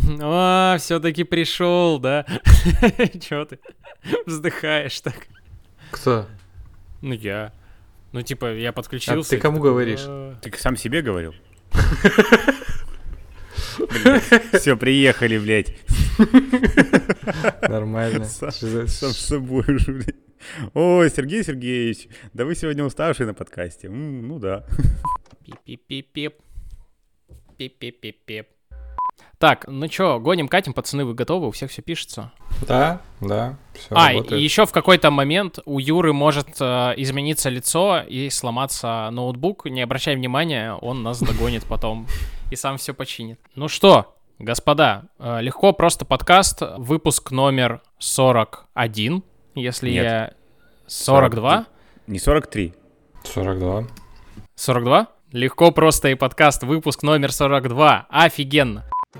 О, все-таки пришел, да? Чего ты вздыхаешь так? Кто? Ну, я. Ну, типа, я А подключился. ты и кому такой, говоришь? Ты сам себе говорил? Все, приехали, блядь. Нормально. Сам с собой уже, блядь. Ой, Сергей Сергеевич, да вы сегодня уставший на подкасте. Ну да. Пип-пип-пип. Пип-пип-пип-пип. Так, ну чё, гоним, катим, пацаны, вы готовы? У всех все пишется? Да, все И работает. еще в какой-то момент у Юры может измениться лицо и сломаться ноутбук. Не обращай внимания, он нас догонит потом и сам все починит. Ну что, господа, легко просто подкаст, выпуск номер 41, если Нет. я... 42? Не 43. 42. 42? Легко просто и подкаст, выпуск номер 42. Офигенно.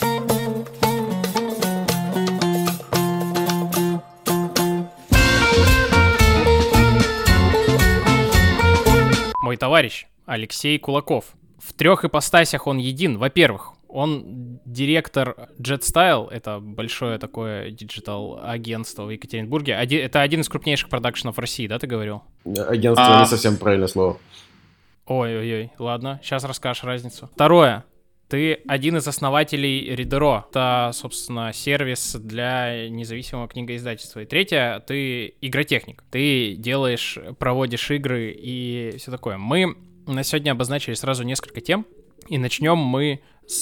Мой товарищ Алексей Кулаков. В 3 ипостасях он един. Во-первых, он директор JetStyle, это большое такое диджитал-агентство в Екатеринбурге. Это один из крупнейших продакшенов в России, да, ты говорил? Агентство не совсем правильное слово. Ой-ой-ой, ладно, сейчас расскажешь разницу. Второе. Ты один из основателей Reader.ro. Это, собственно, сервис для независимого книгоиздательства. И третье, ты игротехник. Ты проводишь игры и все такое. Мы на сегодня обозначили сразу несколько тем. И начнем мы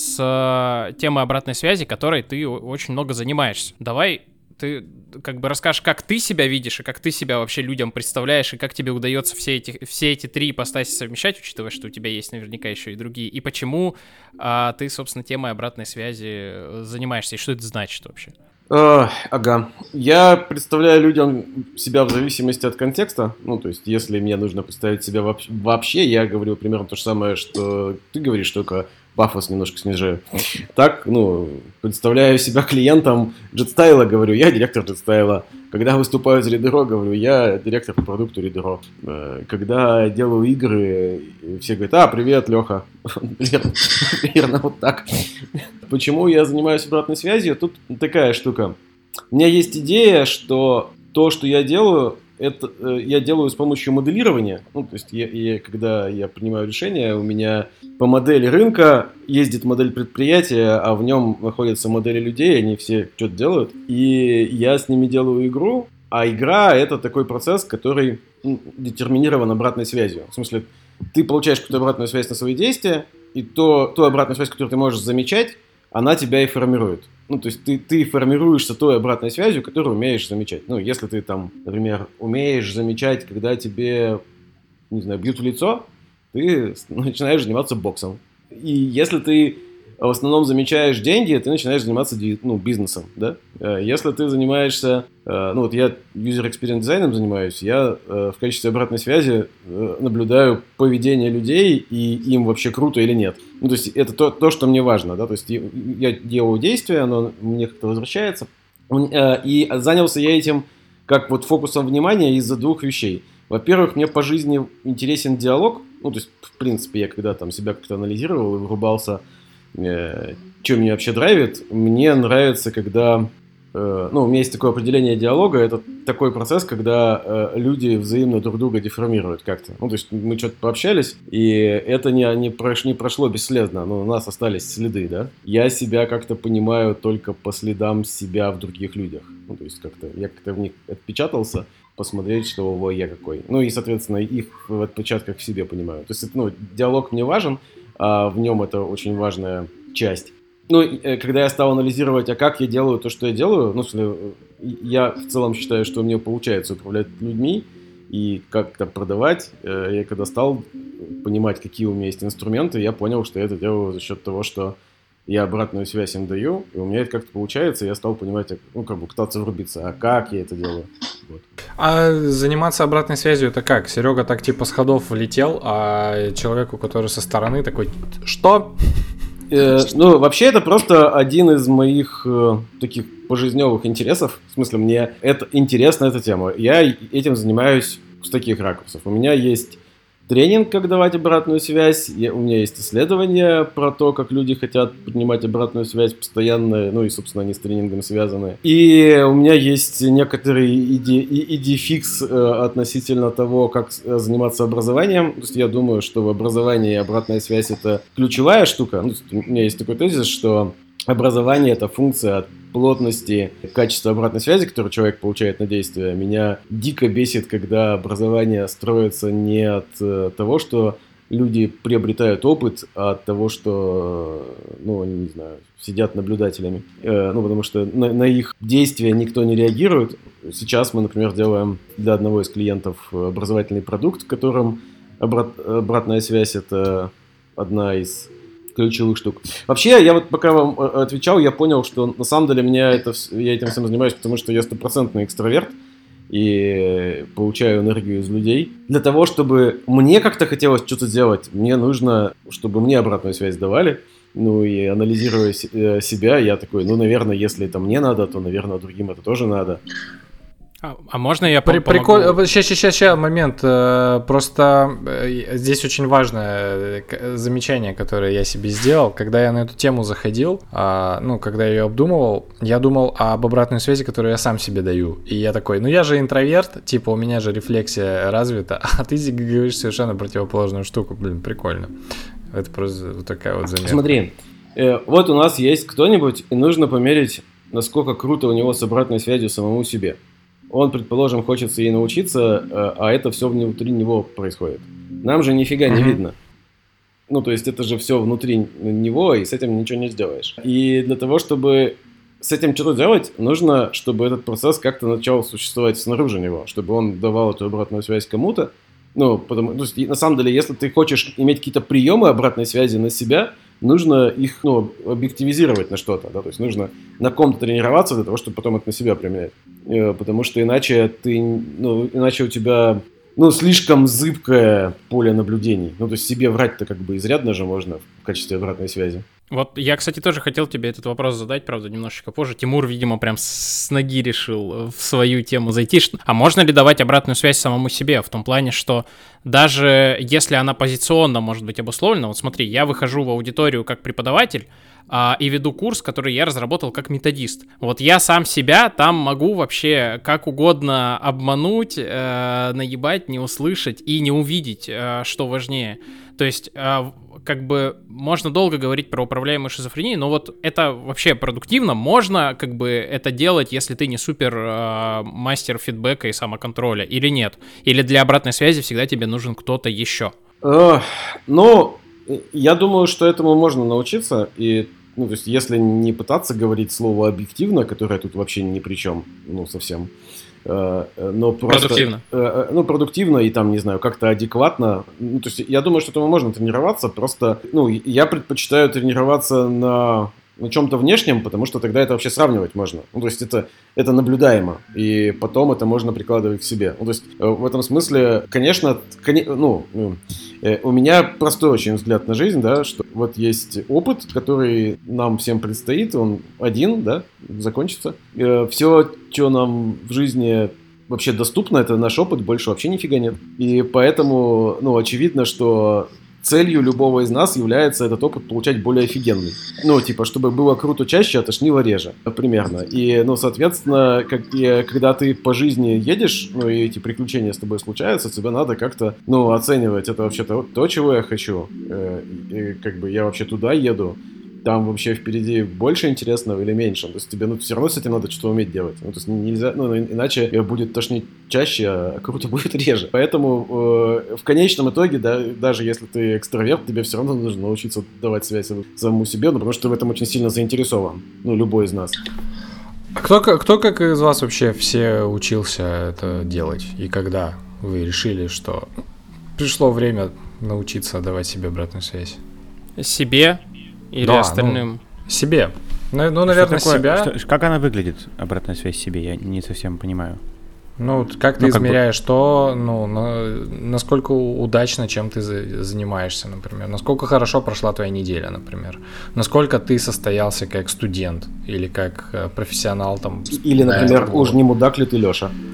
с темы обратной связи, которой ты очень много занимаешься. Давай ты как бы расскажешь, как ты себя видишь, и как ты себя вообще людям представляешь, и как тебе удается все эти три ипостаси совмещать, учитывая, что у тебя есть наверняка еще и другие, и почему ты, собственно, темой обратной связи занимаешься, и что это значит вообще? Ага. Я представляю людям себя в зависимости от контекста. Ну, то есть, если мне нужно представить себя вообще, я говорю примерно то же самое, что ты говоришь, только пафос немножко снижаю. Так, представляю себя клиентом JetStyle, говорю, я директор JetStyle. Когда выступаю за Reader.ro, говорю, я директор по продукту Reader.ro. Когда делаю игры, все говорят, привет, Леха. Примерно вот так. Почему я занимаюсь обратной связью? Тут такая штука. У меня есть идея, что то, что я делаю, это я делаю с помощью моделирования. Ну, то есть, когда я принимаю решение, у меня по модели рынка ездит модель предприятия, а в нем находятся модели людей, они все что-то делают. И я с ними делаю игру, а игра — это такой процесс, который детерминирован обратной связью. В смысле, ты получаешь какую-то обратную связь на свои действия, и ту обратную связь, которую ты можешь замечать, она тебя и формирует. Ну, то есть ты формируешься той обратной связью, которую умеешь замечать. Ну, если ты там, например, умеешь замечать, когда тебе, не знаю, бьют в лицо, ты начинаешь заниматься боксом. И если ты в основном замечаешь деньги, ты начинаешь заниматься бизнесом, да? Если ты занимаешься, вот я user experience дизайном занимаюсь, я в качестве обратной связи наблюдаю поведение людей и им вообще круто или нет. Ну, то есть это то, что мне важно, да? То есть я делаю действие, оно мне как-то возвращается. И занялся я этим как вот фокусом внимания из-за двух вещей. Во-первых, мне по жизни интересен диалог. Ну, то есть, в принципе, я когда там себя как-то анализировал и вырубался, что меня вообще драйвит, мне нравится, когда... у меня есть такое определение диалога, это такой процесс, когда люди взаимно друг друга деформируют как-то. Ну, то есть мы что-то пообщались, и это не прошло бесследно, но у нас остались следы, да. Я себя как-то понимаю только по следам себя в других людях. Ну, то есть я как-то в них отпечатался, посмотреть, что я какой. Ну, и, соответственно, их в отпечатках в себе понимаю. То есть, диалог мне важен, а в нем это очень важная часть. Когда я стал анализировать, как я делаю то, что я делаю, я в целом считаю, что мне получается управлять людьми и как-то продавать. Я когда стал понимать, какие у меня есть инструменты, я понял, что я это делаю за счет того, что я обратную связь им даю, и у меня это как-то получается, и я стал понимать, пытаться врубиться, как я это делаю. Вот. А заниматься обратной связью это как? Серега так типа с ходов влетел, а человеку, который со стороны, такой, что? Вообще это просто один из моих таких пожизненных интересов. В смысле, мне это интересна эта тема. Я этим занимаюсь с таких ракурсов. У меня есть тренинг, как давать обратную связь. У меня есть исследования про то, как люди хотят принимать обратную связь постоянно, ну и, собственно, они с тренингом связаны. И у меня есть некоторый идея-фикс относительно того, как заниматься образованием. То есть я думаю, что в образовании обратная связь — это ключевая штука. Ну, у меня есть такой тезис, что образование — это функция от плотности, качества обратной связи, которую человек получает на действие. Меня дико бесит, когда образование строится не от того, что люди приобретают опыт, а от того, что, ну, они, не знаю, сидят наблюдателями. Ну, потому что на их действия никто не реагирует. Сейчас мы, например, делаем для одного из клиентов образовательный продукт, в котором обратная связь — это одна из ключевых штук. Вообще, я вот пока вам отвечал, я понял, что на самом деле я этим всем занимаюсь, потому что я стопроцентный экстраверт и получаю энергию из людей. Для того, чтобы мне как-то хотелось что-то делать, мне нужно, чтобы мне обратную связь давали. Ну и анализируя себя, я такой, ну, наверное, если это мне надо, то, наверное, другим это тоже надо. А можно я помогу? Сейчас, момент. Просто здесь очень важное замечание, которое я себе сделал. Когда я на эту тему заходил, ну, когда я ее обдумывал, я думал об обратной связи, которую я сам себе даю. И я такой, ну, я же интроверт, типа, у меня же рефлексия развита, а ты говоришь совершенно противоположную штуку. Блин, прикольно. Это просто вот такая вот заметка. Смотри, вот у нас есть кто-нибудь, и нужно померить, насколько круто у него с обратной связью самому себе. Он, предположим, хочет ей научиться, а это все внутри него происходит. Нам же нифига не видно. Ну, то есть это же все внутри него, и с этим ничего не сделаешь. И для того, чтобы с этим что-то делать, нужно, чтобы этот процесс как-то начал существовать снаружи него, чтобы он давал эту обратную связь кому-то. Ну, то есть, на самом деле, если ты хочешь иметь какие-то приемы обратной связи на себя, нужно их, ну, объективизировать на что-то, да, то есть нужно на ком-то тренироваться для того, чтобы потом это на себя применять, потому что иначе у тебя, ну, слишком зыбкое поле наблюдений, ну, то есть себе врать-то как бы изрядно же можно в качестве обратной связи. Вот я, кстати, тоже хотел тебе этот вопрос задать, правда, немножечко позже. Тимур, видимо, прям с ноги решил в свою тему зайти. А можно ли давать обратную связь самому себе? В том плане, что даже если она позиционно может быть обусловлена, вот смотри, я выхожу в аудиторию как преподаватель и веду курс, который я разработал как методист. Вот я сам себя там могу вообще как угодно обмануть, наебать, не услышать и не увидеть, что важнее. То есть, как бы, можно долго говорить про управляемую шизофрению, но вот это вообще продуктивно. Можно, как бы, это делать, если ты не супер мастер фидбэка и самоконтроля, или нет? Или для обратной связи всегда тебе нужен кто-то еще? Ну, я думаю, что этому можно научиться, и, ну, то есть, если не пытаться говорить слово «объективно», которое тут вообще ни при чем, ну, совсем, но просто, продуктивно. Продуктивно и там, не знаю, как-то адекватно. Ну, то есть я думаю, что этому можно тренироваться, просто, ну, я предпочитаю тренироваться на чем-то внешнем, потому что тогда это вообще сравнивать можно. Ну, то есть это наблюдаемо, и потом это можно прикладывать к себе. Ну, то есть в этом смысле, конечно, у меня простой очень взгляд на жизнь, да, что вот есть опыт, который нам всем предстоит, он один, да, закончится. Все, что нам в жизни вообще доступно, это наш опыт, больше вообще нифига нет. И поэтому, ну, очевидно, что целью любого из нас является этот опыт получать более офигенный. Ну, типа, чтобы было круто чаще, а тошнило реже, примерно. И, ну, соответственно, когда ты по жизни едешь, ну, и эти приключения с тобой случаются, тебе надо как-то, ну, оценивать, это вообще то, чего я хочу. И, как бы, я вообще туда еду. Там вообще впереди больше интересного или меньше? То есть тебе, ну, все равно с этим надо что-то уметь делать. Ну, то есть нельзя, ну, иначе будет тошнить чаще, а круто будет реже. Поэтому в конечном итоге, да, даже если ты экстраверт, тебе все равно нужно научиться давать связь самому себе, ну, потому что ты в этом очень сильно заинтересован. Ну, любой из нас. Кто как из вас вообще все учился это делать? И когда вы решили, что пришло время научиться давать себе обратную связь? Себе? Или да, остальным? Ну, себе. Ну, наверное, себя. Как она выглядит, обратная связь себе? Я не совсем понимаю. Ну, как ты измеряешь то, ну, насколько удачно чем ты занимаешься, например. Насколько хорошо прошла твоя неделя, например. Насколько ты состоялся как студент или как профессионал там. Или, например, уж не мудак ли ты, Леша?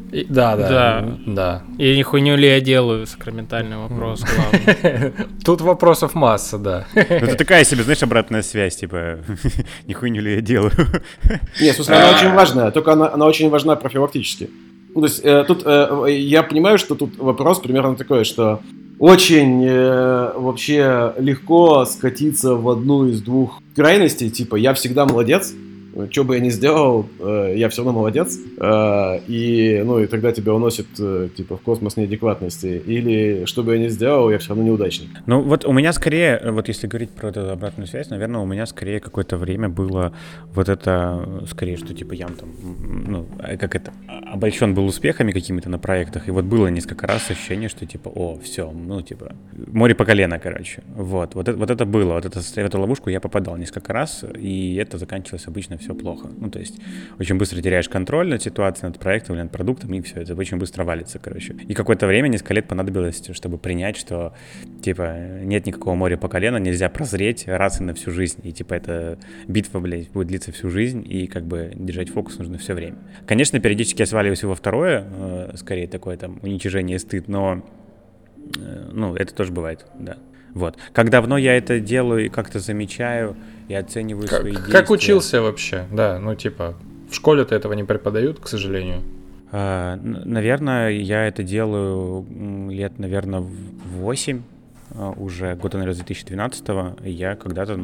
Да. И не хуйню ли я делаю, сакраментальный вопрос главный. Тут вопросов масса, да. Это такая себе, знаешь, обратная связь, типа, не хуйню ли я делаю. Нет, в смысле, она очень важная, только она очень важна профилактически. Ну, то есть тут я понимаю, что тут вопрос примерно такой, что очень вообще легко скатиться в одну из двух крайностей, типа я всегда молодец, что бы я ни сделал, я все равно молодец, и тогда тебя уносит типа в космос неадекватности, или что бы я ни сделал, я все равно неудачник. Ну вот у меня скорее, вот если говорить про эту обратную связь, наверное, у меня скорее какое-то время было вот это, скорее, что типа я там, обольщен был успехами какими-то на проектах, и вот было несколько раз ощущение, что типа, все, море по колено, короче. Вот это было, в эту ловушку я попадал несколько раз, и это заканчивалось обычно все плохо. Ну, то есть очень быстро теряешь контроль над ситуацией, над проектом или над продуктом, и все, это очень быстро валится, короче. И какое-то время, несколько лет понадобилось, чтобы принять, что, типа, нет никакого моря по колено, нельзя прозреть раз и на всю жизнь. И, типа, эта битва, блядь, будет длиться всю жизнь, и, как бы, держать фокус нужно все время. Конечно, периодически я сваливаюсь во второе, скорее, такое, там, уничижение и стыд, но, это тоже бывает, да. Вот. Как давно я это делаю и как-то замечаю и оцениваю свои действия. Как учился вообще? Да, в школе-то этого не преподают, к сожалению. Наверное, я это делаю лет, наверное, 8, уже года, наверное, с 2012-го. Я когда-то,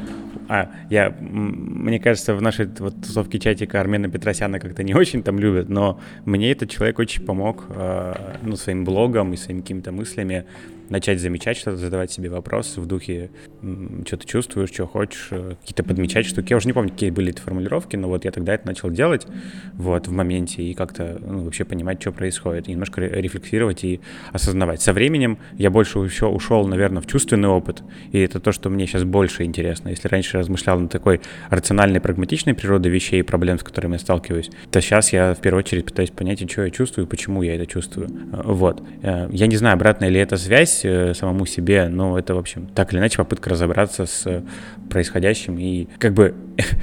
мне кажется, в нашей тусовке чатика Армена Петросяна как-то не очень там любят, но мне этот человек очень помог, своим блогом и своими какими-то мыслями начать замечать что-то, задавать себе вопросы в духе, что ты чувствуешь, что хочешь, какие-то подмечать штуки. Я уже не помню, какие были эти формулировки, но вот я тогда это начал делать в моменте и как-то вообще понимать, что происходит, и немножко рефлексировать и осознавать. Со временем я больше еще ушел, наверное, в чувственный опыт, и это то, что мне сейчас больше интересно. Если раньше размышлял над такой рациональной, прагматичной природой вещей и проблем, с которыми я сталкиваюсь, то сейчас я в первую очередь пытаюсь понять, что я чувствую, почему я это чувствую. Вот. Я не знаю, обратная ли это связь самому себе, но это, в общем, так или иначе попытка разобраться с происходящим и как бы...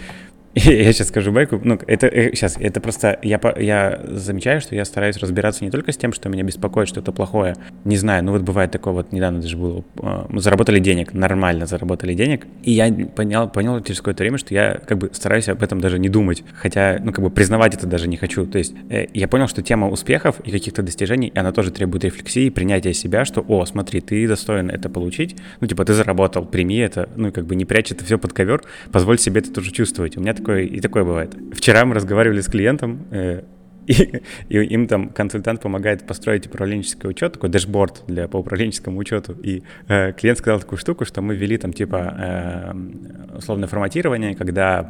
Я сейчас скажу байку, это просто, я замечаю, что я стараюсь разбираться не только с тем, что меня беспокоит, что это плохое, не знаю, бывает такое, недавно даже было, мы заработали денег, нормально заработали денег, и я понял через какое-то время, что я как бы стараюсь об этом даже не думать, хотя, признавать это даже не хочу, то есть я понял, что тема успехов и каких-то достижений, она тоже требует рефлексии, принятия себя, что, смотри, ты достоин это получить, ты заработал, прими это, не прячь это все под ковер, позволь себе это тоже чувствовать, у меня такое бывает. Вчера мы разговаривали с клиентом, и им там консультант помогает построить управленческий учет, такой дэшборд по управленческому учету. И клиент сказал такую штуку, что мы ввели там условное форматирование, когда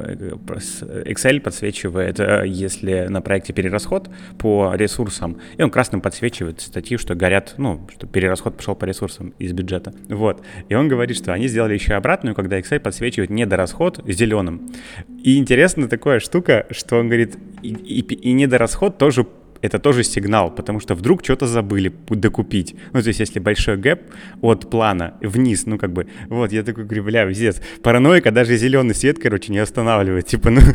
Excel подсвечивает, если на проекте перерасход по ресурсам, и он красным подсвечивает статьи, что горят, что перерасход пошел по ресурсам из бюджета. Вот. И он говорит, что они сделали еще обратную, когда Excel подсвечивает недорасход зеленым. И интересная такая штука, что он говорит, и недорасход тоже, это тоже сигнал, потому что вдруг что-то забыли докупить. То есть если большой гэп от плана вниз, я такой говорю, бля, пиздец, параноика, даже зеленый свет, не останавливает,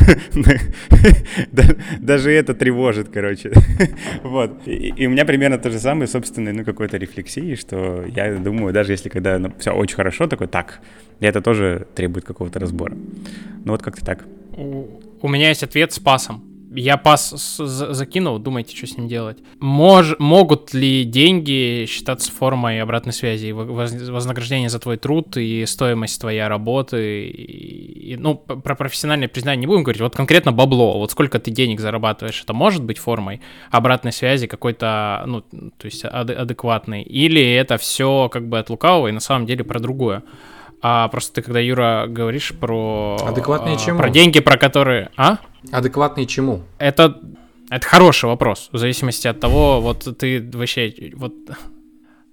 даже это тревожит, вот. И у меня примерно то же самое, собственно, какой-то рефлексии, что я думаю, даже если когда все очень хорошо, это тоже требует какого-то разбора. Как-то так. У меня есть ответ с пасом. Я пас закинул, думайте, что с ним делать. Могут ли деньги считаться формой обратной связи, вознаграждение за твой труд и стоимость твоей работы? Про профессиональное признание не будем говорить, конкретно бабло, сколько ты денег зарабатываешь, это может быть формой обратной связи какой-то, то есть адекватной, или это все от лукавого и на самом деле про другое? А просто ты, когда, Юра, говоришь про... Адекватные чему? Про деньги, про которые... Адекватные чему? Это хороший вопрос, в зависимости от того, ты вообще...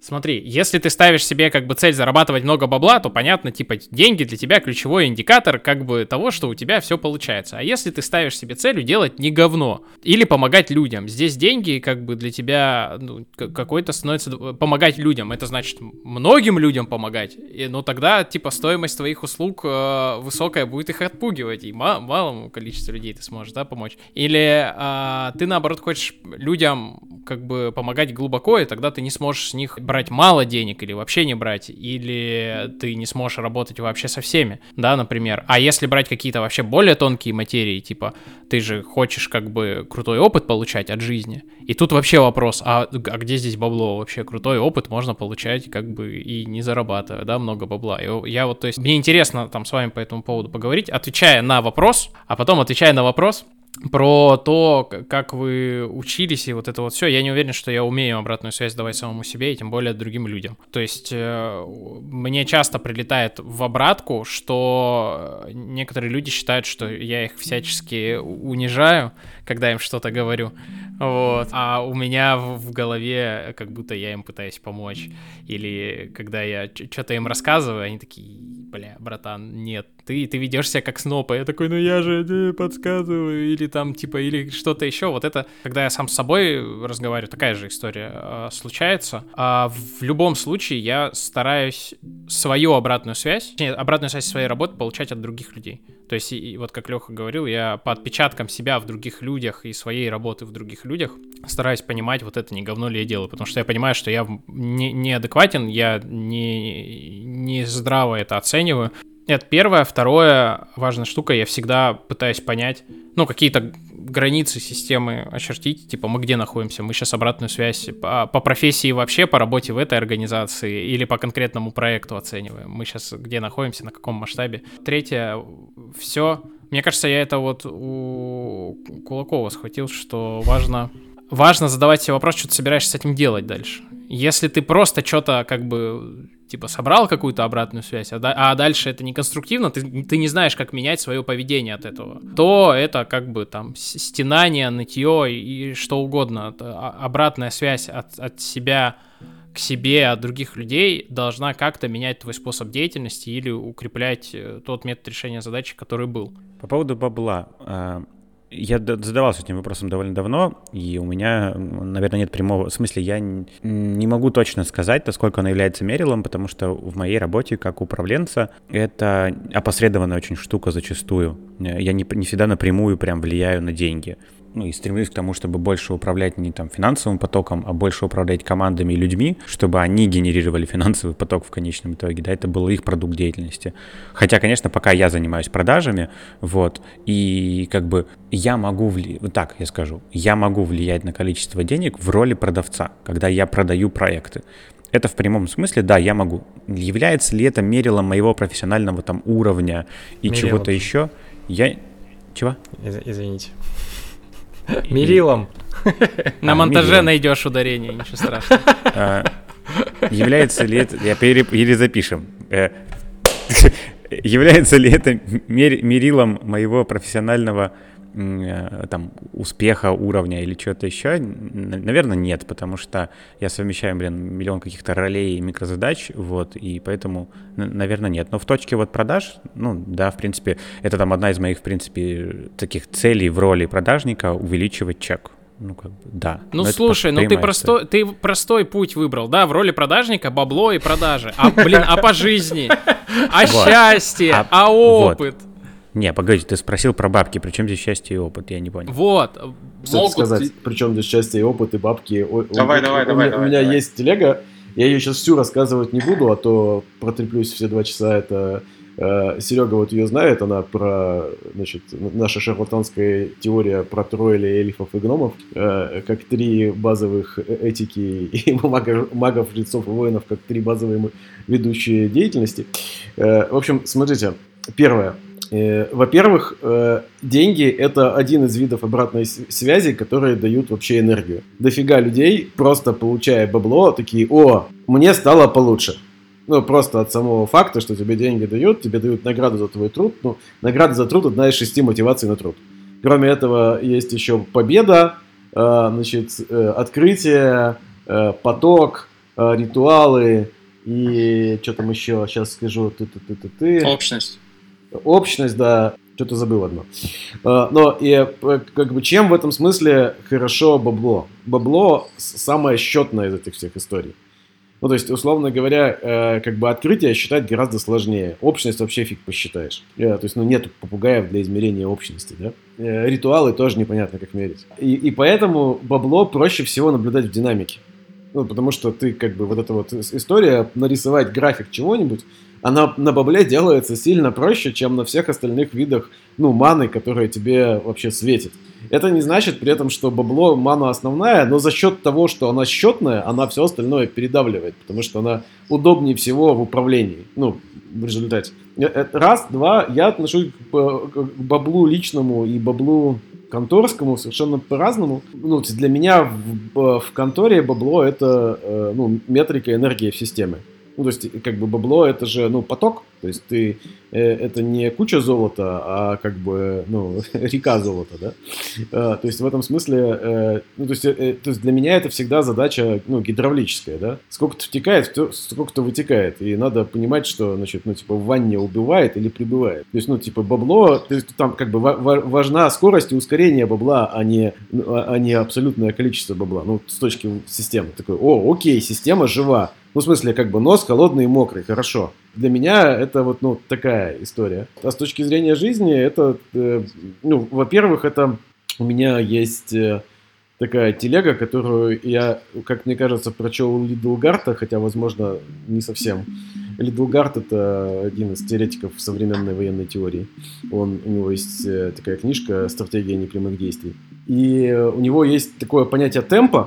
Смотри, если ты ставишь себе как бы цель зарабатывать много бабла, то понятно, типа деньги для тебя ключевой индикатор как бы того, что у тебя все получается. А если ты ставишь себе целью делать не говно или помогать людям, здесь деньги как бы для тебя какой-то становится... Помогать людям, это значит многим людям помогать, но тогда типа стоимость твоих услуг высокая будет их отпугивать, и малому количеству людей ты сможешь, да, помочь. Или ты наоборот хочешь людям как бы помогать глубоко, и тогда ты не сможешь с них брать мало денег или вообще не брать, или ты не сможешь работать вообще со всеми, да, например. А если брать какие-то вообще более тонкие материи, типа ты же хочешь как бы крутой опыт получать от жизни, и тут вообще вопрос, а где здесь бабло? Вообще крутой опыт можно получать как бы и не зарабатывая, да, много бабла. И я вот, то есть, мне интересно там с вами по этому поводу поговорить, отвечая на вопрос, а потом отвечая на вопрос про то, как вы учились и вот это вот все. Я не уверен, что я умею обратную связь давать самому себе и тем более другим людям. То есть мне часто прилетает в обратку, что некоторые люди считают, что я их всячески унижаю, когда им что-то говорю. Вот. А у меня в голове как будто я им пытаюсь помочь. Или когда я что-то им рассказываю, они такие: бля, братан, нет, ты ведешь себя как сноп. А я такой: ну я же подсказываю. Или там типа, или что-то еще. Вот это, когда я сам с собой разговариваю, такая же история случается. А в любом случае я стараюсь свою обратную связь своей работы получать от других людей. То есть, и вот как Леха говорил, я по отпечаткам себя в других людях и своей работы в других людях стараюсь понимать, вот это не говно ли я делаю, потому что я понимаю, что я неадекватен, я не здраво это оцениваю. Это первое. Второе, важная штука, я всегда пытаюсь понять, ну, какие-то границы системы очертить, типа мы где находимся, мы сейчас обратную связь по профессии вообще, по работе в этой организации или по конкретному проекту оцениваем, мы сейчас где находимся, на каком масштабе. Третье, все. Мне кажется, я это вот у Кулакова схватил, что важно задавать себе вопрос, что ты собираешься с этим делать дальше. Если ты просто что-то как бы типа собрал какую-то обратную связь, а дальше это не конструктивно, ты не знаешь, как менять свое поведение от этого, то это как бы там стенание, нытье и что угодно. Обратная связь от себя к себе, от других людей должна как-то менять твой способ деятельности или укреплять тот метод решения задачи, который был. По поводу бабла. Я задавался этим вопросом довольно давно, и у меня, наверное, нет прямого... В смысле, я не могу точно сказать, насколько оно является мерилом, потому что в моей работе как управленца это опосредованная очень штука зачастую. Я не всегда напрямую прям влияю на деньги. Ну и стремлюсь к тому, чтобы больше управлять не там финансовым потоком, а больше управлять командами и людьми, чтобы они генерировали финансовый поток в конечном итоге, да, это был их продукт деятельности. Хотя, конечно, пока я занимаюсь продажами, вот, и как бы я могу, так я скажу, я могу влиять на количество денег в роли продавца, когда я продаю проекты. Это в прямом смысле, да, я могу. Является ли это мерилом моего профессионального там уровня и чего-то еще? Чего? Извините. Мерилом. На монтаже найдешь ударение, ничего страшного. Является ли это... Или запишем. Является ли это мерилом моего профессионального там успеха, уровня или чего-то еще? Наверное, нет, потому что я совмещаю, миллион каких-то ролей и микрозадач, вот, и поэтому, наверное, нет. Но в точке вот продаж, ну, да, в принципе, это там одна из моих, в принципе, таких целей в роли продажника — увеличивать чек. Ну, как бы, да. Ну, слушай, ты простой путь выбрал, да, в роли продажника бабло и продажи. А по жизни, счастье, опыт. Не, погоди, ты спросил про бабки, при чем здесь счастье и опыт, я не понял. Вот. Что сказать, при чем здесь счастье и опыт, и бабки? Давай. У меня есть телега, я ее сейчас всю рассказывать не буду, а то протреплюсь все 2 часа. Это Серега вот ее знает, она про, значит, наша шарлатанская теория про троллей, эльфов и гномов, как 3 базовых этики, и магов, жрецов и воинов, как 3 базовые ведущие деятельности. В общем, смотрите, первое. Во-первых, деньги — это один из видов обратной связи, которые дают вообще энергию. Дофига людей, просто получая бабло, такие: о, мне стало получше. Ну, просто от самого факта, что тебе деньги дают, тебе дают награду за твой труд. Ну, награда за труд — одна из 6 мотиваций на труд. Кроме этого, есть еще победа, значит, открытие, поток, ритуалы и что там еще, сейчас скажу, Общность, да, что-то забыл одно. Но и как бы чем в этом смысле хорошо бабло? Бабло самое счетное из этих всех историй. Ну, то есть, условно говоря, как бы открытие считать гораздо сложнее. Общность вообще фиг посчитаешь. То есть, нету попугаев для измерения общности, да? Ритуалы тоже непонятно, как мерить. И поэтому бабло проще всего наблюдать в динамике. Ну, потому что ты, как бы, вот эта вот история, нарисовать график чего-нибудь, она на бабле делается сильно проще, чем на всех остальных видах, маны, которые тебе вообще светят. Это не значит при этом, что бабло мана основная, но за счет того, что она счетная, она все остальное передавливает, потому что она удобнее всего в управлении, в результате. Раз, два, я отношусь к баблу личному и баблу конторскому совершенно по-разному. Для меня в конторе бабло это метрика энергии в системе. То есть, как бы бабло это же, поток. То есть, это не куча золота, а как бы, река золота, да. То есть, в этом смысле, то есть для меня это всегда задача, гидравлическая, да. Сколько-то втекает, сколько-то вытекает. И надо понимать, что, значит, в ванне убивает или прибывает. То есть, бабло, то есть, там как бы важна скорость и ускорение бабла, а не абсолютное количество бабла. С точки системы. Такой, окей, система жива. В смысле, как бы нос холодный и мокрый, хорошо. Для меня это вот, такая история. А с точки зрения жизни, это, во-первых, это у меня есть такая телега, которую я, как мне кажется, прочел у Лидлгарта, хотя, возможно, не совсем. Лидлгарт — это один из теоретиков современной военной теории. У него есть такая книжка «Стратегия непрямых действий». И у него есть такое понятие темпа,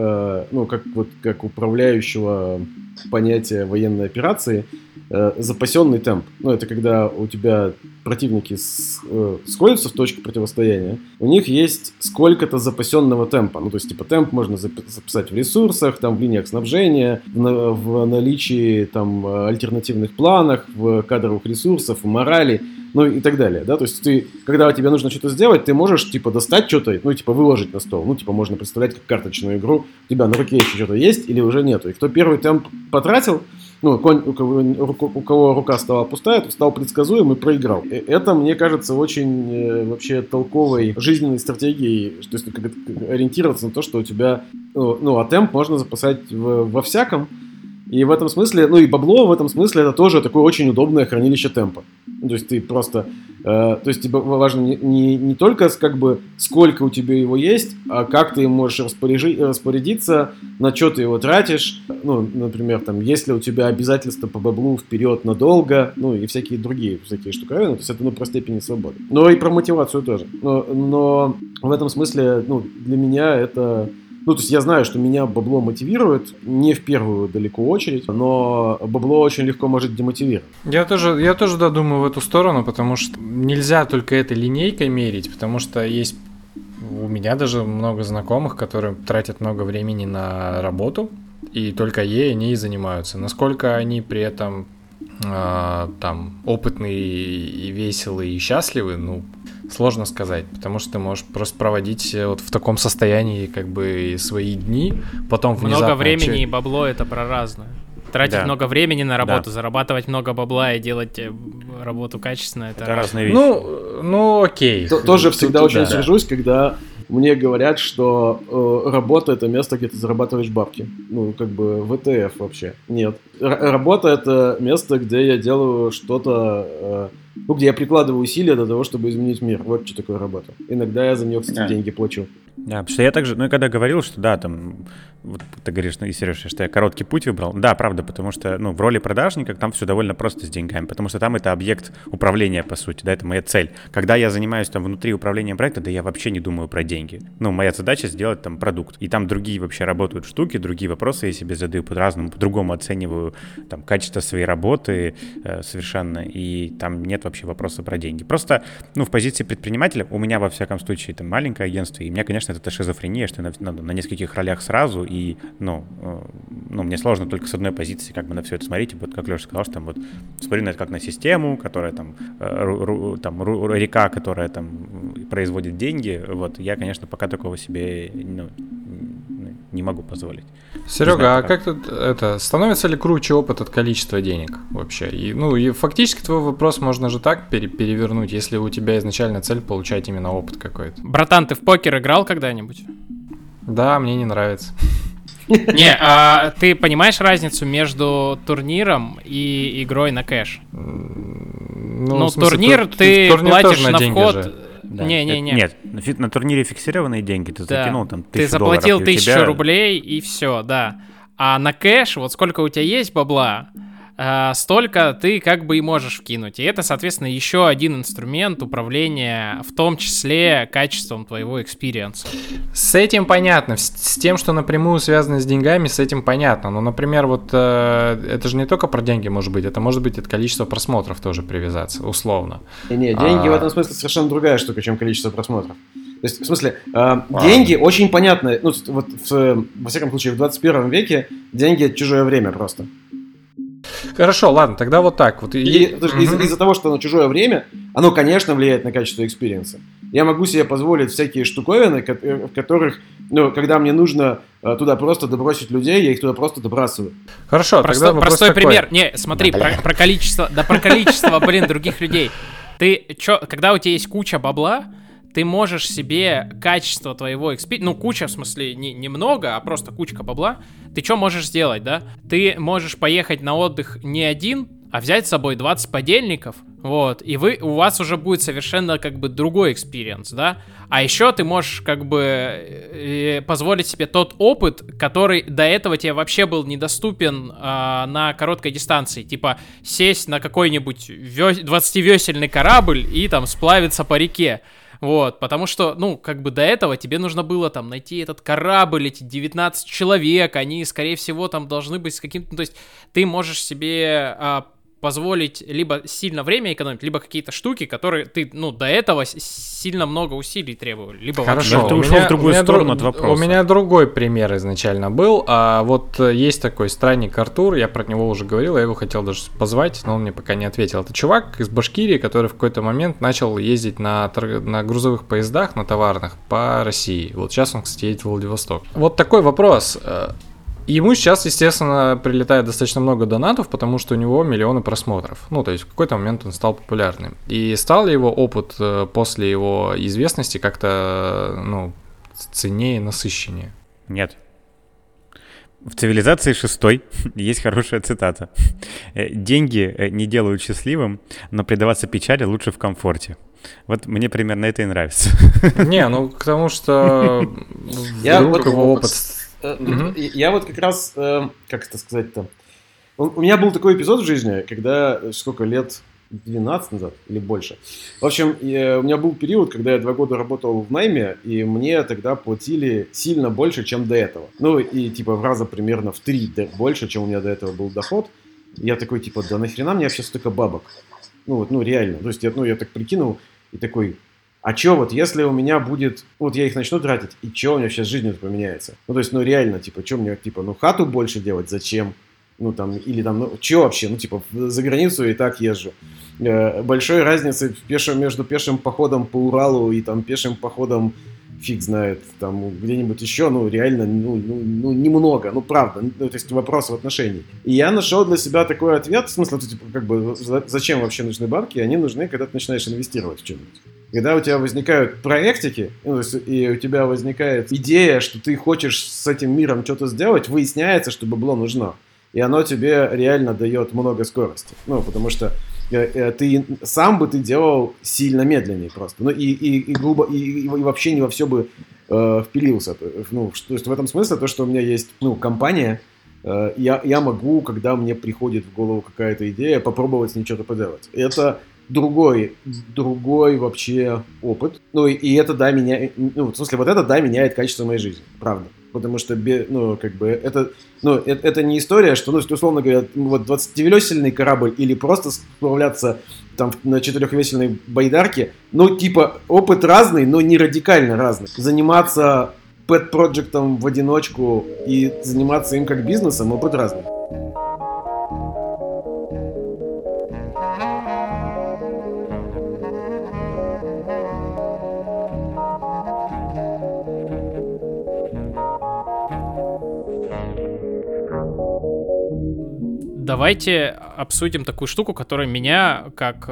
как управляющего понятия военной операции, запасенный темп. Это когда у тебя противники сходятся в точке противостояния, у них есть сколько-то запасенного темпа. То есть, темп можно записать в ресурсах, там, в линиях снабжения, в наличии там альтернативных планах, в кадровых ресурсах, в морали, и так далее, да, то есть когда тебе нужно что-то сделать, ты можешь, достать что-то, выложить на стол, можно представлять как карточную игру, у тебя на руке еще что-то есть или уже нету, и кто первый темп потратил, у кого рука стала пустая, то стал предсказуем и проиграл. Это, мне кажется, очень вообще толковой жизненной стратегией, то есть ориентироваться на то, что у тебя, а темп можно запасать во всяком. И в этом смысле, и бабло в этом смысле это тоже такое очень удобное хранилище темпа. То есть ты просто, то есть тебе важно не только как бы сколько у тебя его есть, а как ты можешь распорядиться, на что ты его тратишь. Например, там, есть ли у тебя обязательства по баблу вперед надолго, и всякие другие штуковины. То есть это про степень свободы. Но и про мотивацию тоже. Но в этом смысле, для меня это... то есть я знаю, что меня бабло мотивирует, не в первую далеко очередь, но бабло очень легко может демотивировать. Я тоже думаю в эту сторону, потому что нельзя только этой линейкой мерить, потому что есть у меня даже много знакомых, которые тратят много времени на работу, и только они и занимаются. Насколько они при этом опытные и веселые и счастливы, сложно сказать, потому что ты можешь просто проводить вот в таком состоянии как бы свои дни, потом внезапно... Много времени и бабло — это про разное. Тратить много времени на работу, зарабатывать много бабла и делать работу качественно — это разные вещи. Окей. Тоже всегда очень сержусь, когда мне говорят, что работа — это место, где ты зарабатываешь бабки. Как бы ВТФ вообще. Нет. Работа — это место, где я делаю что-то... где я прикладываю усилия для того, чтобы изменить мир. Вот что такое работа. Иногда я за нее, кстати, деньги плачу. Да, потому что я также, когда говорил, что да, там, вот ты говоришь, Сереж, что я короткий путь выбрал. Да, правда, потому что, в роли продажника там все довольно просто с деньгами, потому что там это объект управления, по сути, да, это моя цель. Когда я занимаюсь там внутри управления проекта, да я вообще не думаю про деньги. Моя задача сделать там продукт. И там другие вообще работают штуки, другие вопросы я себе задаю по-разному, по-другому оцениваю там качество своей работы совершенно, и там нет вообще вопроса про деньги. Просто, в позиции предпринимателя, у меня, во всяком случае, там маленькое агентство, и у меня, конечно, это шизофрения, что я на нескольких ролях сразу, и, мне сложно только с одной позиции как бы на все это смотреть. И вот как Леша сказал, что там вот смотрю на это как на систему, которая там, река, которая там производит деньги. Вот я, конечно, пока такого себе не не могу позволить. Серега, а как тут становится ли круче опыт от количества денег вообще? И фактически твой вопрос можно же так перевернуть, если у тебя изначально цель получать именно опыт какой-то. Братан, ты в покер играл когда-нибудь? Да, мне не нравится. Не, ты понимаешь разницу между турниром и игрой на кэш? Турнир ты платишь на вход. Да. Не. Нет, на турнире фиксированные деньги, ты закинул там $1000. Ты заплатил $1000 1000 рублей и все, да. А на кэш, вот сколько у тебя есть бабла, столько ты как бы и можешь вкинуть. И это, соответственно, еще один инструмент управления, в том числе качеством твоего экспириенса. С этим понятно. С тем, что напрямую связано с деньгами, с этим понятно. Но, например, вот это же не только про деньги может быть, это может быть от количества просмотров тоже привязаться, условно. Не, деньги в этом смысле совершенно другая штука, чем количество просмотров. То есть, в смысле, деньги очень понятно, вот во всяком случае в 21 веке деньги — это чужое время просто. Хорошо, ладно, тогда вот так. Вот из-за того, что оно чужое время, оно, конечно, влияет на качество экспириенса. Я могу себе позволить всякие штуковины, в которых, когда мне нужно туда просто добросить людей, я их туда просто добрасываю. Хорошо, тогда вопрос простой такой. пример. Не, смотри, про количество, других людей. Когда у тебя есть куча бабла, ты можешь себе качество твоего экспириенса, куча, в смысле, немного, а просто кучка бабла, ты что можешь сделать, да? Ты можешь поехать на отдых не один, а взять с собой 20 подельников, вот, и у вас уже будет совершенно как бы другой экспириенс, да? А еще ты можешь как бы позволить себе тот опыт, который до этого тебе вообще был недоступен на короткой дистанции, типа сесть на какой-нибудь 20-весельный корабль и там сплавиться по реке. Вот, потому что, как бы до этого тебе нужно было там найти этот корабль, эти 19 человек, они, скорее всего, там должны быть с каким-то... то есть ты можешь себе позволить либо сильно время экономить, либо какие-то штуки, которые ты, до этого сильно много усилий требовали. Либо хорошо, ты ушел в другую сторону от вопроса. У меня другой пример изначально был. Вот есть такой странник Артур, я про него уже говорил, я его хотел даже позвать, но он мне пока не ответил. Это чувак из Башкирии, который в какой-то момент начал ездить на грузовых поездах, на товарных по России. Вот сейчас он, кстати, едет в Владивосток. Вот такой вопрос. Ему сейчас, естественно, прилетает достаточно много донатов, потому что у него миллионы просмотров. То есть в какой-то момент он стал популярным. И стал ли его опыт после его известности как-то, ценнее, насыщеннее? Нет. В «Цивилизации 6» есть хорошая цитата. «Деньги не делают счастливым, но предаваться печали лучше в комфорте». Вот мне примерно это и нравится. Не, к тому, что вдруг его опыт... Я вот как раз, как это сказать-то, у меня был такой эпизод в жизни, когда, сколько лет, 12 назад или больше. В общем, у меня был период, когда я 2 года работал в найме, и мне тогда платили сильно больше, чем до этого. И типа в раза примерно в 3 больше, чем у меня до этого был доход. Я такой, типа, да нахрена мне вообще столько бабок? Реально. То есть, я так прикинул и такой... А чё вот, если у меня будет... я их начну тратить, и чё у меня сейчас жизнь поменяется? Реально, типа, чё мне, хату больше делать, зачем? Чё вообще? За границу и так езжу. Большой разницы между пешим походом по Уралу и пешим походом, фиг знает, где-нибудь еще, реально, немного, правда. То есть вопрос в отношении. И я нашел для себя такой ответ, в смысле, зачем вообще нужны бабки? Они нужны, когда ты начинаешь инвестировать в что-нибудь. Когда у тебя возникают проектики, и у тебя возникает идея, что ты хочешь с этим миром что-то сделать, выясняется, что бабло нужно. И оно тебе реально дает много скорости. Потому что ты сам бы ты делал сильно медленнее просто. И грубо, и вообще не во все бы впилился. То есть в этом смысле то, что у меня есть компания, я могу, когда мне приходит в голову какая-то идея, попробовать с ней что-то поделать. Это другой вообще опыт. И это, да, меняет... это, меняет качество моей жизни. Правда. Потому что, это не история, что, условно говоря, 20-весельный корабль или просто справляться на 4-весельной байдарке, опыт разный, но не радикально разный. Заниматься пэт-проджектом в одиночку и заниматься им как бизнесом, опыт разный. Давайте обсудим такую штуку, которая меня, как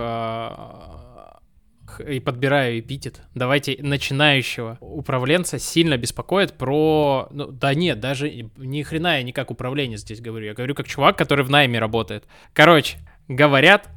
и подбираю эпитет, давайте начинающего управленца сильно беспокоит про... Ну, да нет, даже ни хрена я не как управленец здесь говорю. Я говорю как чувак, который в найме работает. Короче, говорят,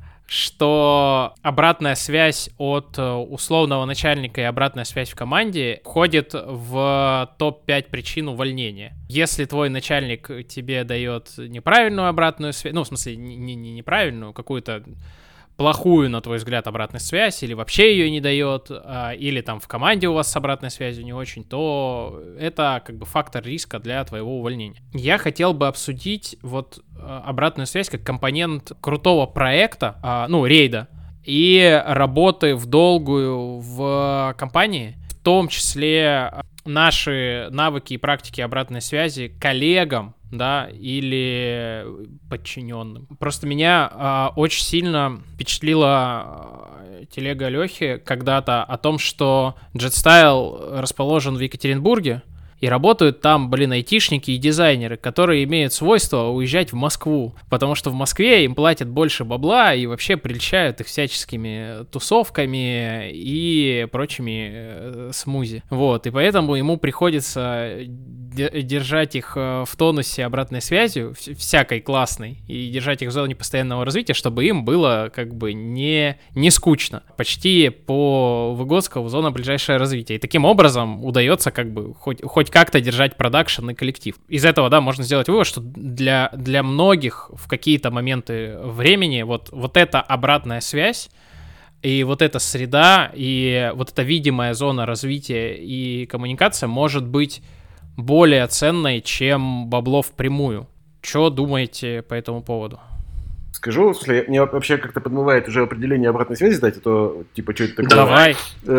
что обратная связь от условного начальника и обратная связь в команде входит в топ-5 причин увольнения. Если твой начальник тебе дает неправильную обратную связь, ну, в смысле, не неправильную, какую-то плохую, на твой взгляд, обратную связь, или вообще ее не дает, или там в команде у вас с обратной связью не очень, то это как бы фактор риска для твоего увольнения. Я хотел бы обсудить вот обратную связь как компонент крутого проекта, ну, рейда, и работы в долгую в компании, в том числе наши навыки и практики обратной связи коллегам, да, или подчиненным. Просто меня очень сильно впечатлила телега Лехи когда-то о том, что JetStyle расположен в Екатеринбурге, и работают там, айтишники и дизайнеры, которые имеют свойство уезжать в Москву, потому что в Москве им платят больше бабла и вообще прельщают их всяческими тусовками и прочими смузи. Вот, и поэтому ему приходится держать их в тонусе обратной связью, всякой классной, и держать их в зоне постоянного развития, чтобы им было как бы не скучно. Почти по Выгодскому зона ближайшее развитие. И таким образом удается как бы хоть как-то держать продакшн и коллектив. Из этого, да, можно сделать вывод, что для многих в какие-то моменты времени вот эта обратная связь и вот эта среда, и вот эта видимая зона развития и коммуникация может быть более ценной, чем бабло впрямую. Что думаете по этому поводу? Скажу, если мне вообще как-то подмывает уже определение обратной связи сдать, а то типа что это такое? Давай.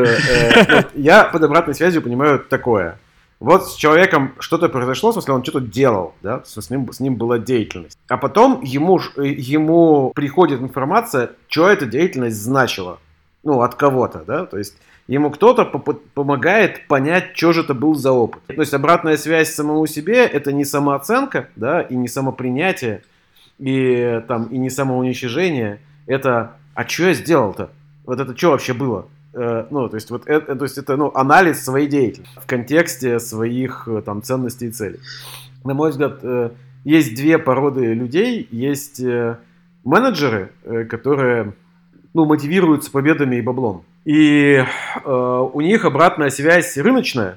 Я под обратной связью понимаю такое. Вот с человеком что-то произошло, в смысле он что-то делал, да, с ним была деятельность. А потом ему приходит информация, что эта деятельность значила. Ну, от кого-то, да, то есть ему кто-то помогает понять, что же это был за опыт. То есть обратная связь самому себе — это не самооценка, да, и не самопринятие, и не самоуничижение. Это, а что я сделал-то? Вот это что вообще было? Ну, то есть, это анализ своей деятельности в контексте своих ценностей и целей. На мой взгляд, есть две породы людей. Есть менеджеры, которые мотивируются победами и баблом. И у них обратная связь рыночная.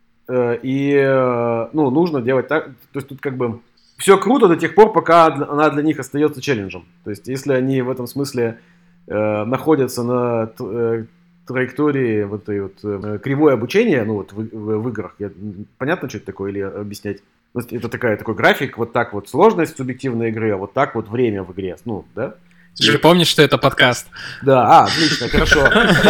И нужно делать так. То есть тут как бы все круто до тех пор, пока она для них остается челленджем. То есть если они в этом смысле находятся на траектории вот этой вот кривое обучение, в играх. Понятно, что это такое, или объяснять? Это такой график, вот так вот сложность субъективной игры, а вот так вот время в игре. Да? Ты же помнишь, что это подкаст? Да, отлично, хорошо.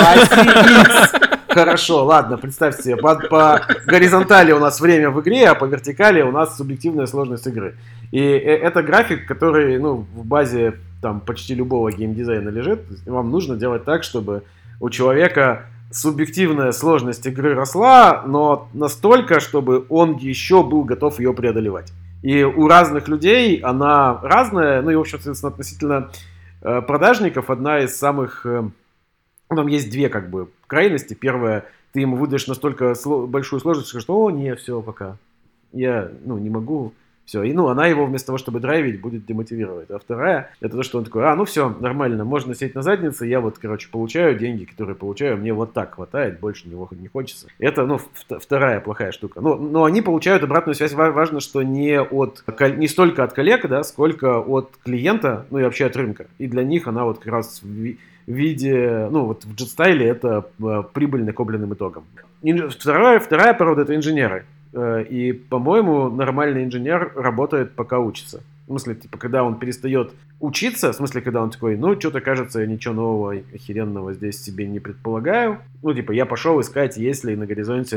Хорошо, ладно, представьте себе, по горизонтали у нас время в игре, а по вертикали у нас субъективная сложность игры. И это график, который, в базе почти любого геймдизайна лежит. Вам нужно делать так, чтобы у человека субъективная сложность игры росла, но настолько, чтобы он еще был готов ее преодолевать. И у разных людей она разная, и, в общем, соответственно, относительно продажников одна из самых... Там есть две, как бы, крайности. Первая, ты ему выдаешь настолько большую сложность, что скажешь, не, все, пока. Я, не могу... Все, и она его вместо того, чтобы драйвить, будет демотивировать. А вторая, это то, что он такой, все, нормально, можно сидеть на заднице, я получаю деньги, которые получаю, мне вот так хватает, больше не хочется. Это, вторая плохая штука. Но они получают обратную связь, важно, что не столько от коллег, да, сколько от клиента, и вообще от рынка. И для них она как раз в виде, в JetStyle это прибыль накопленным итогом. Вторая порода — это инженеры. И, по-моему, нормальный инженер работает, пока учится. В смысле, когда он перестает учиться, в смысле, когда он такой, что-то кажется, я ничего нового, охеренного здесь себе не предполагаю. Я пошел искать, есть ли на горизонте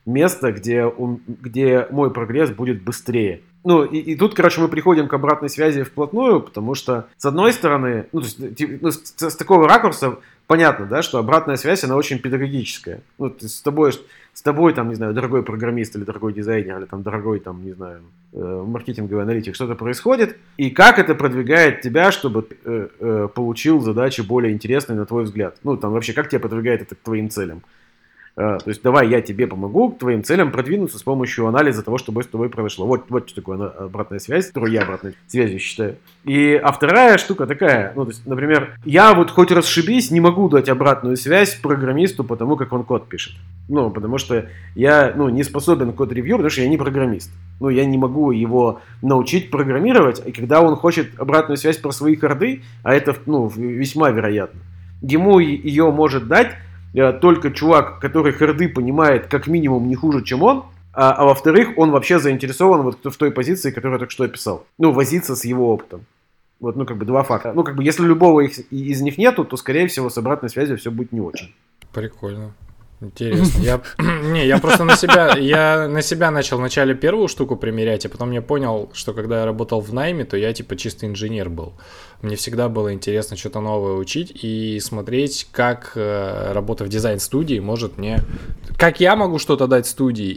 место, где мой прогресс будет быстрее. Ну, и тут, короче, мы приходим к обратной связи вплотную, потому что, с одной стороны, ну, то есть, с такого ракурса понятно, да, что обратная связь, она очень педагогическая. Ну, то есть с тобой, там, не знаю, дорогой программист или дорогой дизайнер, или там дорогой, там, не знаю, маркетинговый аналитик, что-то происходит, и как это продвигает тебя, чтобы ты получил задачи более интересные, на твой взгляд. Ну, там, вообще, как тебя продвигает это к твоим целям. То есть давай я тебе помогу к твоим целям продвинуться с помощью анализа того, что с тобой произошло. Вот что такое обратная связь, которую я обратной связью считаю. А вторая штука такая, ну, то есть, например, я вот хоть расшибись, не могу дать обратную связь программисту, потому как он код пишет. Ну, потому что я, не способен код-ревью, потому что я не программист. Ну, я не могу его научить программировать, и когда он хочет обратную связь про свои харды, а это, весьма вероятно, ему ее может дать только чувак, который харды понимает как минимум не хуже, чем он, а во-вторых, он вообще заинтересован вот в той позиции, которую я только что описал. Ну, возиться с его опытом. Вот, два факта. Если любого из них нету, то, скорее всего, с обратной связью все будет не очень. Прикольно. Интересно. Я просто на себя начал вначале первую штуку примерять, а потом я понял, что когда я работал в найме, то я типа чисто инженер был. Мне всегда было интересно что-то новое учить и смотреть, как работа в дизайн-студии может мне... Как я могу что-то дать студии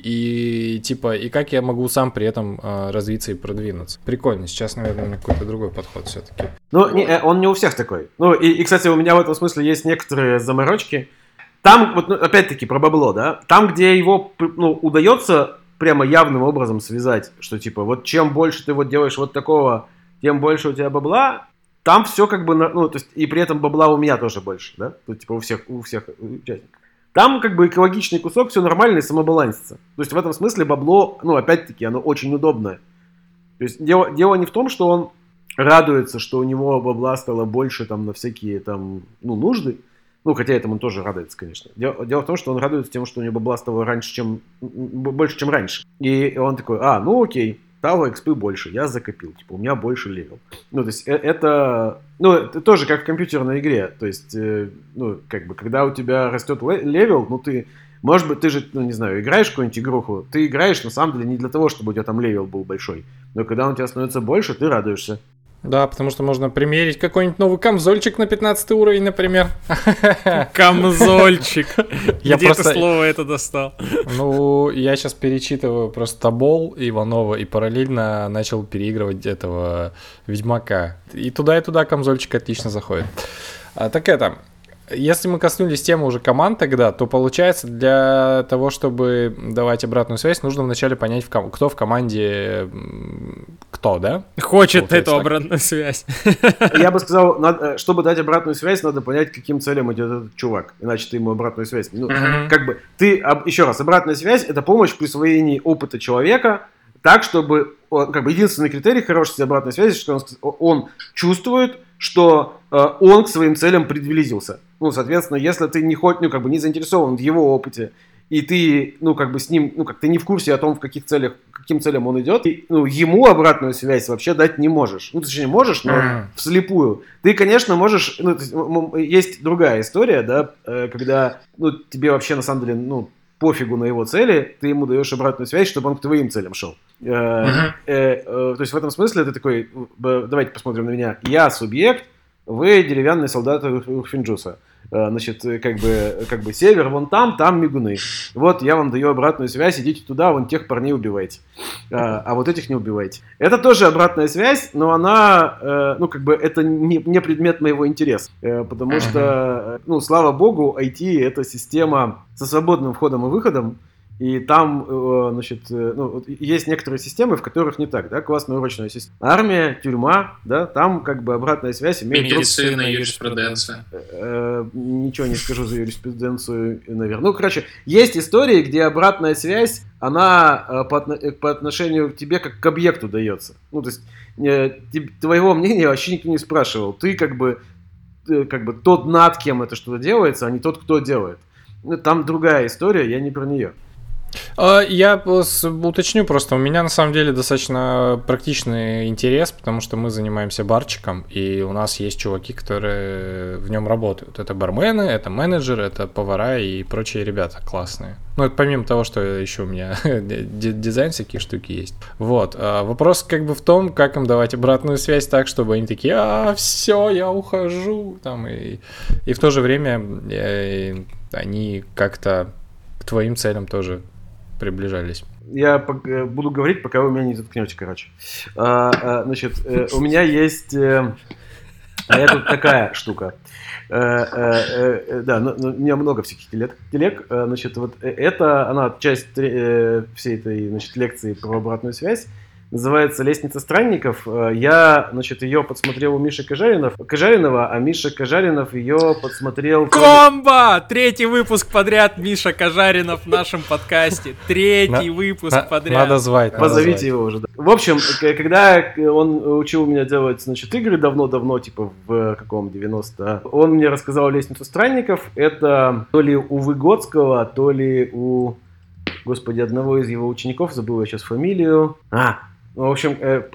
и как я могу сам при этом развиться и продвинуться. Прикольно. Сейчас, наверное, у меня какой-то другой подход все-таки. Он не у всех такой. И, кстати, у меня в этом смысле есть некоторые заморочки. Там, опять-таки, про бабло, да, там, где его, удается прямо явным образом связать, что, типа, вот чем больше ты вот делаешь вот такого, тем больше у тебя бабла, там все как бы, то есть, и при этом бабла у меня тоже больше, да, то, типа, у всех участников. Там, как бы, экологичный кусок, все нормально и самобалансится. То есть, в этом смысле бабло, опять-таки, оно очень удобное. То есть, дело не в том, что он радуется, что у него бабла стало больше, там, на всякие, там, нужды. Хотя этому он тоже радуется, конечно. Дело в том, что он радуется тем, что у него бабла стало больше, чем раньше. И он такой, окей, того экспы больше, я закопил, типа, у меня больше левел. То есть, это тоже как в компьютерной игре. То есть, когда у тебя растет левел, ты, может быть, ты же, не знаю, играешь в какую-нибудь игруху, ты играешь, на самом деле, не для того, чтобы у тебя там левел был большой. Но когда он у тебя становится больше, ты радуешься. Да, потому что можно примерить какой-нибудь новый камзольчик на 15 уровень, например. Камзольчик. Где ты слово это достал? Я сейчас перечитываю просто Бол Иванова и параллельно начал переигрывать этого Ведьмака. И туда камзольчик отлично заходит. Если мы коснулись темы уже команд тогда, то получается, для того, чтобы давать обратную связь, нужно вначале понять, кто в команде кто, да? Хочет эту обратную связь. Я бы сказал, чтобы дать обратную связь, надо понять, к каким целям идет этот чувак. Иначе ты ему обратную связь... еще раз, обратная связь — это помощь в присвоении опыта человека так, чтобы... единственный критерий хорошей обратной связи, что он чувствует, что он к своим целям приблизился. Соответственно, если ты не заинтересован в его опыте, и ты, с ним, ты не в курсе о том, к каким целям он идет, и, ему обратную связь вообще дать не можешь. Точнее, можешь, но вслепую. Ты, конечно, можешь... есть другая история, да, когда, тебе вообще, на самом деле, пофигу на его цели, ты ему даешь обратную связь, чтобы он к твоим целям шел. То есть в этом смысле ты такой, давайте посмотрим на меня, я субъект, вы деревянные солдаты Урфинджуса. Значит, север вон там мигуны. Вот я вам даю обратную связь, идите туда, вон тех парней убивайте. А вот этих не убивайте. Это тоже обратная связь, но она, это не предмет моего интереса. Потому что, слава богу, IT — это система со свободным входом и выходом. И там, есть некоторые системы, в которых не так, да, классная урочная система. Армия, тюрьма, да, там обратная связь имеет... Медицина, юриспруденция. Ничего не скажу за юриспруденцию, наверное. Есть истории, где обратная связь, она по отношению к тебе как к объекту дается. То есть, твоего мнения вообще никто не спрашивал. Ты тот, над кем это что-то делается, а не тот, кто делает. Там другая история, я не про нее. Я уточню просто, у меня на самом деле достаточно практичный интерес, потому что мы занимаемся барчиком, и у нас есть чуваки, которые в нем работают. Это бармены, это менеджеры, это повара и прочие ребята классные. Ну, это помимо того, что еще у меня дизайн, всякие штуки есть. Вот. Вопрос как бы в том, как им давать обратную связь так, чтобы они такие, все, я ухожу. Там, и в то же время они как-то к твоим целям тоже приближались. Я буду говорить, пока вы меня не заткнете, короче. Значит, у меня есть... тут такая штука. Да, у меня много всяких телег. Значит, вот это, она часть всей этой, значит, лекции про обратную связь. Называется «Лестница странников». Я, значит, ее подсмотрел у Миши Кожаринова, а Миша Кожаринов ее подсмотрел... Комбо! Третий выпуск подряд Миша Кожаринов в нашем подкасте. Третий выпуск подряд. Надо звать. Позовите его уже. Да. В общем, когда он учил меня делать, значит, игры давно-давно, типа в каком 90, он мне рассказал «Лестницу странников». Это то ли у Выгодского, то ли у... Господи, одного из его учеников, забыл я сейчас фамилию. В общем,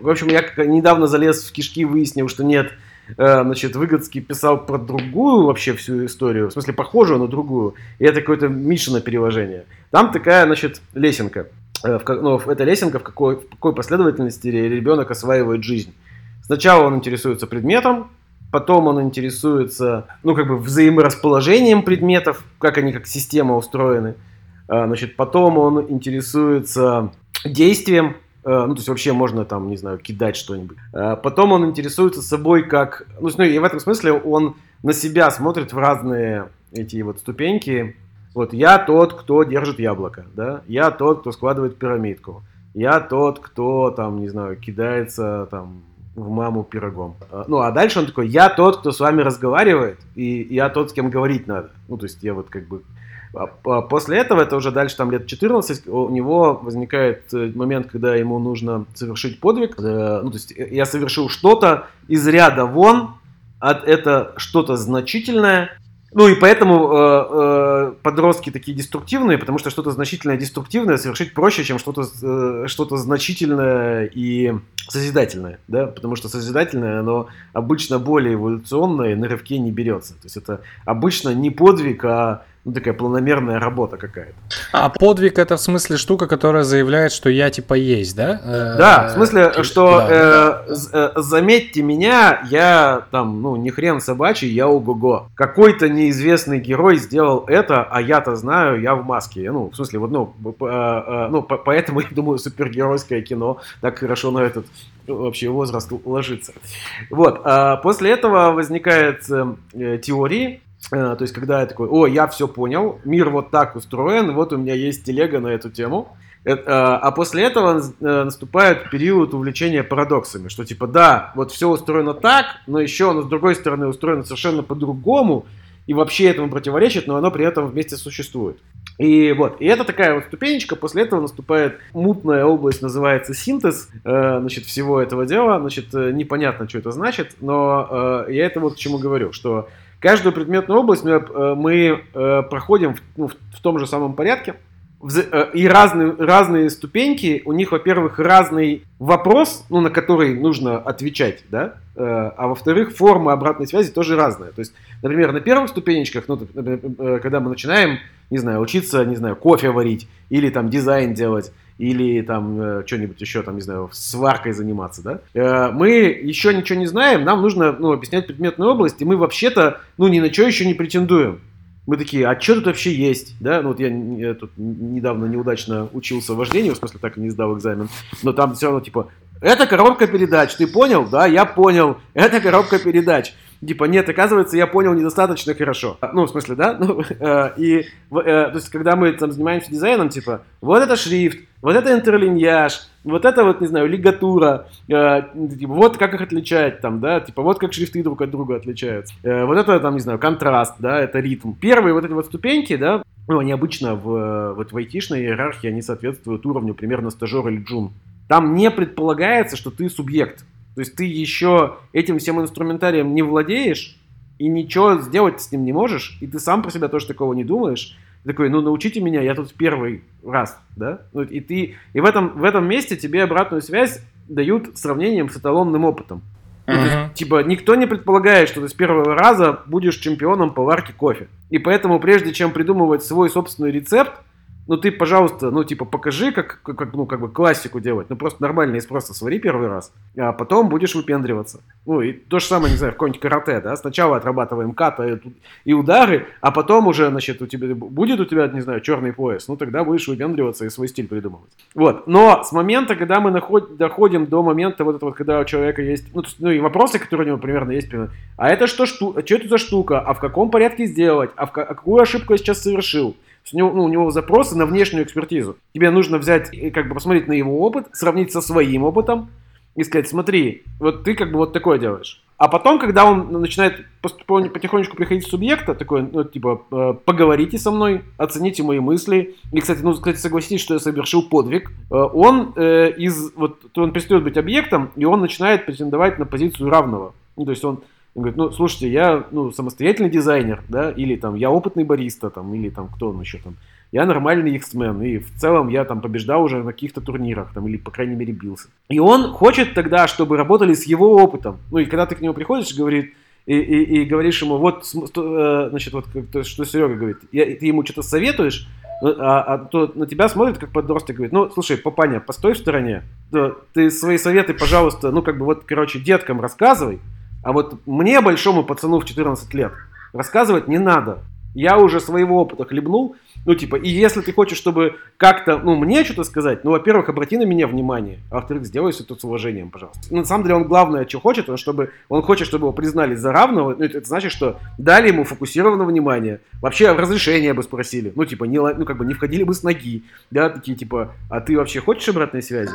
я недавно залез в кишки, выяснил, что нет, значит, Выгодский писал про другую вообще всю историю, в смысле похожую, но другую, и это какое-то Мишино переложение. Там такая, значит, лесенка. Это лесенка, в какой последовательности ребенок осваивает жизнь. Сначала он интересуется предметом, потом он интересуется, взаиморасположением предметов, как они как система устроены. Значит, потом он интересуется действием, то есть вообще можно там, не знаю, кидать что-нибудь. Потом он интересуется собой как... и в этом смысле он на себя смотрит в разные эти вот ступеньки. Вот я тот, кто держит яблоко, да? Я тот, кто складывает пирамидку. Я тот, кто там, не знаю, кидается там в маму пирогом. А дальше он такой, я тот, кто с вами разговаривает, и я тот, с кем говорить надо. То есть я вот как бы... После этого, это уже дальше там лет 14, у него возникает момент, когда ему нужно совершить подвиг. То есть я совершил что-то из ряда вон, это что-то значительное. И поэтому подростки такие деструктивные, потому что что-то значительное, деструктивное совершить проще, чем что-то значительное и созидательное, да, потому что созидательное, оно обычно более эволюционное и на рывке не берется. То есть это обычно не подвиг, а такая планомерная работа какая-то. А подвиг — это в смысле штука, которая заявляет, что я типа есть, да? Да, в смысле, что заметьте меня, я там, не хрен собачий, я ого-го. Какой-то неизвестный герой сделал это, а я-то знаю, я в маске. В смысле, поэтому, я думаю, супергеройское кино так хорошо на этот вообще возраст ложится. Вот, после этого возникает теории. То есть, когда я такой, я все понял, мир вот так устроен, вот у меня есть телега на эту тему. А после этого наступает период увлечения парадоксами, что типа, да, вот все устроено так, но еще оно с другой стороны устроено совершенно по-другому, и вообще этому противоречит, но оно при этом вместе существует. И это такая вот ступенечка, после этого наступает мутная область, называется синтез, значит, всего этого дела, значит, непонятно, что это значит, но я это вот к чему говорю, что каждую предметную область мы проходим в том же самом порядке, и разные ступеньки, у них, во-первых, разный вопрос, на который нужно отвечать, да, а во-вторых, форма обратной связи тоже разная. То есть, например, на первых ступенечках, когда мы начинаем, не знаю, учиться, не знаю, кофе варить, или там дизайн делать, или там что-нибудь еще, там, не знаю, сваркой заниматься, да, мы еще ничего не знаем, нам нужно, объяснять предметную область, и мы вообще-то, ни на что еще не претендуем. Мы такие, а что тут вообще есть, да, я тут недавно неудачно учился вождению, в смысле, так и не сдал экзамен, но там все равно, типа, это коробка передач, ты понял? Да, я понял, это коробка передач. Типа, нет, оказывается, я понял недостаточно хорошо. В смысле, да? То есть, когда мы там занимаемся дизайном, типа, вот это шрифт, вот это интерлиньяж, вот это вот, не знаю, лигатура, типа, вот как их отличать, там, да, типа, вот как шрифты друг от друга отличаются. Вот это, там, не знаю, контраст, да, это ритм. Первые вот эти вот ступеньки, да, они обычно в айтишной иерархии, они соответствуют уровню примерно стажер или джун. Там не предполагается, что ты субъект. То есть ты еще этим всем инструментарием не владеешь и ничего сделать с ним не можешь, и ты сам про себя тоже такого не думаешь. Такой, ну, научите меня, я тут первый раз, да? Ну, и в этом месте тебе обратную связь дают сравнением с эталонным опытом. Ну, то есть, типа, никто не предполагает, что ты с первого раза будешь чемпионом по варке кофе. И поэтому, прежде чем придумывать свой собственный рецепт, ну, ты, пожалуйста, ну, типа, покажи, как классику делать. Ну, просто нормально из просто свари первый раз, а потом будешь выпендриваться. Ну, и то же самое, не знаю, в каком-нибудь карате, да? Сначала отрабатываем ката и удары, а потом уже, значит, будет у тебя, не знаю, черный пояс, ну, тогда будешь выпендриваться и свой стиль придумывать. Вот. Но с момента, когда мы доходим до момента вот этого, когда у человека есть, ну, и вопросы, которые у него примерно есть, а это что это за штука, а в каком порядке сделать, а какую ошибку я сейчас совершил? У него запросы на внешнюю экспертизу. Тебе нужно взять и как бы посмотреть на его опыт, сравнить со своим опытом и сказать, смотри, вот ты как бы вот такое делаешь. А потом, когда он начинает потихонечку приходить в субъекта, такой, ну, типа, поговорите со мной, оцените мои мысли. И, кстати, согласитесь, что я совершил подвиг. Он перестает быть объектом, и он начинает претендовать на позицию равного. Ну, то есть он говорит, ну, слушайте, я, самостоятельный дизайнер, да, или там, я опытный бариста, там, или там, кто он еще там, я нормальный X-Men, и в целом я там побеждал уже на каких-то турнирах, там, или, по крайней мере, бился. И он хочет тогда, чтобы работали с его опытом. Ну, и когда ты к нему приходишь, и говоришь ему, вот, значит, вот, что Серега говорит, ты ему что-то советуешь, то на тебя смотрит как подросток, говорит, ну, слушай, папаня, постой в стороне, ты свои советы, пожалуйста, деткам рассказывай, а вот мне, большому пацану в 14 лет, рассказывать не надо. Я уже своего опыта хлебнул. Ну, типа, и если ты хочешь, чтобы как-то, мне что-то сказать, во-первых, обрати на меня внимание, а во-вторых, сделай все это с уважением, пожалуйста. На самом деле, он главное, что хочет, он хочет, чтобы его признали за равного, это значит, что дали ему фокусированное внимание. Вообще, разрешение бы спросили. Не входили бы с ноги. Да, такие, типа, а ты вообще хочешь обратной связи?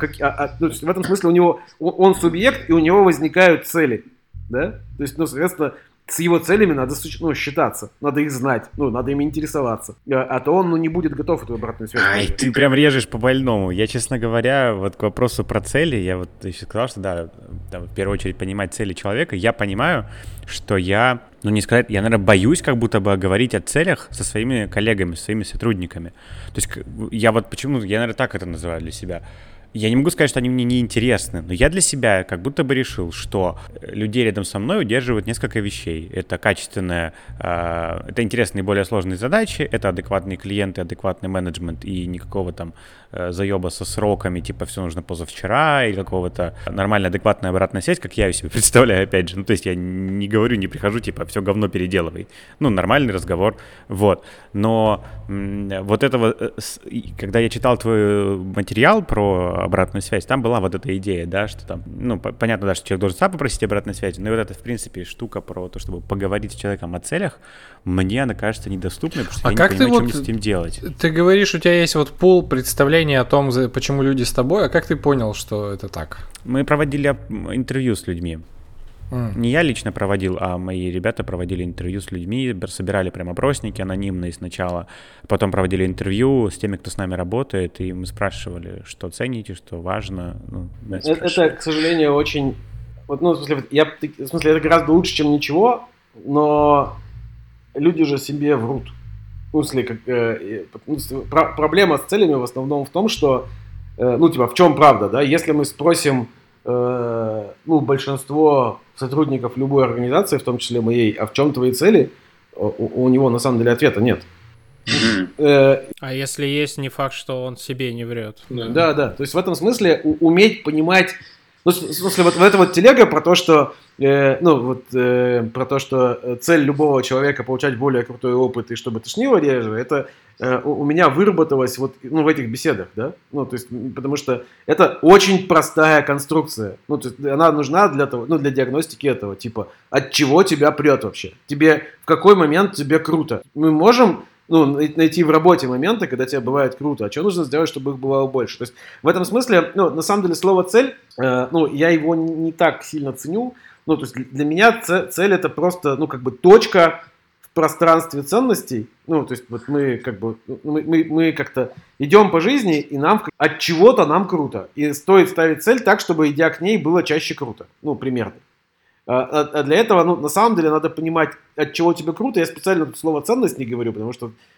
В этом смысле он субъект, и у него возникают цели. Да? То есть, соответственно, с его целями надо считаться, надо их знать, надо ими интересоваться. А то он не будет готов эту обратную связь. Ай, ты прям режешь по больному. Я, честно говоря, вот к вопросу про цели, я вот еще сказал, что да, в первую очередь понимать цели человека. Я понимаю, что я, я, наверное, боюсь как будто бы говорить о целях со своими коллегами, со своими сотрудниками. То есть я наверное, так это называю для себя. Я не могу сказать, что они мне не интересны, но я для себя как будто бы решил, что людей рядом со мной удерживают несколько вещей. Это качественное, это интересные более сложные задачи, это адекватные клиенты, адекватный менеджмент и никакого там заеба со сроками, типа все нужно позавчера, или какого-то нормальная, адекватная обратная связь, как я себе представляю, опять же. То есть я не говорю, не прихожу, типа, все говно переделывай. Нормальный разговор, вот. Но вот этого, когда я читал твой материал про обратную связь, там была вот эта идея, да, что там, понятно, да, что человек должен сам попросить обратной связи, но вот это, в принципе, штука про то, чтобы поговорить с человеком о целях, мне она кажется недоступной, потому что я не понимаю, что с этим делать. Ты говоришь, у тебя есть вот пул представления о том, почему люди с тобой, а как ты понял, что это так? Мы проводили интервью с людьми. Не я лично проводил, а мои ребята проводили интервью с людьми, собирали прям опросники анонимные сначала, потом проводили интервью с теми, кто с нами работает, и мы спрашивали, что цените, что важно. Это, к сожалению, очень... это гораздо лучше, чем ничего, но люди же себе врут. Проблема с целями в основном в том, что, в чем правда, да, если мы спросим, большинство сотрудников любой организации, в том числе моей, а в чем твои цели, у него на самом деле ответа нет. А если есть, не факт, что он себе не врет. Да. То есть в этом смысле уметь понимать, в смысле вот эта вот телега про то, что про то, что цель любого человека получать более крутой опыт и чтобы тошнило реже, это у меня выработалось в этих беседах, да, то есть, потому что это очень простая конструкция, то есть она нужна для того, для диагностики этого, типа, от чего тебя прет вообще, в какой момент тебе круто, мы можем найти в работе моменты, когда тебе бывает круто, а что нужно сделать, чтобы их бывало больше, то есть в этом смысле, на самом деле слово цель, я его не так сильно ценю. То есть для меня цель это просто, точка в пространстве ценностей. То есть вот мы мы как-то идем по жизни, и от чего-то нам круто. И стоит ставить цель так, чтобы, идя к ней, было чаще круто. Примерно. А для этого, на самом деле, надо понимать, от чего тебе круто. Я специально тут слово ценность не говорю, потому что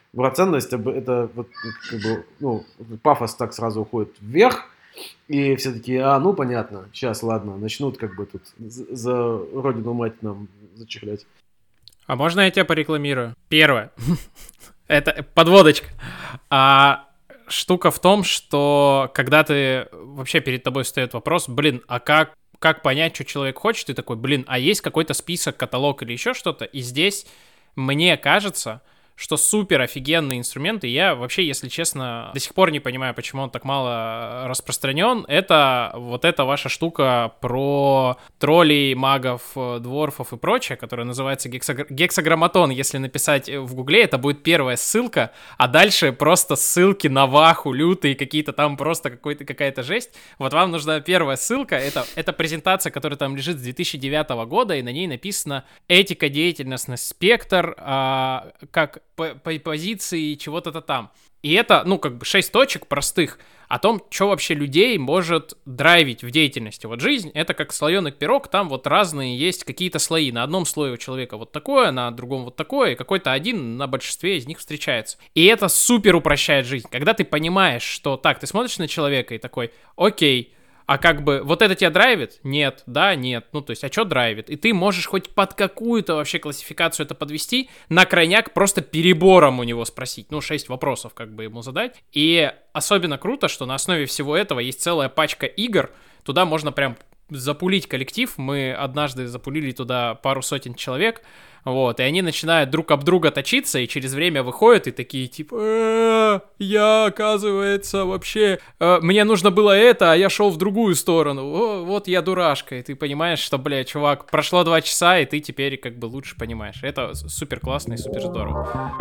брать ценность, это вот, как бы, ну, пафос так сразу уходит вверх, и все такие, ну, понятно, сейчас, ладно, начнут как бы тут за родину мать нам зачехлять. А можно я тебя порекламирую? Первое. Это подводочка. Штука в том, что когда ты вообще перед тобой встает вопрос, а как понять, что человек хочет, ты такой, а есть какой-то список, каталог или еще что-то, и здесь мне кажется, что супер офигенный инструмент, и я вообще, если честно, до сих пор не понимаю, почему он так мало распространен, это вот эта ваша штука про троллей, магов, дворфов и прочее, которая называется гексаграмматон. Если написать в гугле, это будет первая ссылка, а дальше просто ссылки на ваху, лютые, какие-то там просто какая-то жесть. Вот вам нужна первая ссылка, это презентация, которая там лежит с 2009 года, и на ней написано «Этика, деятельностный спектр», как по позиции чего-то там. И это, 6 точек простых о том, что вообще людей может драйвить в деятельности. Вот жизнь — это как слоеный пирог, там вот разные есть какие-то слои. На одном слое у человека вот такое, на другом вот такое, и какой-то один на большинстве из них встречается. И это супер упрощает жизнь. Когда ты понимаешь, что так, ты смотришь на человека и такой, окей, а как бы вот это тебя драйвит? Нет, да, нет. То есть, а что драйвит? И ты можешь хоть под какую-то вообще классификацию это подвести, на крайняк просто перебором у него спросить. 6 вопросов как бы ему задать. И особенно круто, что на основе всего этого есть целая пачка игр. Туда можно прям запулить коллектив. Мы однажды запулили туда пару сотен человек. Вот, и они начинают друг об друга точиться, и через время выходят и такие, типа, я, оказывается, вообще, мне нужно было это, а я шел в другую сторону, вот я дурашка, и ты понимаешь, что, чувак, прошло 2 часа, и ты теперь как бы лучше понимаешь. Это супер классно и супер здорово.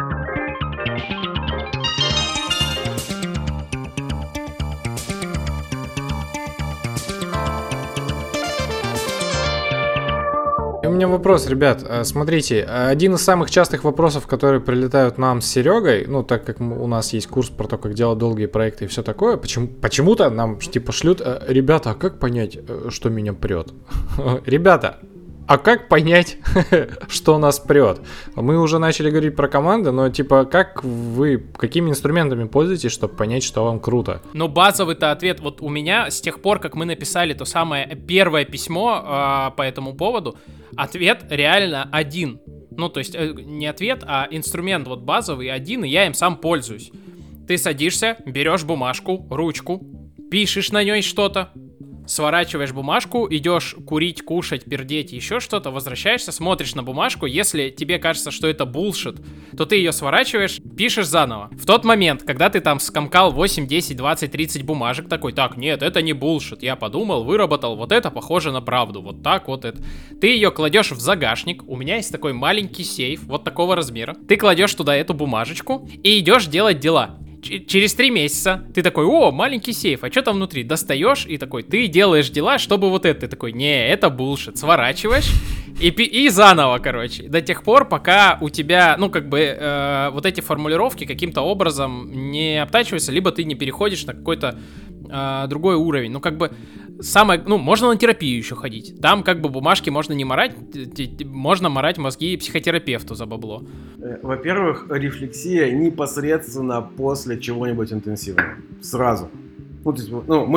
У меня вопрос, ребят. Смотрите, один из самых частых вопросов, которые прилетают нам с Серегой, так как у нас есть курс про то, как делать долгие проекты и все такое, почему-то нам типа шлют, ребята, а как понять, что меня прет? Ребята, а как понять, что нас прет? Мы уже начали говорить про команды, но типа какими инструментами пользуетесь, чтобы понять, что вам круто? Базовый-то ответ, вот у меня с тех пор, как мы написали то самое первое письмо по этому поводу, ответ реально один. То есть не ответ, а инструмент вот базовый один, и я им сам пользуюсь. Ты садишься, берешь бумажку, ручку, пишешь на ней что-то, сворачиваешь бумажку, идешь курить, кушать, пердеть, еще что-то, возвращаешься, смотришь на бумажку, если тебе кажется, что это булшит, то ты ее сворачиваешь, пишешь заново. В тот момент, когда ты там скомкал 8, 10, 20, 30 бумажек, такой, так, нет, это не булшит, я подумал, выработал, вот это похоже на правду, вот так вот это. Ты ее кладешь в загашник, у меня есть такой маленький сейф, вот такого размера, ты кладешь туда эту бумажечку и идешь делать дела. Через 3 месяца ты такой, маленький сейф, а что там внутри? Достаешь и такой, ты делаешь дела, чтобы вот это. Ты такой, не, это булшит. Сворачиваешь и заново, короче. До тех пор, пока у тебя, вот эти формулировки каким-то образом не обтачиваются, либо ты не переходишь на какой-то другой уровень. Можно на терапию еще ходить. Там бумажки можно не морать, можно морать мозги психотерапевту за бабло. Во-первых, рефлексия непосредственно после чего-нибудь интенсивного. Сразу. Тут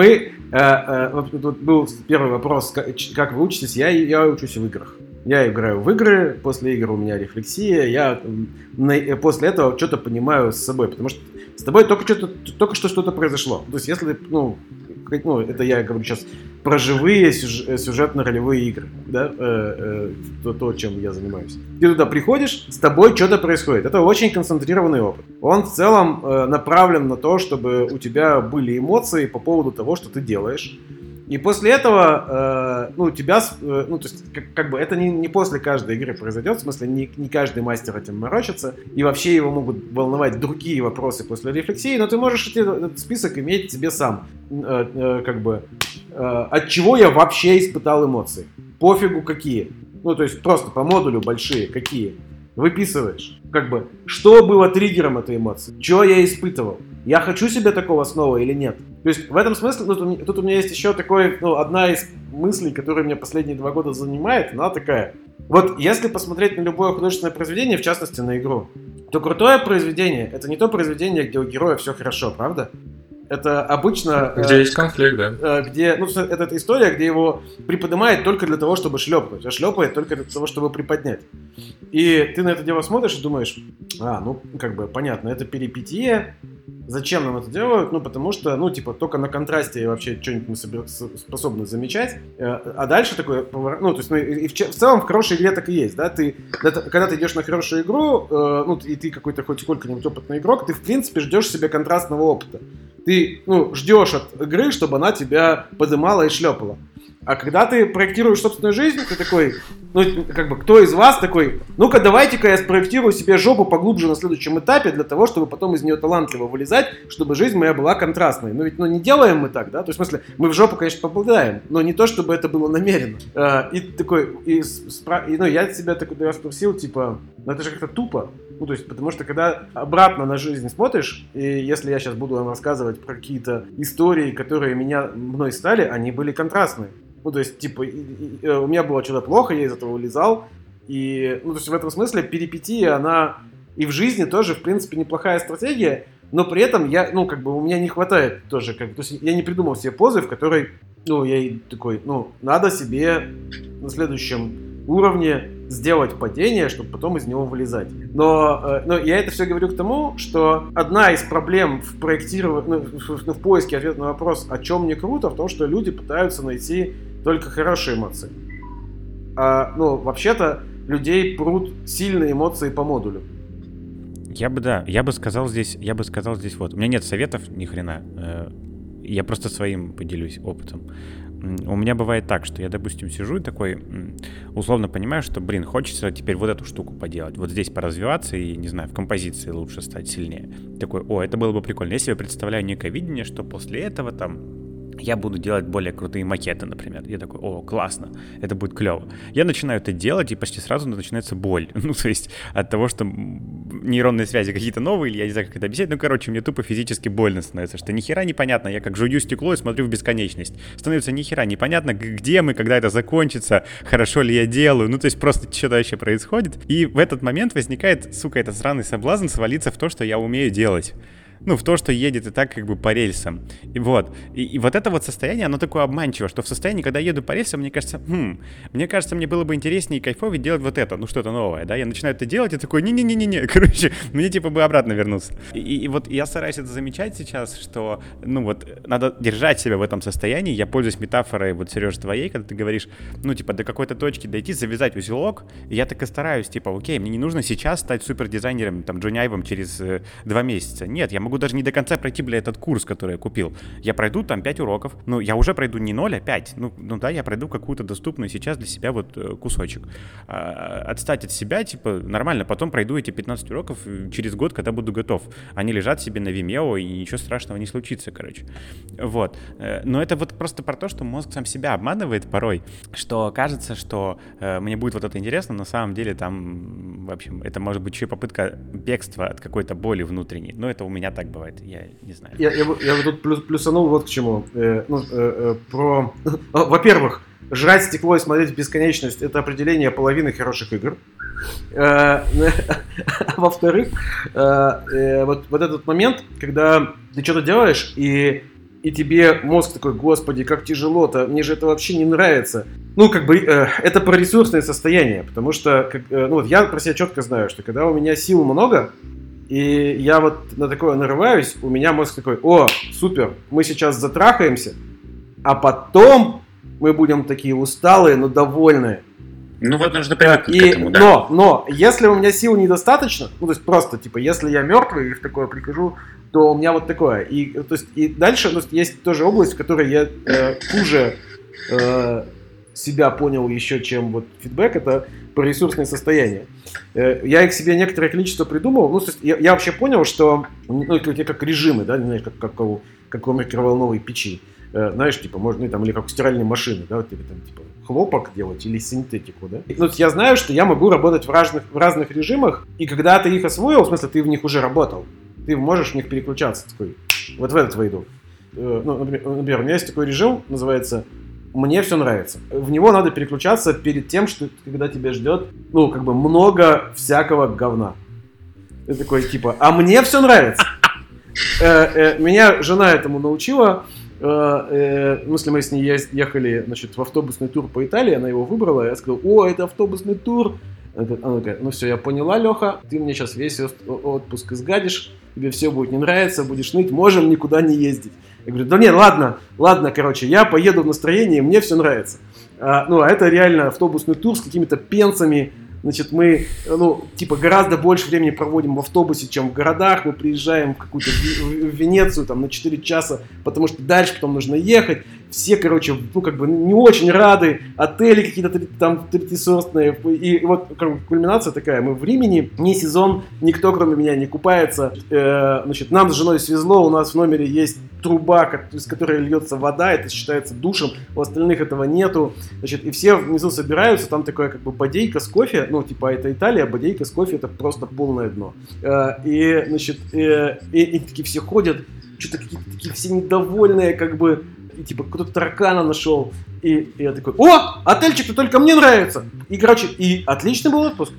был первый вопрос, как вы учитесь? Я учусь в играх. Я играю в игры, после игр у меня рефлексия, я после этого что-то понимаю с собой, потому что с тобой только что что-то произошло. То есть если, это я говорю сейчас про живые сюжетно-ролевые игры, да, то, чем я занимаюсь. Ты туда приходишь, с тобой что-то происходит. Это очень концентрированный опыт. Он в целом направлен на то, чтобы у тебя были эмоции по поводу того, что ты делаешь. И после этого, то есть, это не после каждой игры произойдет, в смысле, не каждый мастер этим морочится, и вообще его могут волновать другие вопросы после рефлексии, но ты можешь этот список иметь себе сам, от чего я вообще испытал эмоции, пофигу какие, то есть просто по модулю большие, какие, выписываешь, что было триггером этой эмоции, что я испытывал, я хочу себе такого снова или нет. То есть в этом смысле, тут у меня есть еще одна из мыслей, которая меня последние 2 года занимает, она такая. Вот если посмотреть на любое художественное произведение, в частности на игру, то крутое произведение — это не то произведение, где у героя все хорошо, правда? Это обычно... Где есть конфликт, да. Где, ну, это история, где его приподнимает только для того, чтобы шлепнуть, а шлепает только для того, чтобы приподнять. И ты на это дело смотришь и думаешь, ну, как бы, понятно, это перипетия, зачем нам это делают? Ну, потому что, ну, типа, только на контрасте вообще что-нибудь мы способны замечать. А дальше такое, ну, то есть, ну, и в целом в хорошей игре так и есть, да, когда ты идешь на хорошую игру, ну, и ты какой-то хоть сколько-нибудь опытный игрок, ты, в принципе, ждешь себе контрастного опыта. Ты, ну, ждешь от игры, чтобы она тебя подымала и шлепала. А когда ты проектируешь собственную жизнь, ты такой, ну, как бы, кто из вас такой, ну-ка, давайте-ка я спроектирую себе жопу поглубже на следующем этапе, для того, чтобы потом из нее талантливо вылезать, чтобы жизнь моя была контрастной. Но ведь, ну, не делаем мы так, да? То есть, в смысле, мы в жопу, конечно, попадаем, но не то, чтобы это было намеренно. И такой, ну, я себя такой спросил, типа, ну, это же как-то тупо. Ну, то есть, потому что, когда обратно на жизнь смотришь, и если я сейчас буду вам рассказывать про какие-то истории, которые мной стали, они были контрастные. Ну, то есть, типа, у меня было что-то плохо, я из этого вылезал. И, ну, то есть, в этом смысле перипетия, она и в жизни тоже, в принципе, неплохая стратегия, но при этом у меня не хватает тоже, то есть, я не придумал себе позы, в которой, ну, я такой, ну, надо себе на следующем уровне сделать падение, чтобы потом из него вылезать. Но я это все говорю к тому, что одна из проблем в проектировании, в поиске ответа на вопрос, о чем мне круто, в том, что люди пытаются найти только хорошие эмоции. Вообще-то людей прут сильные эмоции по модулю. Я бы сказал здесь вот. У меня нет советов ни хрена. Я просто своим поделюсь опытом. У меня бывает так, что я, допустим, сижу и такой, условно понимаю, что, хочется теперь вот эту штуку поделать. Вот здесь поразвиваться и, не знаю, в композиции лучше стать сильнее. Такой, это было бы прикольно. Я себе представляю некое видение, что после этого там я буду делать более крутые макеты, например. Я такой, классно, это будет клево. Я начинаю это делать, и почти сразу начинается боль. Ну, то есть от того, что нейронные связи какие-то новые, или я не знаю, как это объяснять, мне тупо физически больно становится, что ни хера непонятно, я как жую стекло и смотрю в бесконечность. Становится ни хера непонятно, где мы, когда это закончится, хорошо ли я делаю, ну, то есть просто что-то вообще происходит. И в этот момент возникает, этот сраный соблазн свалиться в то, что я умею делать. Ну, в то, что едет и так как бы по рельсам. И вот. И вот это вот состояние, оно такое обманчиво, что в состоянии, когда я еду по рельсам, мне кажется, мне было бы интереснее и кайфовее делать вот это, ну, что-то новое, да? Я начинаю это делать и такой, не-не-не-не, короче, мне типа бы обратно вернуться. И вот я стараюсь это замечать сейчас, что, ну, вот, надо держать себя в этом состоянии. Я пользуюсь метафорой, вот, Сереж, твоей, когда ты говоришь, ну, типа, до какой-то точки дойти, завязать узелок, и я так и стараюсь, типа, окей, мне не нужно сейчас стать супердизайнером, там, Джонни Айвом через 2 месяца. Нет, я могу даже не до конца пройти, этот курс, который я купил. Я пройду там 5 уроков. Ну, я уже пройду не 0, а 5. Ну да, я пройду какую-то доступную сейчас для себя вот кусочек. Отстать от себя, типа, нормально. Потом пройду эти 15 уроков через год, когда буду готов. Они лежат себе на Vimeo, и ничего страшного не случится, короче. Вот. Но это вот просто про то, что мозг сам себя обманывает порой, что кажется, что мне будет вот это интересно, но на самом деле там, в общем, это может быть еще попытка бегства от какой-то боли внутренней. Но это у меня так бывает. Я не знаю. Я вот тут плюсанул вот к чему. Во-первых, жрать стекло и смотреть в бесконечность — это определение половины хороших игр. Во-вторых, вот этот момент, когда ты что-то делаешь, и тебе мозг такой, господи, как тяжело-то, мне же это вообще не нравится. Ну, как бы, это про ресурсное состояние, потому что, я про себя четко знаю, что когда у меня сил много, и я вот на такое нарываюсь, у меня мозг такой, супер, мы сейчас затрахаемся, а потом мы будем такие усталые, но довольные. Ну вот нужно привыкнуть к этому, да. Но, если у меня сил недостаточно, ну, то есть просто, типа, если я мертвый и в такое прихожу, то у меня вот такое. И дальше есть тоже область, в которой я хуже себя понял еще, чем вот фидбэк, это про ресурсное состояние. Я их себе некоторое количество придумал. Ну, то есть я вообще понял, что, как режимы, да, не знаю, как у микроволновой печи. Знаешь, типа, можно, там, или как у стиральной машины, да, вот тебе там, типа, хлопок делать или синтетику, да. Ну, я знаю, что я могу работать в разных режимах, и когда ты их освоил, в смысле, ты в них уже работал, ты можешь в них переключаться, такой, вот в этот войду. Например, у меня есть такой режим, называется «Мне все нравится». В него надо переключаться перед тем, что когда тебя ждет, много всякого говна. Ты такой, типа, а мне все нравится. Меня жена этому научила. В смысле, мы с ней ехали, значит, в автобусный тур по Италии, она его выбрала, я сказал, о, это автобусный тур. Она такая, ну все, я поняла, Леха, ты мне сейчас весь отпуск изгадишь, тебе все будет не нравиться, будешь ныть, можем никуда не ездить. Я говорю, да нет, ладно, короче, я поеду в настроении, мне все нравится. А это реально автобусный тур с какими-то пенсами. Значит, мы, гораздо больше времени проводим в автобусе, чем в городах. Мы приезжаем в какую-то в Венецию там на 4 часа, потому что дальше потом нужно ехать. Все, короче, не очень рады. Отели какие-то там третисортные. И вот кульминация такая. Мы в Римени, не сезон, никто кроме меня не купается. Значит, нам с женой свезло, у нас в номере есть труба, из которой льется вода, это считается душем, у остальных этого нету. Значит, и все внизу собираются, там такая бодейка с кофе, это Италия, бодейка с кофе, это просто полное дно. И, значит, и такие все ходят, что-то какие-то такие все недовольные, и, кто-то таракана нашел. И я такой, о, отельчик-то только мне нравится. И, короче, и отличный был отпуск.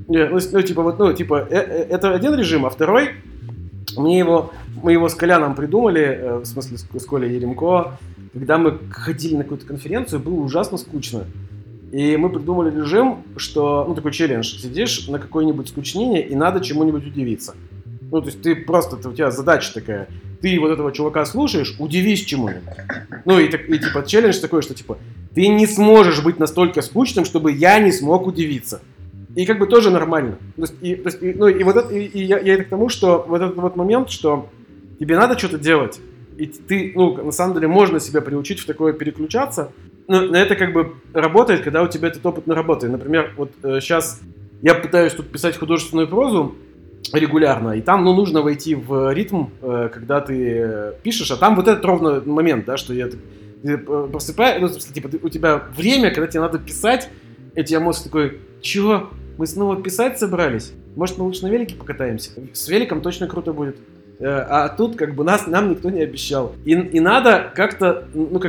Это один режим, а второй, мы его с Коляном придумали, в смысле с Колей Еремко, когда мы ходили на какую-то конференцию, было ужасно скучно. И мы придумали режим, что, такой челлендж, сидишь на какое-нибудь скучнение и надо чему-нибудь удивиться. То есть ты просто, у тебя задача такая, ты вот этого чувака слушаешь, удивись чему-нибудь. И челлендж такой, что ты не сможешь быть настолько скучным, чтобы я не смог удивиться. И тоже нормально. Я это к тому, что вот этот вот момент, что тебе надо что-то делать, и ты, на самом деле, можно себя приучить в такое переключаться, но это работает, когда у тебя этот опыт наработан. Например, вот сейчас я пытаюсь тут писать художественную прозу регулярно, и там, нужно войти в ритм, когда ты пишешь, а там вот этот ровно момент, да, что ты просыпаешься, у тебя время, когда тебе надо писать, и у тебя мозг такой, чего? Мы снова писать собрались? Может, мы лучше на велике покатаемся? С великом точно круто будет. А тут нам никто не обещал. И надо как-то,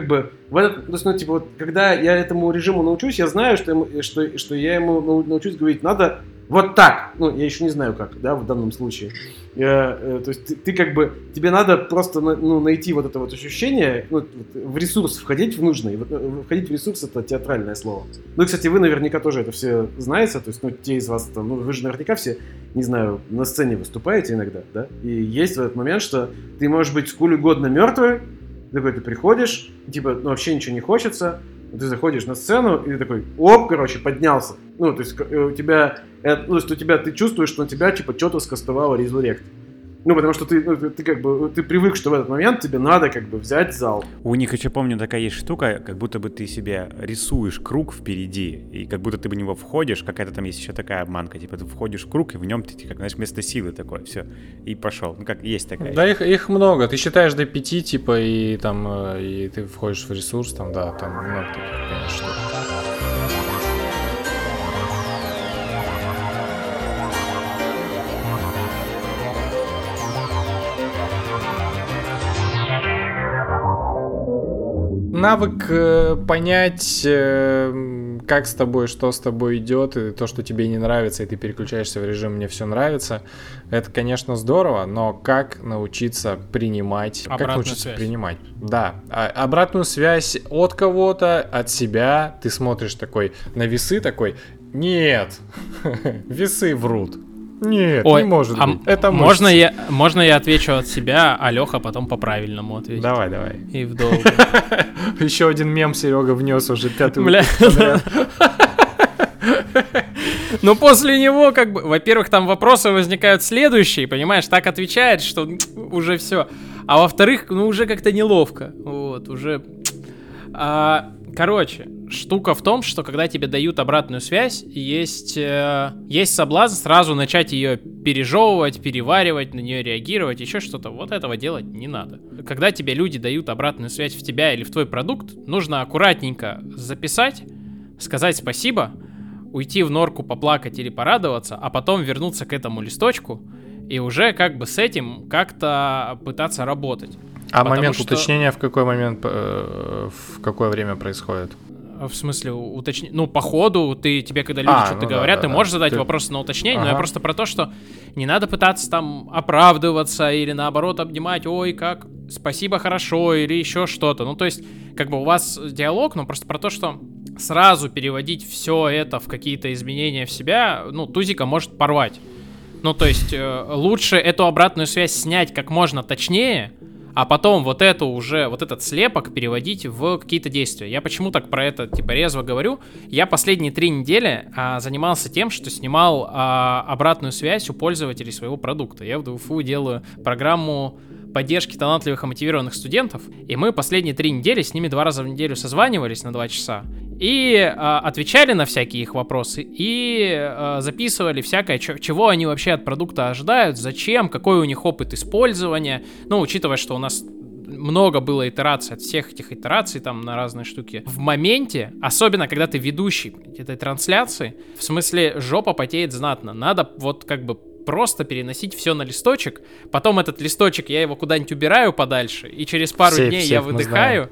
когда я этому режиму научусь, я знаю, что я ему научусь говорить, надо вот так. Я еще не знаю как, да, в данном случае. То есть тебе надо просто найти вот это вот ощущение, в ресурс входить в нужный. Входить в ресурс — это театральное слово. И, кстати, вы наверняка тоже это все знаете, то есть, те из вас, вы же наверняка все, не знаю, на сцене выступаете иногда, да? И есть в этот момент, что ты можешь быть сколь угодно мертвый, ты приходишь, вообще ничего не хочется, ты заходишь на сцену, и ты такой, оп, поднялся. То есть ты чувствуешь, что на тебя, что-то скастовало резурект. Потому что ты привык, что в этот момент тебе надо взять зал. У них еще, помню, такая есть штука, как будто бы ты себе рисуешь круг впереди, и как будто ты в него входишь, какая-то там есть еще такая обманка, ты входишь в круг, и в нем ты, вместо силы такой, все, и пошел. Есть такая. Да, их много. Ты считаешь до 5, и ты входишь в ресурс, там много таких, конечно, штук. Навык понять, как с тобой, что с тобой идет, и то, что тебе не нравится, и ты переключаешься в режим «мне все нравится», это, конечно, здорово, но как научиться принимать... принимать? Да, обратную связь от кого-то, от себя. Ты смотришь на весы такой, нет, весы врут. Нет, не может быть. Это можно я отвечу от себя, а Леха потом по-правильному ответит. Давай. И в долгу. Еще один мем Серега внес уже 5-й. Бля. Но после него, во-первых, там вопросы возникают следующие, понимаешь, так отвечает, что уже все. А во-вторых, уже как-то неловко. Вот, уже... Короче, штука в том, что когда тебе дают обратную связь, есть соблазн сразу начать ее пережевывать, переваривать, на нее реагировать, еще что-то. Вот этого делать не надо. Когда тебе люди дают обратную связь в тебя или в твой продукт, нужно аккуратненько записать, сказать спасибо, уйти в норку, поплакать или порадоваться, а потом вернуться к этому листочку и уже с этим как-то пытаться работать. А момент уточнения в какой момент, в какое время происходит? В смысле, уточнить? Ну, по ходу, тебе, когда люди что-то говорят, ты можешь задать вопросы на уточнение, но я просто про то, что не надо пытаться там оправдываться или наоборот обнимать, ой, как, спасибо, хорошо, или еще что-то. Ну, то есть, как бы у вас диалог, но просто про то, что сразу переводить все это в какие-то изменения в себя, ну, тузика может порвать. Ну, то есть, лучше эту обратную связь снять как можно точнее, а потом вот этот слепок переводить в какие-то действия. Я почему так про это, резво говорю? Я последние 3 недели занимался тем, что снимал обратную связь у пользователей своего продукта. Я в ДФУ делаю программу поддержки талантливых и мотивированных студентов, и мы последние 3 недели с ними 2 раза в неделю созванивались на 2 часа и отвечали на всякие их вопросы и записывали всякое, чего они вообще от продукта ожидают, зачем, какой у них опыт использования, ну, учитывая, что у нас много было итераций, от всех этих итераций там на разные штуки. В моменте, особенно когда ты ведущий этой трансляции, в смысле жопа потеет знатно, надо вот как бы просто переносить все на листочек, потом этот листочек, я его куда-нибудь убираю подальше, и через пару дней я выдыхаю,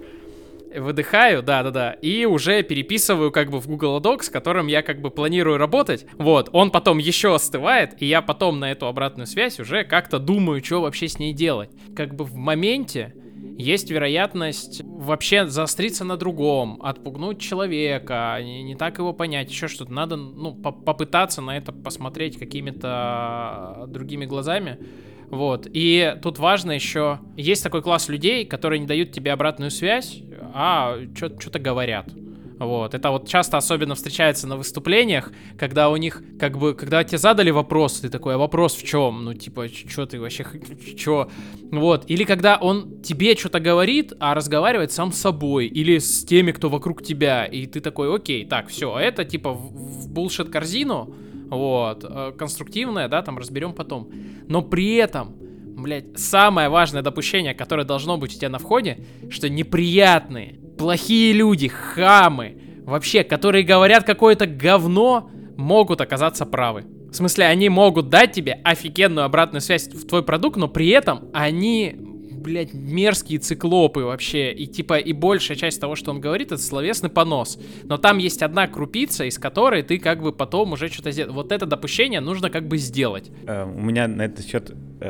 да, и уже переписываю как бы в Google Docs, с которым я как бы планирую работать, вот, он потом еще остывает, и я потом на эту обратную связь уже как-то думаю, что вообще с ней делать. Как бы в моменте есть вероятность вообще заостриться на другом, отпугнуть человека, не так его понять, еще что-то. Надо, ну, попытаться на это посмотреть какими-то другими глазами. Вот. И тут важно еще, есть такой класс людей, которые не дают тебе обратную связь, а что-то говорят. Вот. Это вот часто особенно встречается на выступлениях, когда у них, как бы, когда тебе задали вопрос, ты такой, а вопрос в чем? Ну, типа, что ты вообще, что? Вот. Или когда он тебе что-то говорит, а разговаривает сам с собой, или с теми, кто вокруг тебя, и ты такой, окей, так, все, это типа в булшит-корзину, вот, конструктивное, да, там разберем потом. Но при этом, блядь, самое важное допущение, которое должно быть у тебя на входе, что неприятные, плохие люди, хамы, вообще, которые говорят какое-то говно, могут оказаться правы. В смысле, они могут дать тебе офигенную обратную связь в твой продукт, но при этом они, блядь, мерзкие циклопы вообще. И типа, и большая часть того, что он говорит, это словесный понос. Но там есть одна крупица, из которой ты как бы потом уже что-то сделаешь. Вот это допущение нужно как бы сделать. У меня на этот счет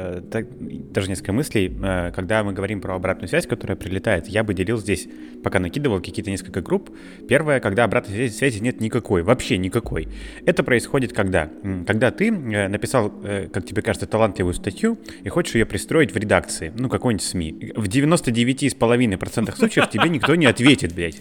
даже несколько мыслей. Когда мы говорим про обратную связь, которая прилетает, я бы делил здесь, пока накидывал какие-то несколько групп. Первое, когда обратной связи нет никакой, вообще никакой. Это происходит когда ты написал, как тебе кажется, талантливую статью и хочешь ее пристроить в редакции, ну, какой-нибудь СМИ. В 99,5% случаев тебе никто не ответит, блядь.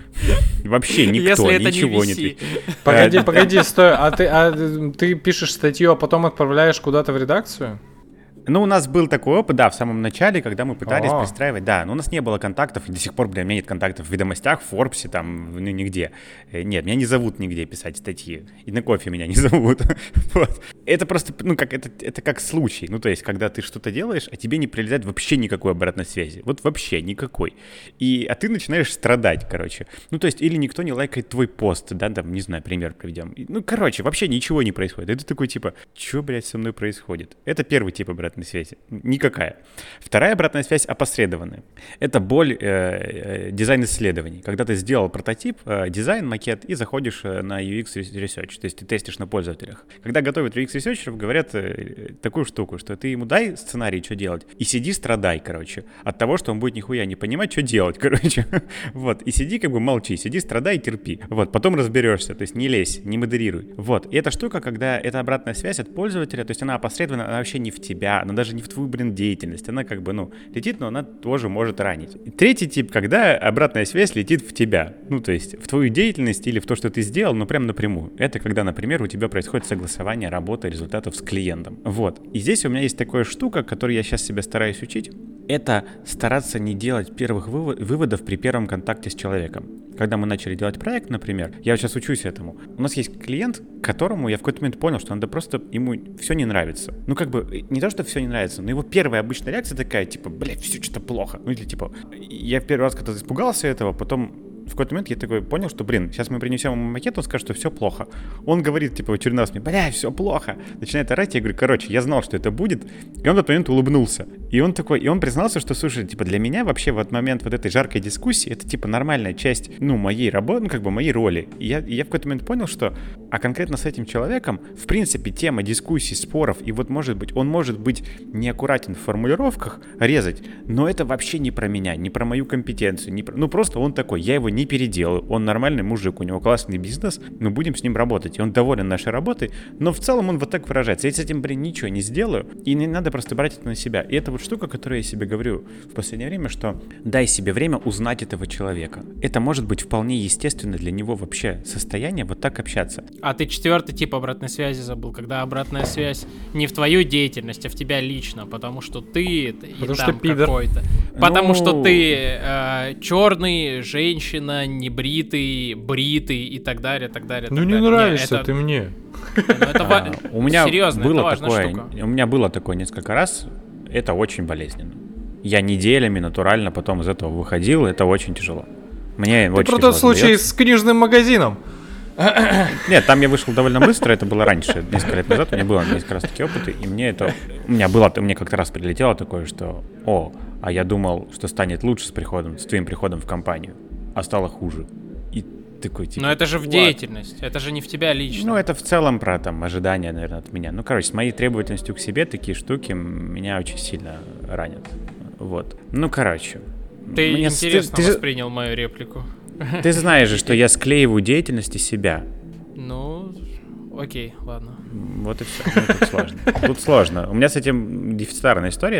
Вообще никто, если ничего не ответит. Погоди, стой, а ты пишешь статью, а потом отправляешь куда-то в редакцию? Ну, у нас был такой опыт, да, в самом начале, когда мы пытались пристраивать, да, но у нас не было контактов, и до сих пор, бля, у меня нет контактов в «Ведомостях», в «Форбсе», там, ну, нигде. Нет, меня не зовут нигде писать статьи, и на кофе меня не зовут. Вот. Это просто, ну, как, это как случай, ну, то есть, когда ты что-то делаешь, а тебе не прилетает вообще никакой обратной связи, вот вообще никакой. А ты начинаешь страдать, короче. Ну, то есть, или никто не лайкает твой пост, да, там, не знаю, пример приведем. Ну, короче, вообще ничего не происходит. И ты такой, типа, что, блядь, со мной происходит? Это первый тип обратной связи. Никакая. Вторая обратная связь опосредованная. Это боль дизайн исследований. Когда ты сделал прототип, дизайн, макет, и заходишь на UX Research, то есть ты тестишь на пользователях. Когда готовят UX Researcher'ов, говорят такую штуку, что ты ему дай сценарий, что делать, и сиди страдай, короче, от того, что он будет нихуя не понимать, что делать, короче. Вот. И сиди, как бы молчи, сиди, страдай и терпи. Вот. Потом разберешься, то есть не лезь, не модерируй. Вот. И эта штука, когда это обратная связь от пользователя, то есть она опосредованно, она вообще не в тебя, она даже не в твою, деятельность. Она как бы, летит, но она тоже может ранить. И третий тип, когда обратная связь летит в тебя. Ну, то есть в твою деятельность или в то, что ты сделал, но прям напрямую. Это когда, например, у тебя происходит согласование работы результатов с клиентом. Вот. И здесь у меня есть такая штука, которую я сейчас себя стараюсь учить. Это стараться не делать первых выводов при первом контакте с человеком. Когда мы начали делать проект, например, я сейчас учусь этому. У нас есть клиент, которому я в какой-то момент понял, что надо просто, ему все не нравится. Ну, как бы, не то, что все не нравится, но его первая обычная реакция такая, типа, блядь, все что-то плохо. Ну, или типа, я в первый раз как-то испугался этого, потом в какой-то момент я такой понял, что, сейчас мы принесем ему макет, он скажет, что все плохо. Он говорит, типа, в очередной раз мне, все плохо. Начинает орать, я говорю, я знал, что это будет. И он в этот момент улыбнулся. И он признался, что, слушай, типа, для меня вообще в этот момент вот этой жаркой дискуссии, это, типа, нормальная часть, моей работы, моей роли. И я в какой-то момент понял, что, а конкретно с этим человеком, в принципе, тема дискуссий, споров, и вот, он может быть неаккуратен в формулировках, резать, но это вообще не про меня, не про мою компетенцию, просто он такой, я его не переделаю, он нормальный мужик, у него классный бизнес, мы будем с ним работать, и он доволен нашей работой, но в целом он вот так выражается. Я с этим, ничего не сделаю, и не надо просто брать это на себя. И это вот штука, которую я себе говорю в последнее время, что дай себе время узнать этого человека. Это может быть вполне естественно для него вообще состояние вот так общаться. А ты 4-й тип обратной связи забыл, когда обратная связь не в твою деятельность, а в тебя лично, потому что ты потому что пидор. Какой-то. Потому что ты черный, женщина, небритый, бритый и так далее, так далее. Ну не нравишься ты мне. У меня серьезно, было это важная такое, штука. у меня было такое несколько раз, это очень болезненно. Я неделями натурально потом из этого выходил, это очень тяжело. Мне ты очень про тот случай дается. с книжным магазином. Нет, там я вышел довольно быстро, это было раньше, несколько лет назад, у меня было несколько раз такие опыты, и мне как-то раз прилетело такое, что, а я думал, что станет лучше с твоим приходом в компанию, а стало хуже. И такой, типа... Но это же в деятельность, это же не в тебя лично. Это в целом про, ожидания, наверное, от меня. С моей требовательностью к себе такие штуки меня очень сильно ранят. Вот. Ты интересно воспринял мою реплику. Ты знаешь же, что я склеиваю деятельность из себя. Окей, ладно. Вот и все. Тут сложно. Тут сложно. У меня с этим дефицитарная история,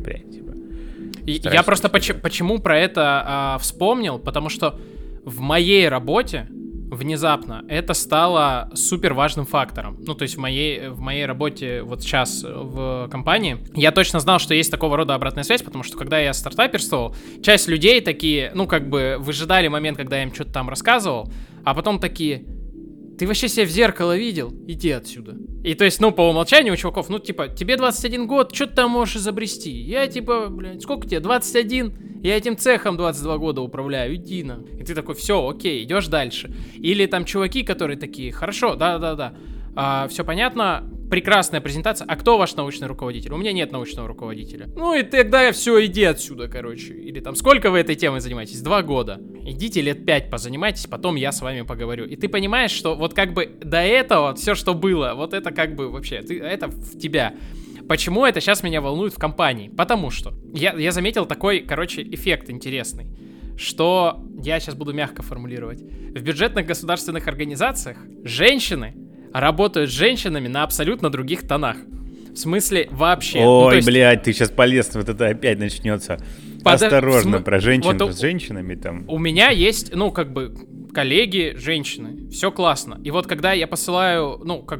Я просто почему про это вспомнил, потому что в моей работе внезапно это стало супер важным фактором. То есть в моей работе вот сейчас в компании я точно знал, что есть такого рода обратная связь, потому что когда я стартаперствовал, часть людей такие, выжидали момент, когда я им что-то там рассказывал, а потом такие: ты вообще себя в зеркало видел? Иди отсюда. И то есть, по умолчанию у чуваков, тебе 21 год, что ты там можешь изобрести? Я сколько тебе, 21? Я этим цехом 22 года управляю, иди на. И ты такой, все, окей, идешь дальше. Или там чуваки, которые такие: хорошо, да, все понятно, прекрасная презентация, а кто ваш научный руководитель? У меня нет научного руководителя. И тогда все, иди отсюда, короче. Или там, сколько вы этой темой занимаетесь? 2 года. Идите лет 5 позанимайтесь, потом я с вами поговорю. И ты понимаешь, что вот до этого все, что было, вот это вообще, это в тебя. Почему это сейчас меня волнует в компании? Потому что я заметил такой, эффект интересный, что я сейчас буду мягко формулировать. В бюджетных государственных организациях женщины работают с женщинами на абсолютно других тонах. В смысле, вообще. Ой, блядь, ты сейчас полез, вот это опять начнется. Осторожно, про женщин с женщинами там. У меня есть, коллеги, женщины, все классно. И вот когда я посылаю,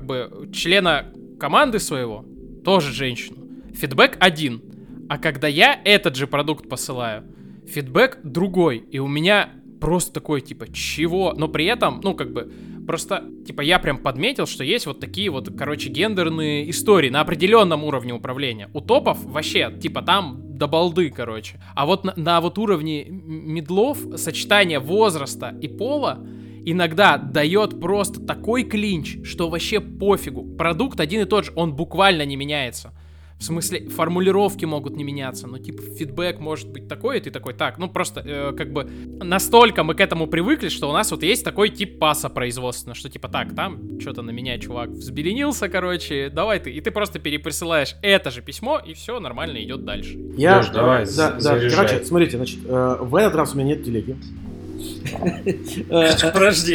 члена команды своего, тоже женщину, фидбэк один. А когда я этот же продукт посылаю, фидбэк другой. И у меня просто такой, чего? Но при этом, просто, я прям подметил, что есть вот такие вот, гендерные истории на определенном уровне управления. У топов вообще, там до балды, А вот на вот уровне мидлов сочетание возраста и пола иногда дает просто такой клинч, что вообще пофигу. Продукт один и тот же, он буквально не меняется. В смысле, формулировки могут не меняться, но фидбэк может быть такой, и ты такой, просто настолько мы к этому привыкли, что у нас вот есть такой тип паса производственного, что там что-то на меня чувак взбеленился, давай ты, и ты просто переприсылаешь это же письмо, и все нормально идет дальше. Давай, смотрите, в этот раз у меня нет телеги. Подожди.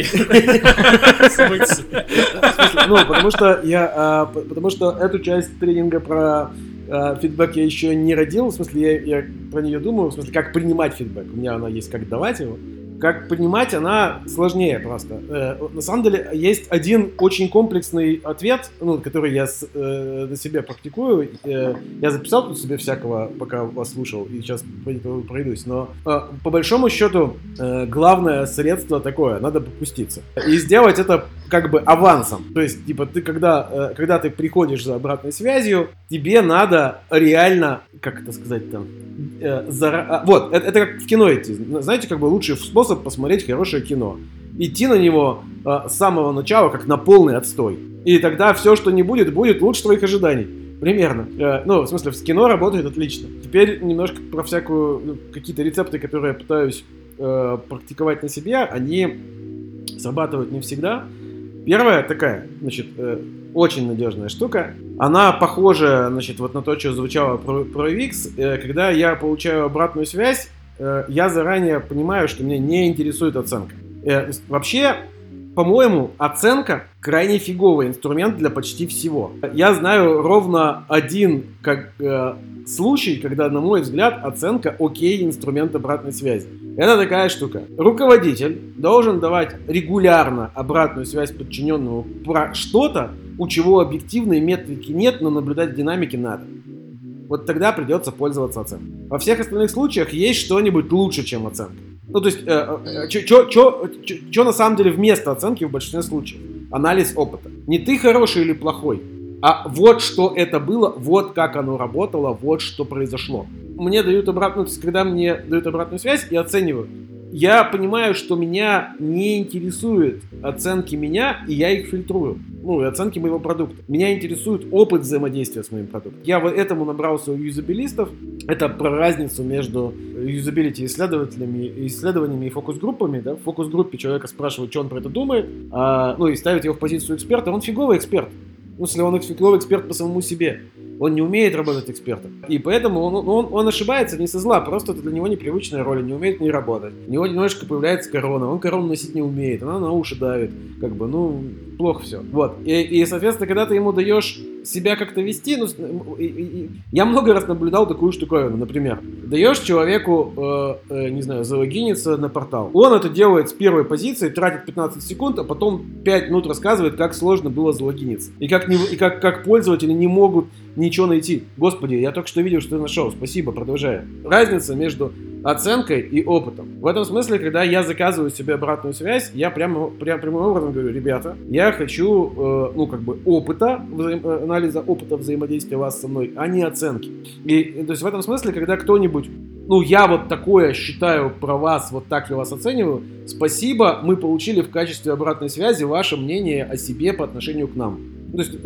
Потому что эту часть тренинга про фидбэк я еще не родил, в смысле я про нее думаю, в смысле как принимать фидбэк. У меня она есть, как давать его. Как принимать, она сложнее просто. На самом деле есть один очень комплексный ответ, который я на себе практикую. Я записал тут себе всякого, пока вас слушал, и сейчас пройдусь. Но по большому счету главное средство такое: надо попуститься. И сделать это как бы авансом. То есть, типа, ты когда ты приходишь за обратной связью, тебе надо реально, как это сказать там, вот, это как в кино идти. Знаете, как бы лучший способ посмотреть хорошее кино. Идти на него с самого начала, как на полный отстой. И тогда все, что не будет, будет лучше твоих ожиданий. Примерно. Ну, в смысле, в кино работает отлично. Теперь немножко про всякую, какие-то рецепты, которые я пытаюсь практиковать на себе, они срабатывают не всегда. Первая такая, значит, очень надежная штука. Она похожа, значит, вот на то, что звучало про UX. Когда я получаю обратную связь, я заранее понимаю, что меня не интересует оценка. Вообще, по-моему, оценка крайне фиговый инструмент для почти всего. Я знаю ровно один случай, когда, на мой взгляд, оценка окей инструмент обратной связи. Это такая штука. Руководитель должен давать регулярно обратную связь подчиненному про что-то, у чего объективной метрики нет, но наблюдать динамики надо. Вот тогда придется пользоваться оценкой. Во всех остальных случаях есть что-нибудь лучше, чем оценка. Ну, то есть, что на самом деле вместо оценки в большинстве случаев? Анализ опыта. Не ты хороший или плохой, а вот что это было, вот как оно работало, вот что произошло. Мне дают обратную, то есть, когда мне дают обратную связь и оценивают, я понимаю, что меня не интересуют оценки меня, и я их фильтрую. Ну, и оценки моего продукта. Меня интересует опыт взаимодействия с моим продуктом. Я вот этому набрался у юзабилистов. Это про разницу между юзабилити исследованиями и фокус-группами. Да? В фокус-группе человека спрашивают, что он про это думает, ну и ставит его в позицию эксперта. Он фиговый эксперт. Ну, если он фиговый эксперт по самому себе. Он не умеет работать экспертом. И поэтому он ошибается не со зла, просто это для него непривычная роль, не умеет не работать. У него немножечко появляется корона, он корону носить не умеет, она на уши давит. Как бы, ну, плохо все. Вот. И соответственно, когда ты ему даешь себя как-то вести, ну, я много раз наблюдал такую штуковину, например. Даешь человеку, не знаю, залогиниться на портал. Он это делает с первой позиции, тратит 15 секунд, а потом 5 минут рассказывает, как сложно было залогиниться. И как пользователи не могут ничего найти. Господи, я только что видел, что ты нашел. Спасибо, продолжаю. Разница между оценкой и опытом. В этом смысле, когда я заказываю себе обратную связь, я прямым образом говорю, ребята, я хочу, опыта, анализа опыта взаимодействия вас со мной, а не оценки. И, то есть в этом смысле, когда кто-нибудь, я вот такое считаю про вас, вот так я вас оцениваю, спасибо, мы получили в качестве обратной связи ваше мнение о себе по отношению к нам. То есть,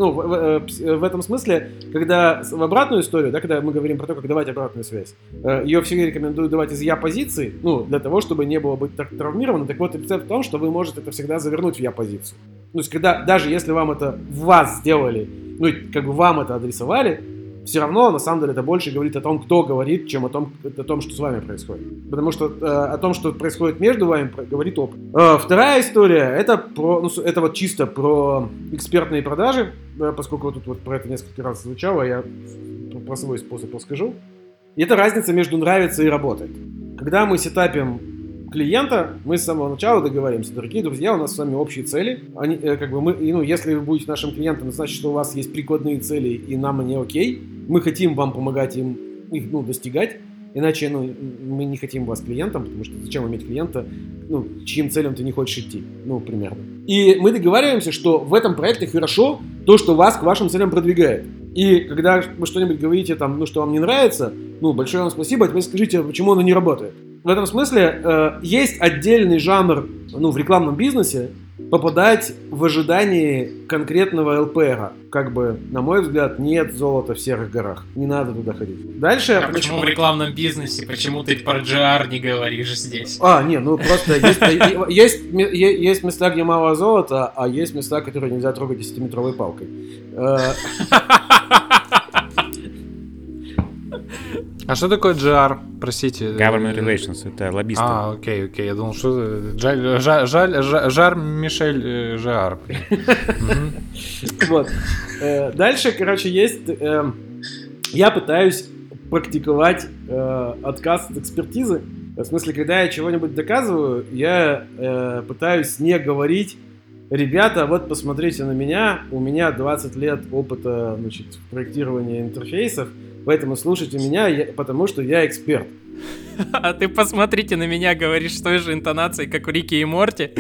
в этом смысле, когда в обратную историю, да, когда мы говорим про то, как давать обратную связь, ее все рекомендуют давать из я-позиции, для того, чтобы не было быть так травмированным. Так вот, рецепт в том, что вы можете это всегда завернуть в я-позицию. То есть, даже если вам это в вас сделали, вам это адресовали, все равно, на самом деле, это больше говорит о том, кто говорит, чем о том, что с вами происходит. Потому что о том, что происходит между вами, говорит опыт. Вторая история, это вот чисто про экспертные продажи, поскольку тут вот про это несколько раз звучало, я про свой способ расскажу. И это разница между нравится и работает. Когда мы сетапим клиента, мы с самого начала договоримся, дорогие друзья, у нас с вами общие цели. Они, если вы будете нашим клиентом, это значит, что у вас есть прикладные цели, и нам они окей. Мы хотим вам помогать их достигать, иначе мы не хотим вас клиентом, потому что зачем иметь клиента, чьим целям ты не хочешь идти, примерно. И мы договариваемся, что в этом проекте хорошо то, что вас к вашим целям продвигает. И когда вы что-нибудь говорите, что вам не нравится, большое вам спасибо, а теперь скажите, почему оно не работает. В этом смысле есть отдельный жанр в рекламном бизнесе попадать в ожидании конкретного ЛПРа. На мой взгляд, нет золота в серых горах. Не надо туда ходить. Дальше... А почему в рекламном бизнесе? Почему ты про GR не говоришь здесь? Просто есть места, где мало золота, а есть места, которые нельзя трогать 10-метровой палкой. А что такое GR? Простите. Government Relations, это лоббисты. Окей. Я думал, что Жар Мишель Жар. Вот. Дальше, есть... Я пытаюсь практиковать отказ от экспертизы. В смысле, когда я чего-нибудь доказываю, я пытаюсь не говорить: ребята, вот посмотрите на меня, у меня 20 лет опыта, в проектировании интерфейсов, поэтому слушайте меня, потому что я эксперт. А ты посмотрите на меня, говоришь с той же интонацией, как у Рики и Морти.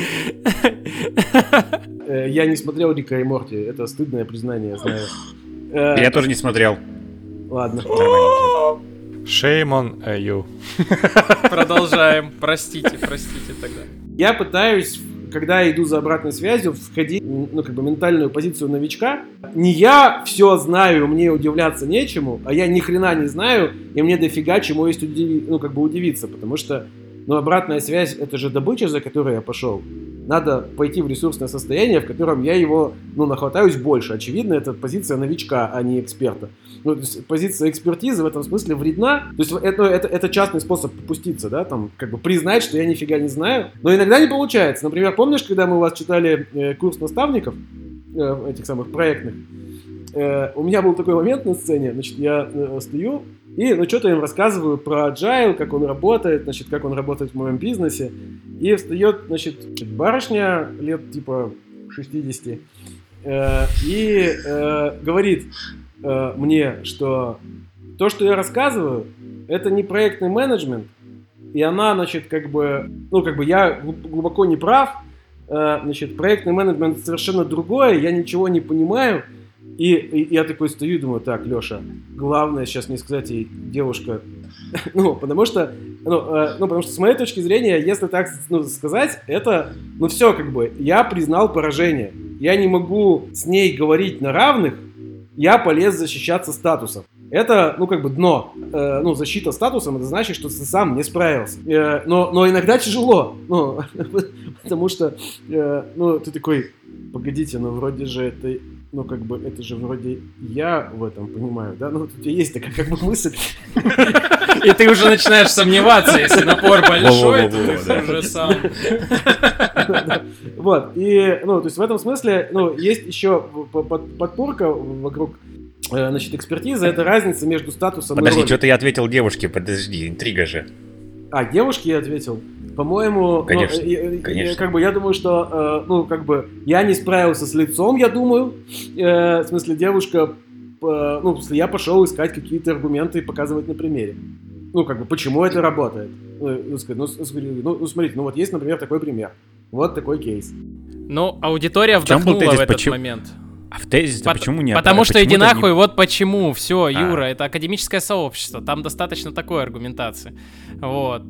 Я не смотрел Рика и Морти, это стыдное признание, я знаю. Я тоже не смотрел. Ладно. Shame on you. Продолжаем. Простите тогда. Я пытаюсь, когда иду за обратной связью, входить в ментальную позицию новичка. Не я все знаю, мне удивляться нечему, а я ни хрена не знаю, и мне дофига чему есть удивиться, потому что обратная связь — это же добыча, за которой я пошел. Надо пойти в ресурсное состояние, в котором я его, нахватаюсь больше. Очевидно, это позиция новичка, а не эксперта. То есть позиция экспертизы в этом смысле вредна. То есть это частный способ попуститься, да, признать, что я нифига не знаю. Но иногда не получается. Например, помнишь, когда мы у вас читали курс наставников, этих самых проектных, у меня был такой момент на сцене, я стою и что-то им рассказываю про Agile, как он работает, как он работает в моем бизнесе. И встает, барышня лет типа 60 и говорит мне, что то, что я рассказываю, это не проектный менеджмент, и она, я глубоко не прав, проектный менеджмент совершенно другое, я ничего не понимаю. И я такой стою и думаю, так, Леша, главное сейчас не сказать ей, девушка, потому что с моей точки зрения, если так сказать, это, все, я признал поражение. Я не могу с ней говорить на равных, я полез защищаться статусом. Это, дно. Защита статусом, это значит, что ты сам не справился. Но иногда тяжело. Потому что, ты такой, погодите, вроде же это... это же вроде я в этом понимаю, да? У тебя есть такая мысль. И ты уже начинаешь сомневаться, если напор большой, то ты уже сам. Вот, и, то есть в этом смысле, есть еще подпорка вокруг, экспертизы, это разница между статусом и ролью. Подожди, что-то я ответил девушке, подожди, интрига же. А, девушке я ответил? По-моему, конечно. Я думаю, что, я не справился с лицом, я думаю. В смысле, девушка, я пошел искать какие-то аргументы и показывать на примере. Почему это работает. Смотрите, вот есть, например, такой пример. Вот такой кейс. Аудитория вдохнула в этот момент. А в тезисе почему нет? Потому что иди нахуй, вот почему. Все, Юра, это академическое сообщество. Там достаточно такой аргументации. Вот.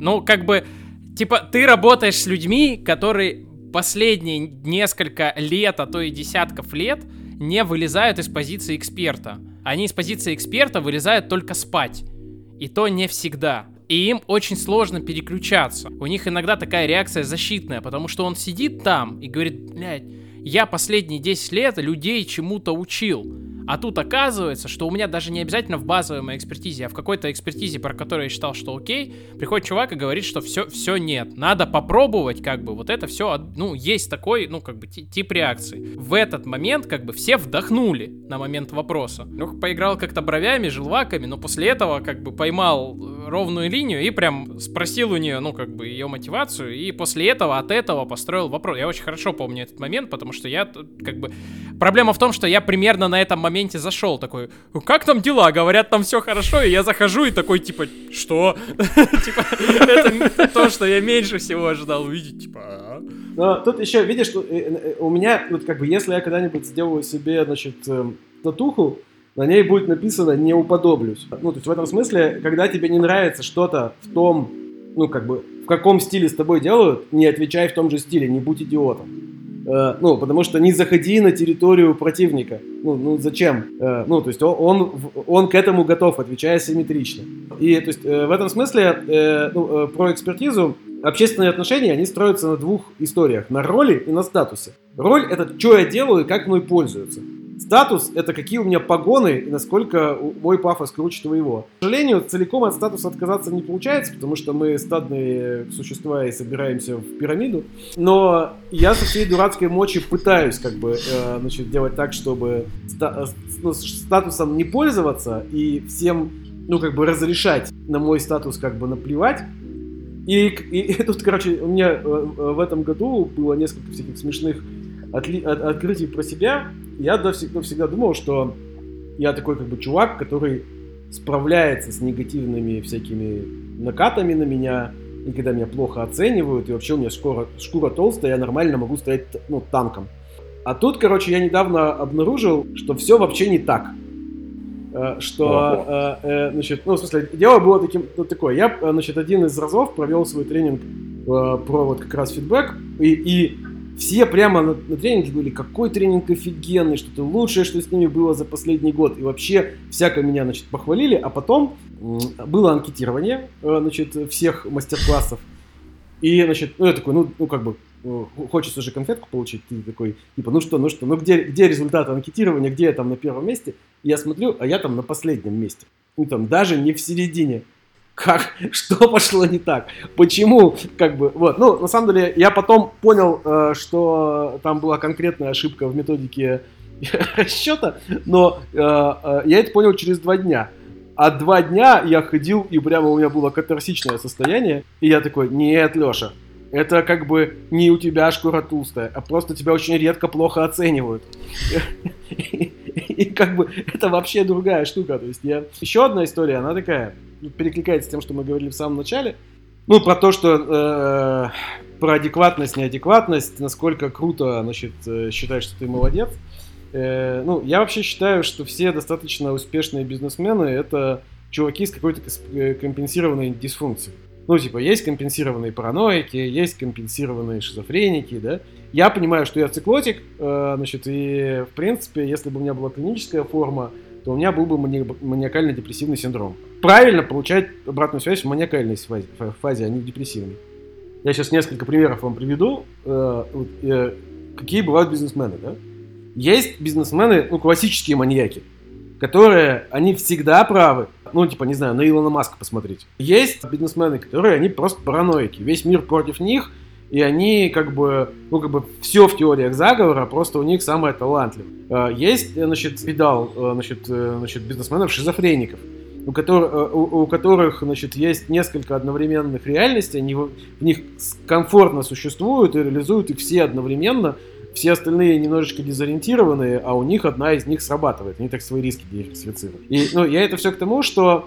Ты работаешь с людьми, которые последние несколько лет, а то и десятков лет не вылезают из позиции эксперта. Они из позиции эксперта вылезают только спать. И то не всегда. И им очень сложно переключаться. У них иногда такая реакция защитная, потому что он сидит там и говорит, блядь, я последние 10 лет людей чему-то учил. А тут оказывается, что у меня даже не обязательно в базовой моей экспертизе, а в какой-то экспертизе, про которую я считал, что окей, приходит чувак и говорит, что все нет. Надо попробовать, вот это все, есть такой, тип реакции. В этот момент, все вдохнули на момент вопроса. Поиграл как-то бровями, желваками, но после этого, поймал ровную линию и прям спросил у нее, ее мотивацию, и после этого, от этого построил вопрос. Я очень хорошо помню этот момент, потому что я, проблема в том, что я примерно на этом моменте зашел такой, как там дела? Говорят, там все хорошо, и я захожу и такой, что? Это то, что я меньше всего ожидал увидеть, Но тут еще, видишь, у меня, если я когда-нибудь сделаю себе, татуху, на ней будет написано «не уподоблюсь». То есть в этом смысле, когда тебе не нравится что-то в том, в каком стиле с тобой делают, не отвечай в том же стиле, не будь идиотом. Потому что не заходи на территорию противника. Зачем? То есть он к этому готов, отвечая симметрично. И то есть в этом смысле про экспертизу общественные отношения, они строятся на двух историях. На роли и на статусе. Роль — это что я делаю и как мной пользуются. Статус — это какие у меня погоны и насколько мой пафос круче твоего. К сожалению, целиком от статуса отказаться не получается, потому что мы стадные существа и собираемся в пирамиду. Но я со всей дурацкой мочи пытаюсь делать так, чтобы статусом не пользоваться и всем разрешать на мой статус наплевать. И тут, у меня в этом году было несколько всяких смешных открытий про себя. Я всегда думал, что я такой чувак, который справляется с негативными всякими накатами на меня, и когда меня плохо оценивают, и вообще у меня шкура толстая, я нормально могу стоять, ну, танком. А тут, короче, я недавно обнаружил, что все вообще не так. Что, значит, ну, в смысле, дело было такое. Я, значит, один из разов провел свой тренинг про вот как раз фидбэк, и все прямо на тренинге говорили, какой тренинг офигенный, что-то лучшее, что с ними было за последний год. И вообще всяко меня, значит, похвалили. А потом было анкетирование, значит, всех мастер-классов. И, значит, ну, я такой, ну, как бы, хочется же конфетку получить. Ты такой, типа, ну что, где результаты анкетирования, где я там на первом месте? И я смотрю, а я там на последнем месте. Ну, там, даже не в середине. Как? Что пошло не так? Почему? Как бы, вот. Ну, на самом деле, я потом понял, что там была конкретная ошибка в методике расчета, но я это понял через 2 дня. А 2 дня я ходил, и прямо у меня было катарсичное состояние, и я такой, нет, Леша, это как бы не у тебя шкура толстая, а просто тебя очень редко плохо оценивают. И как бы это вообще другая штука. То есть еще одна история, она такая, перекликается с тем, что мы говорили в самом начале. Ну, про то, что про адекватность, неадекватность, насколько круто, значит, считаешь, что ты молодец. Ну, я вообще считаю, что все достаточно успешные бизнесмены — это чуваки с какой-то компенсированной дисфункцией. Ну, типа, есть компенсированные параноики, есть компенсированные шизофреники, да. Я понимаю, что я циклотик, значит, и, в принципе, если бы у меня была клиническая форма, то у меня был бы маниакально-депрессивный синдром. Правильно получать обратную связь в маниакальной фазе, а не в депрессивной. Я сейчас несколько примеров вам приведу, какие бывают бизнесмены, да. Есть бизнесмены, ну, классические маньяки, которые, они всегда правы. Ну, типа, не знаю, на Илона Маска посмотрите. Есть бизнесмены, которые, они просто параноики. Весь мир против них, и они, как бы, ну, как бы, все в теориях заговора, просто у них самое талантливое. Есть, значит, видал, значит, бизнесменов-шизофреников, у которых, значит, есть несколько одновременных реальностей, они в них комфортно существуют и реализуют их все одновременно. Все остальные немножечко дезориентированные, а у них одна из них срабатывает. Они так свои риски диверсифицируют. И, ну, я это все к тому, что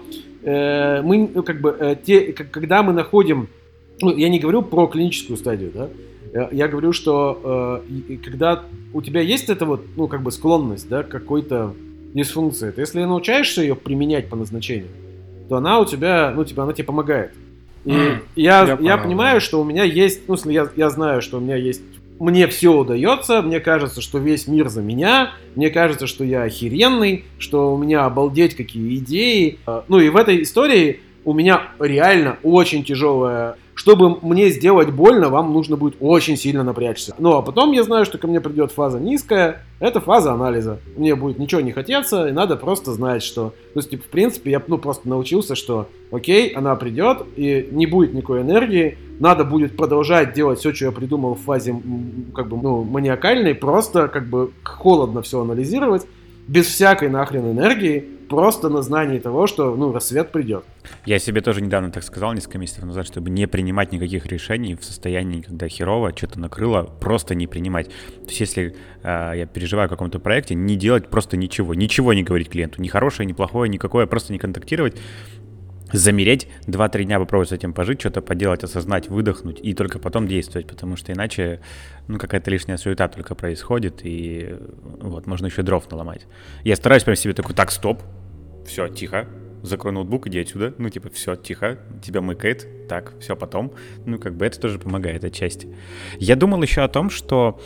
мы, ну, как бы, когда мы находим... Ну, я не говорю про клиническую стадию, да? Я говорю, что когда у тебя есть эта вот, ну, как бы склонность, да, к какой-то дисфункции, то если научаешься ее применять по назначению, то она у тебя, ну, типа, она тебе помогает. И я понимаю, что у меня есть... Ну, я знаю, что у меня есть... Мне все удается, мне кажется, что весь мир за меня, мне кажется, что я охеренный, что у меня обалдеть какие идеи. Ну и в этой истории у меня реально очень тяжелая... Чтобы мне сделать больно, вам нужно будет очень сильно напрячься. Ну а потом я знаю, что ко мне придет фаза низкая, это фаза анализа. Мне будет ничего не хотеться, и надо просто знать, что... То есть, типа, в принципе, я, ну, просто научился, что окей, она придет, и не будет никакой энергии, надо будет продолжать делать все, что я придумал в фазе, как бы, ну, маниакальной, просто, как бы, холодно все анализировать, без всякой нахрен энергии, просто на знании того, что, ну, рассвет придет. Я себе тоже недавно так сказал, несколько месяцев назад, чтобы не принимать никаких решений в состоянии, когда херово, что-то накрыло, просто не принимать. То есть если я переживаю о каком-то проекте, не делать просто ничего не говорить клиенту, ни хорошее, ни плохое, никакое, просто не контактировать, замереть, 2-3 дня попробовать с этим пожить, что-то поделать, осознать, выдохнуть и только потом действовать, потому что иначе, ну, какая-то лишняя суета только происходит, и вот, можно еще дров наломать. Я стараюсь прям себе такой, так, стоп, все, тихо, закрой ноутбук, иди отсюда, ну, типа, все, тихо, тебя мыкает, так, все, потом, ну, как бы это тоже помогает отчасти. Я думал еще о том, что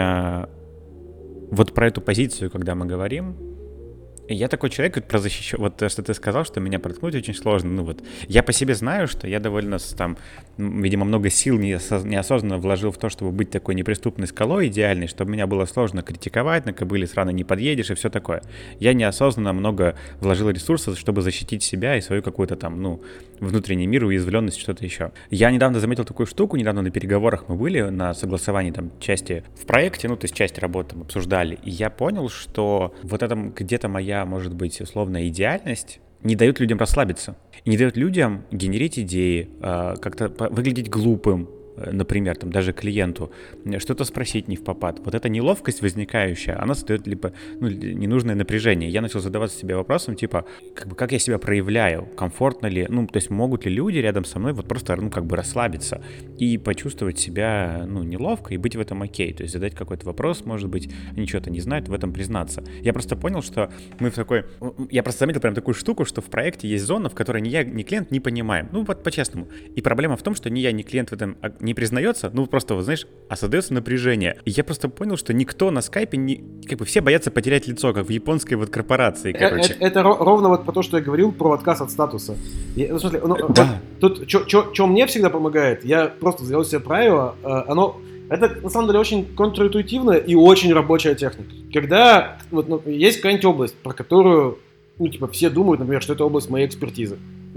вот про эту позицию, когда мы говорим, я такой человек, вот, вот то, что ты сказал, что меня проткнуть очень сложно. Ну вот, я по себе знаю, что я довольно там, видимо, много сил неосознанно вложил в то, чтобы быть такой неприступной скалой идеальной, чтобы меня было сложно критиковать, на кобыле срано не подъедешь и все такое. Я неосознанно много вложил ресурсов, чтобы защитить себя и свою какую-то там, ну, внутренний мир, уязвленность, что-то еще. Я недавно заметил такую штуку, недавно на переговорах мы были, на согласовании там части в проекте, ну, то есть часть работы там обсуждали, и я понял, что вот это где-то моя, может быть, условная идеальность не дает людям расслабиться. И не дает людям генерить идеи, как-то выглядеть глупым, например, там даже клиенту, что-то спросить не впопад. Вот эта неловкость возникающая, она создает либо ненужное напряжение. Я начал задаваться себе вопросом, типа, как я себя проявляю, комфортно ли, то есть могут ли люди рядом со мной вот просто, расслабиться и почувствовать себя, неловко и быть в этом окей. То есть задать какой-то вопрос, может быть, они что-то не знают, в этом признаться. Я просто понял, что я просто заметил прям такую штуку, что в проекте есть зона, в которой ни я, ни клиент не понимаем. Вот по-честному. И проблема в том, что ни я, ни клиент в этом не признается, просто, а создается напряжение. И я просто понял, что никто на скайпе все боятся потерять лицо, как в японской корпорации, короче. Это ровно вот про то, что я говорил, про отказ от статуса. В смысле, да. Тут, что мне всегда помогает, я просто сделал себе правило, это, на самом деле, очень контринтуитивная и очень рабочая техника. Когда есть какая-нибудь область, про которую, все думают, например, что это область моей экспертизы.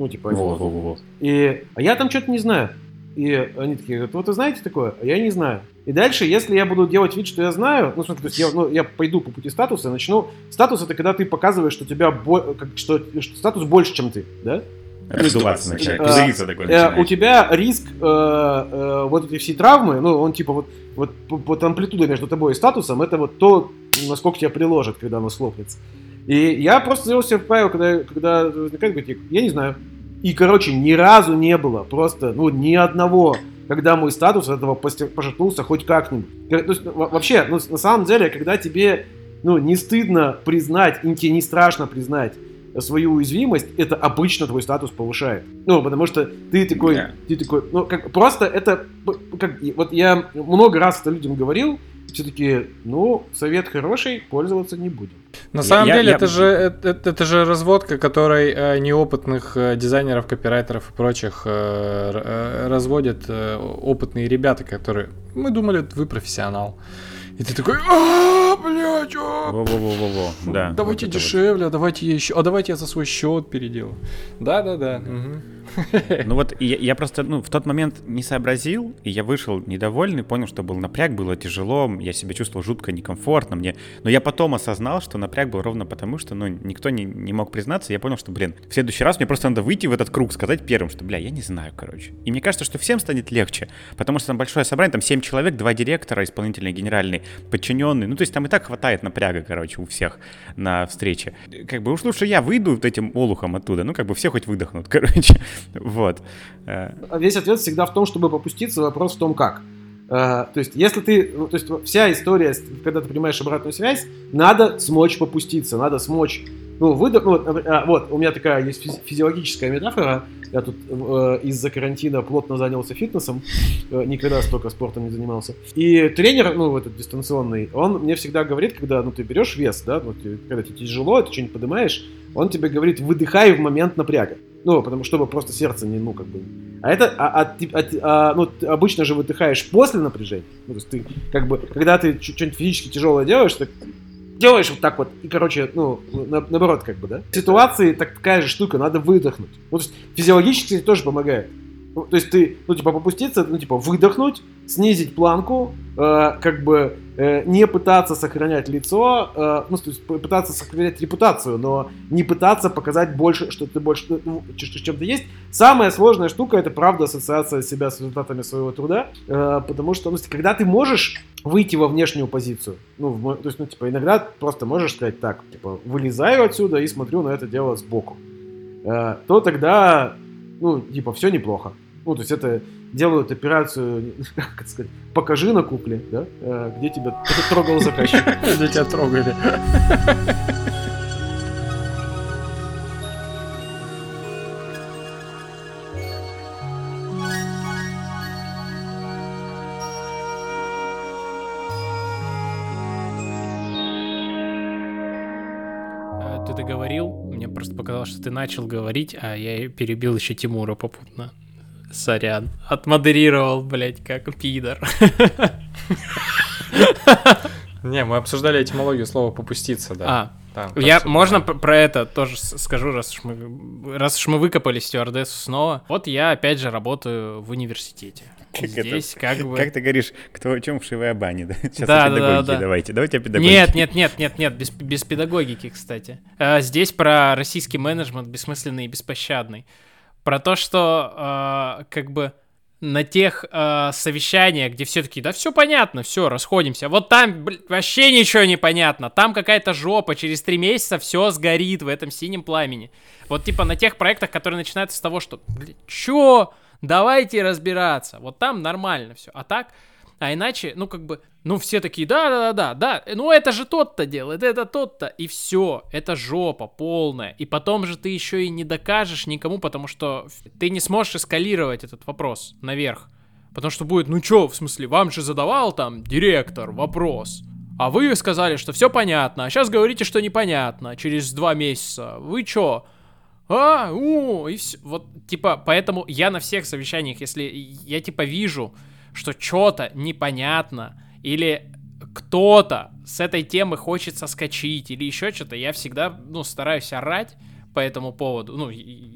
А я там что-то не знаю. И они такие говорят, вот вы знаете такое? А я не знаю. И дальше, если я буду делать вид, что я знаю, то есть я пойду по пути статуса, начну. Статус — это когда ты показываешь, что что статус больше, чем ты, да? Раздуваться начинает, пузыриться такой начинает. У тебя риск вот эти все травмы, он вот амплитуда между тобой и статусом, это вот то, насколько тебя приложат, когда оно схлопнется. И я просто сделал себе правило, когда возникает, говорит, я не знаю. И, ни разу не было просто, ни одного, когда мой статус от этого пошатнулся хоть как-нибудь. То есть, вообще, на самом деле, когда тебе, не стыдно признать, и тебе не страшно признать свою уязвимость, это обычно твой статус повышает. Потому что ты такой, просто это, вот я много раз это людям говорил, все-таки, совет хороший, пользоваться не будем. На самом деле, это же разводка, которой неопытных дизайнеров, копирайтеров и прочих разводят опытные ребята, которые, мы думали, вы профессионал. И ты такой, блядь, Во-во-во-во-во, да. Давайте дешевле, давайте еще, давайте я за свой счет переделаю. Да. Я просто, в тот момент не сообразил, и я вышел недовольный, понял, что был напряг, было тяжело, я себя чувствовал жутко некомфортно мне. Но я потом осознал, что напряг был ровно потому, что, никто не мог признаться. Я понял, что, в следующий раз мне просто надо выйти в этот круг, сказать первым, что, я не знаю, короче. И мне кажется, что всем станет легче, потому что там большое собрание, там 7 человек, 2 директора, исполнительный, генеральный, подчиненный. То есть там и так хватает напряга, короче, у всех на встрече. Уж лучше я выйду вот этим олухом оттуда, все хоть выдохнут, короче. Вот. Весь ответ всегда в том, чтобы попуститься, вопрос в том, как. То есть, если ты, вся история, когда ты принимаешь обратную связь, надо смочь попуститься, надо смочь, вот, у меня такая есть физиологическая метафора, я тут из-за карантина плотно занялся фитнесом, никогда столько спортом не занимался, и тренер, этот дистанционный, он мне всегда говорит, когда, ты берешь вес, да, когда тебе тяжело, ты что-нибудь поднимаешь, он тебе говорит, выдыхай в момент напряга. Потому чтобы просто сердце не, А это, ты обычно же выдыхаешь после напряжения. То есть ты, когда ты что-нибудь физически тяжелое делаешь, ты делаешь вот так вот, и, наоборот, да? В ситуации такая же штука, надо выдохнуть. То есть физиологически тоже помогает. То есть ты, попуститься, выдохнуть, снизить планку, не пытаться сохранять лицо, то есть пытаться сохранять репутацию, но не пытаться показать больше, что ты больше, чем ты есть. Самая сложная штука — это, правда, ассоциация себя с результатами своего труда, потому что, когда ты можешь выйти во внешнюю позицию, то есть, иногда просто можешь сказать так, вылезаю отсюда и смотрю на это дело сбоку, то тогда, все неплохо. То есть это делают операцию, как сказать, покажи на кукле, да, где тебя трогал заказчик. Где тебя трогали. Ты договорил, мне просто показалось, что ты начал говорить, а я перебил еще Тимура попутно. Сорян. Отмодерировал, блять, как пидор. Не, мы обсуждали этимологию слова «попуститься», да. Можно про это тоже скажу, раз уж мы выкопали стюардессу снова. Вот я опять же работаю в университете. Здесь как ты говоришь, о чем вшивая баня, да? Сейчас да, педагогики давайте о педагогике. Нет, без педагогики, кстати. Здесь про российский менеджмент бессмысленный и беспощадный. Про то, что на тех совещаниях, где все таки да все понятно, все, расходимся. Вот там, вообще ничего не понятно. Там какая-то жопа, через 3 месяца все сгорит в этом синем пламени. Вот типа на тех проектах, которые начинаются с того, что, чё, давайте разбираться. Вот там нормально все. А так, а иначе, ну как бы, ну все такие, да, ну это же тот-то делает, это тот-то. И все, это жопа полная. И потом же ты еще и не докажешь никому, потому что ты не сможешь эскалировать этот вопрос наверх. Потому что будет, ну чё, в смысле, вам же задавал там директор вопрос, а вы сказали, что все понятно, а сейчас говорите, что непонятно через 2 месяца. Вы чё? И все. Вот, типа, поэтому я на всех совещаниях, если я, типа, вижу, что что-то непонятно, или кто-то с этой темы хочет соскочить, или еще что-то, я всегда, ну, стараюсь орать по этому поводу. Ну,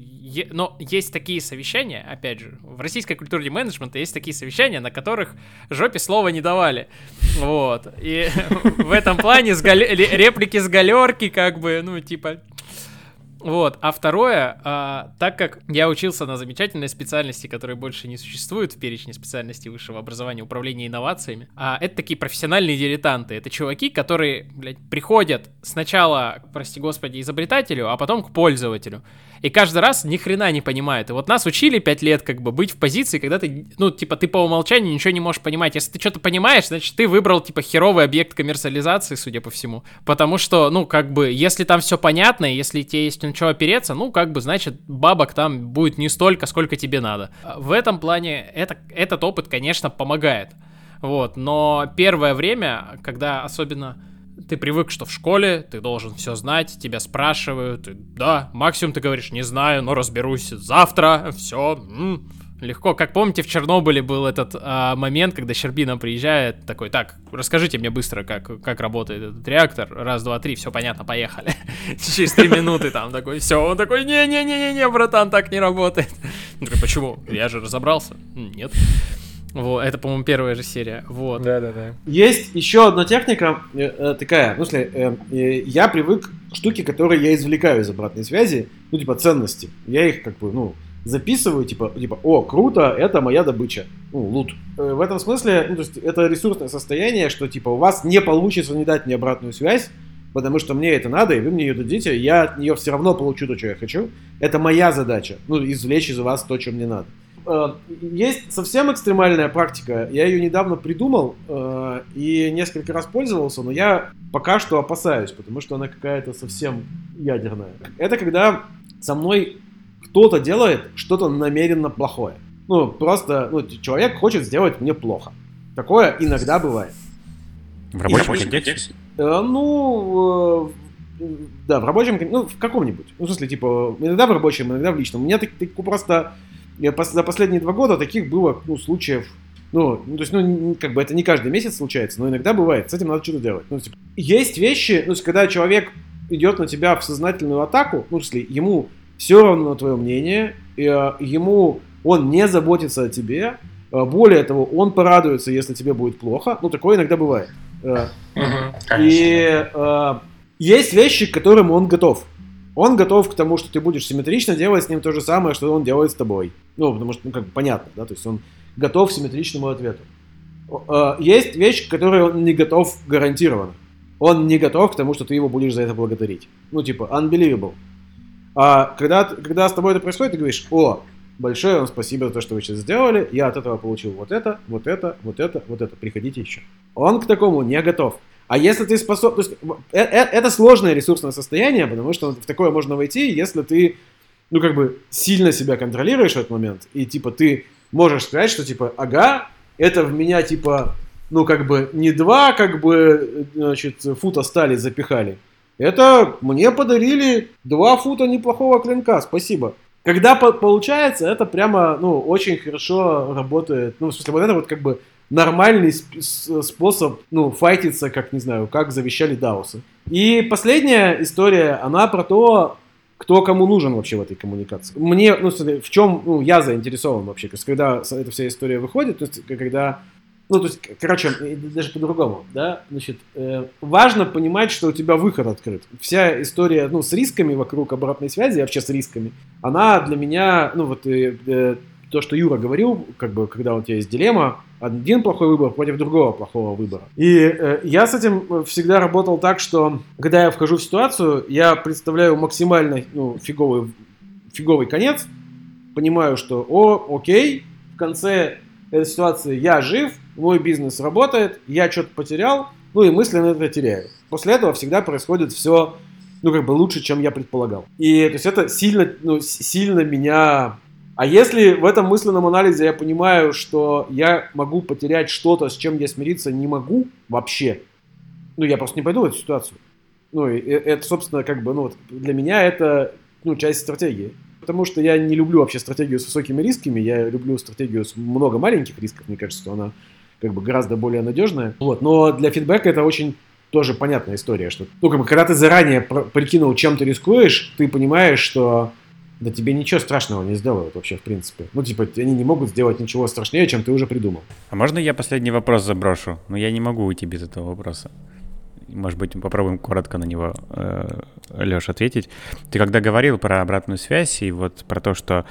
но есть такие совещания, опять же, в российской культуре менеджмента есть такие совещания, на которых жопе слова не давали. Вот. И в этом плане реплики с галерки, как бы, ну, типа... Вот, а второе, так как я учился на замечательной специальности, которая больше не существует в перечне специальностей высшего образования, управление инновациями, это такие профессиональные дилетанты, это чуваки, которые, приходят сначала, прости господи, изобретателю, а потом к пользователю, и каждый раз ни хрена не понимают. И вот нас учили 5 лет как бы быть в позиции, когда ты, ну, типа, ты по умолчанию ничего не можешь понимать. Если ты что-то понимаешь, значит, ты выбрал, типа, херовый объект коммерциализации, судя по всему. Потому что, ну, как бы, если там все понятно, если тебе есть на что опереться, ну, как бы, значит, бабок там будет не столько, сколько тебе надо. В этом плане этот опыт, конечно, помогает. Вот, но первое время, когда особенно... Ты привык, что в школе ты должен все знать, тебя спрашивают, да, максимум ты говоришь, не знаю, но разберусь завтра, все, легко. Как помните, в Чернобыле был этот момент, когда Щербина приезжает, такой, так, расскажите мне быстро, как работает этот реактор, 1, 2, 3, все понятно, поехали. Через 3 минуты там такой, все, он такой, не, братан, так не работает. Он такой, почему? Я же разобрался. Нет. Вот, это, по-моему, первая же серия. Вот. Да. Есть еще одна техника такая, ну, я привык к штуке, которые я извлекаю из обратной связи, ну, типа, ценности. Я их, как бы, ну, записываю, типа, о, круто, это моя добыча, ну, лут. В этом смысле, ну, то есть, это ресурсное состояние, что, типа, у вас не получится не дать мне обратную связь, потому что мне это надо, и вы мне ее дадите, я от нее все равно получу то, что я хочу. Это моя задача, ну, извлечь из вас то, что мне надо. Есть совсем экстремальная практика, я ее недавно придумал и несколько раз пользовался, но я пока что опасаюсь, потому что она какая-то совсем ядерная. Это когда со мной кто-то делает что-то намеренно плохое. Ну, просто человек хочет сделать мне плохо. Такое иногда бывает. В рабочем контексте? Да, в рабочем, ну, в каком-нибудь. Ну, в смысле, типа, иногда в рабочем, иногда в личном. У меня просто... За последние 2 года таких было, ну, случаев, ну, то есть, ну, как бы это не каждый месяц случается, но иногда бывает, с этим надо что-то делать. Ну, типа, есть вещи, ну, когда человек идет на тебя в сознательную атаку, ну, если ему все равно на твое мнение, он не заботится о тебе, более того, он порадуется, если тебе будет плохо, ну, такое иногда бывает. И есть вещи, к которым он готов. Он готов к тому, что ты будешь симметрично делать с ним то же самое, что он делает с тобой. Ну, потому что, ну, как бы понятно, да, то есть он готов к симметричному ответу. Есть вещи, к которой он не готов гарантированно. Он не готов к тому, что ты его будешь за это благодарить. Ну, типа, unbelievable. А когда с тобой это происходит, ты говоришь, о, большое вам спасибо за то, что вы сейчас сделали, я от этого получил вот это, приходите еще. Он к такому не готов. А если ты способен... То есть, это сложное ресурсное состояние, потому что в такое можно войти, если ты, ну, как бы, сильно себя контролируешь в этот момент, и, типа, ты можешь сказать, что, типа, ага, это в меня, типа, ну, как бы, не 2, как бы, значит, фута стали запихали. Это мне подарили 2 фута неплохого клинка, спасибо. Когда получается, это прямо, ну, очень хорошо работает. Ну, в смысле, вот это вот, как бы, нормальный способ, ну, файтиться, как, не знаю, как завещали даосы. И последняя история, она про то, кто кому нужен вообще в этой коммуникации. Мне, ну, в чем, ну, я заинтересован вообще, то есть, когда эта вся история выходит, то есть, когда, ну, то есть, короче, даже по-другому, да, значит, важно понимать, что у тебя выход открыт. Вся история, ну, с рисками вокруг обратной связи, вообще с рисками, она для меня, ну, вот, то, что Юра говорил, как бы, когда у тебя есть дилемма, один плохой выбор против другого плохого выбора. И я с этим всегда работал так, что, когда я вхожу в ситуацию, я представляю максимально фиговый конец, понимаю, что, окей, в конце этой ситуации я жив, мой бизнес работает, я что-то потерял, и мысленно это теряю. После этого всегда происходит все, лучше, чем я предполагал. И то есть это сильно меня... А если в этом мысленном анализе я понимаю, что я могу потерять что-то, с чем я смириться не могу вообще, я просто не пойду в эту ситуацию. И это, собственно, для меня это, часть стратегии. Потому что я не люблю вообще стратегию с высокими рисками, я люблю стратегию с много маленьких рисков, мне кажется, что она гораздо более надежная. Но для фидбэка это очень тоже понятная история, что, когда ты заранее прикинул, чем ты рискуешь, ты понимаешь, что да тебе ничего страшного не сделают вообще, в принципе. Они не могут сделать ничего страшнее, чем ты уже придумал. А можно я последний вопрос заброшу? Я не могу уйти без этого вопроса. Может быть, мы попробуем коротко на него, Лёш, ответить. Ты когда говорил про обратную связь и вот про то, что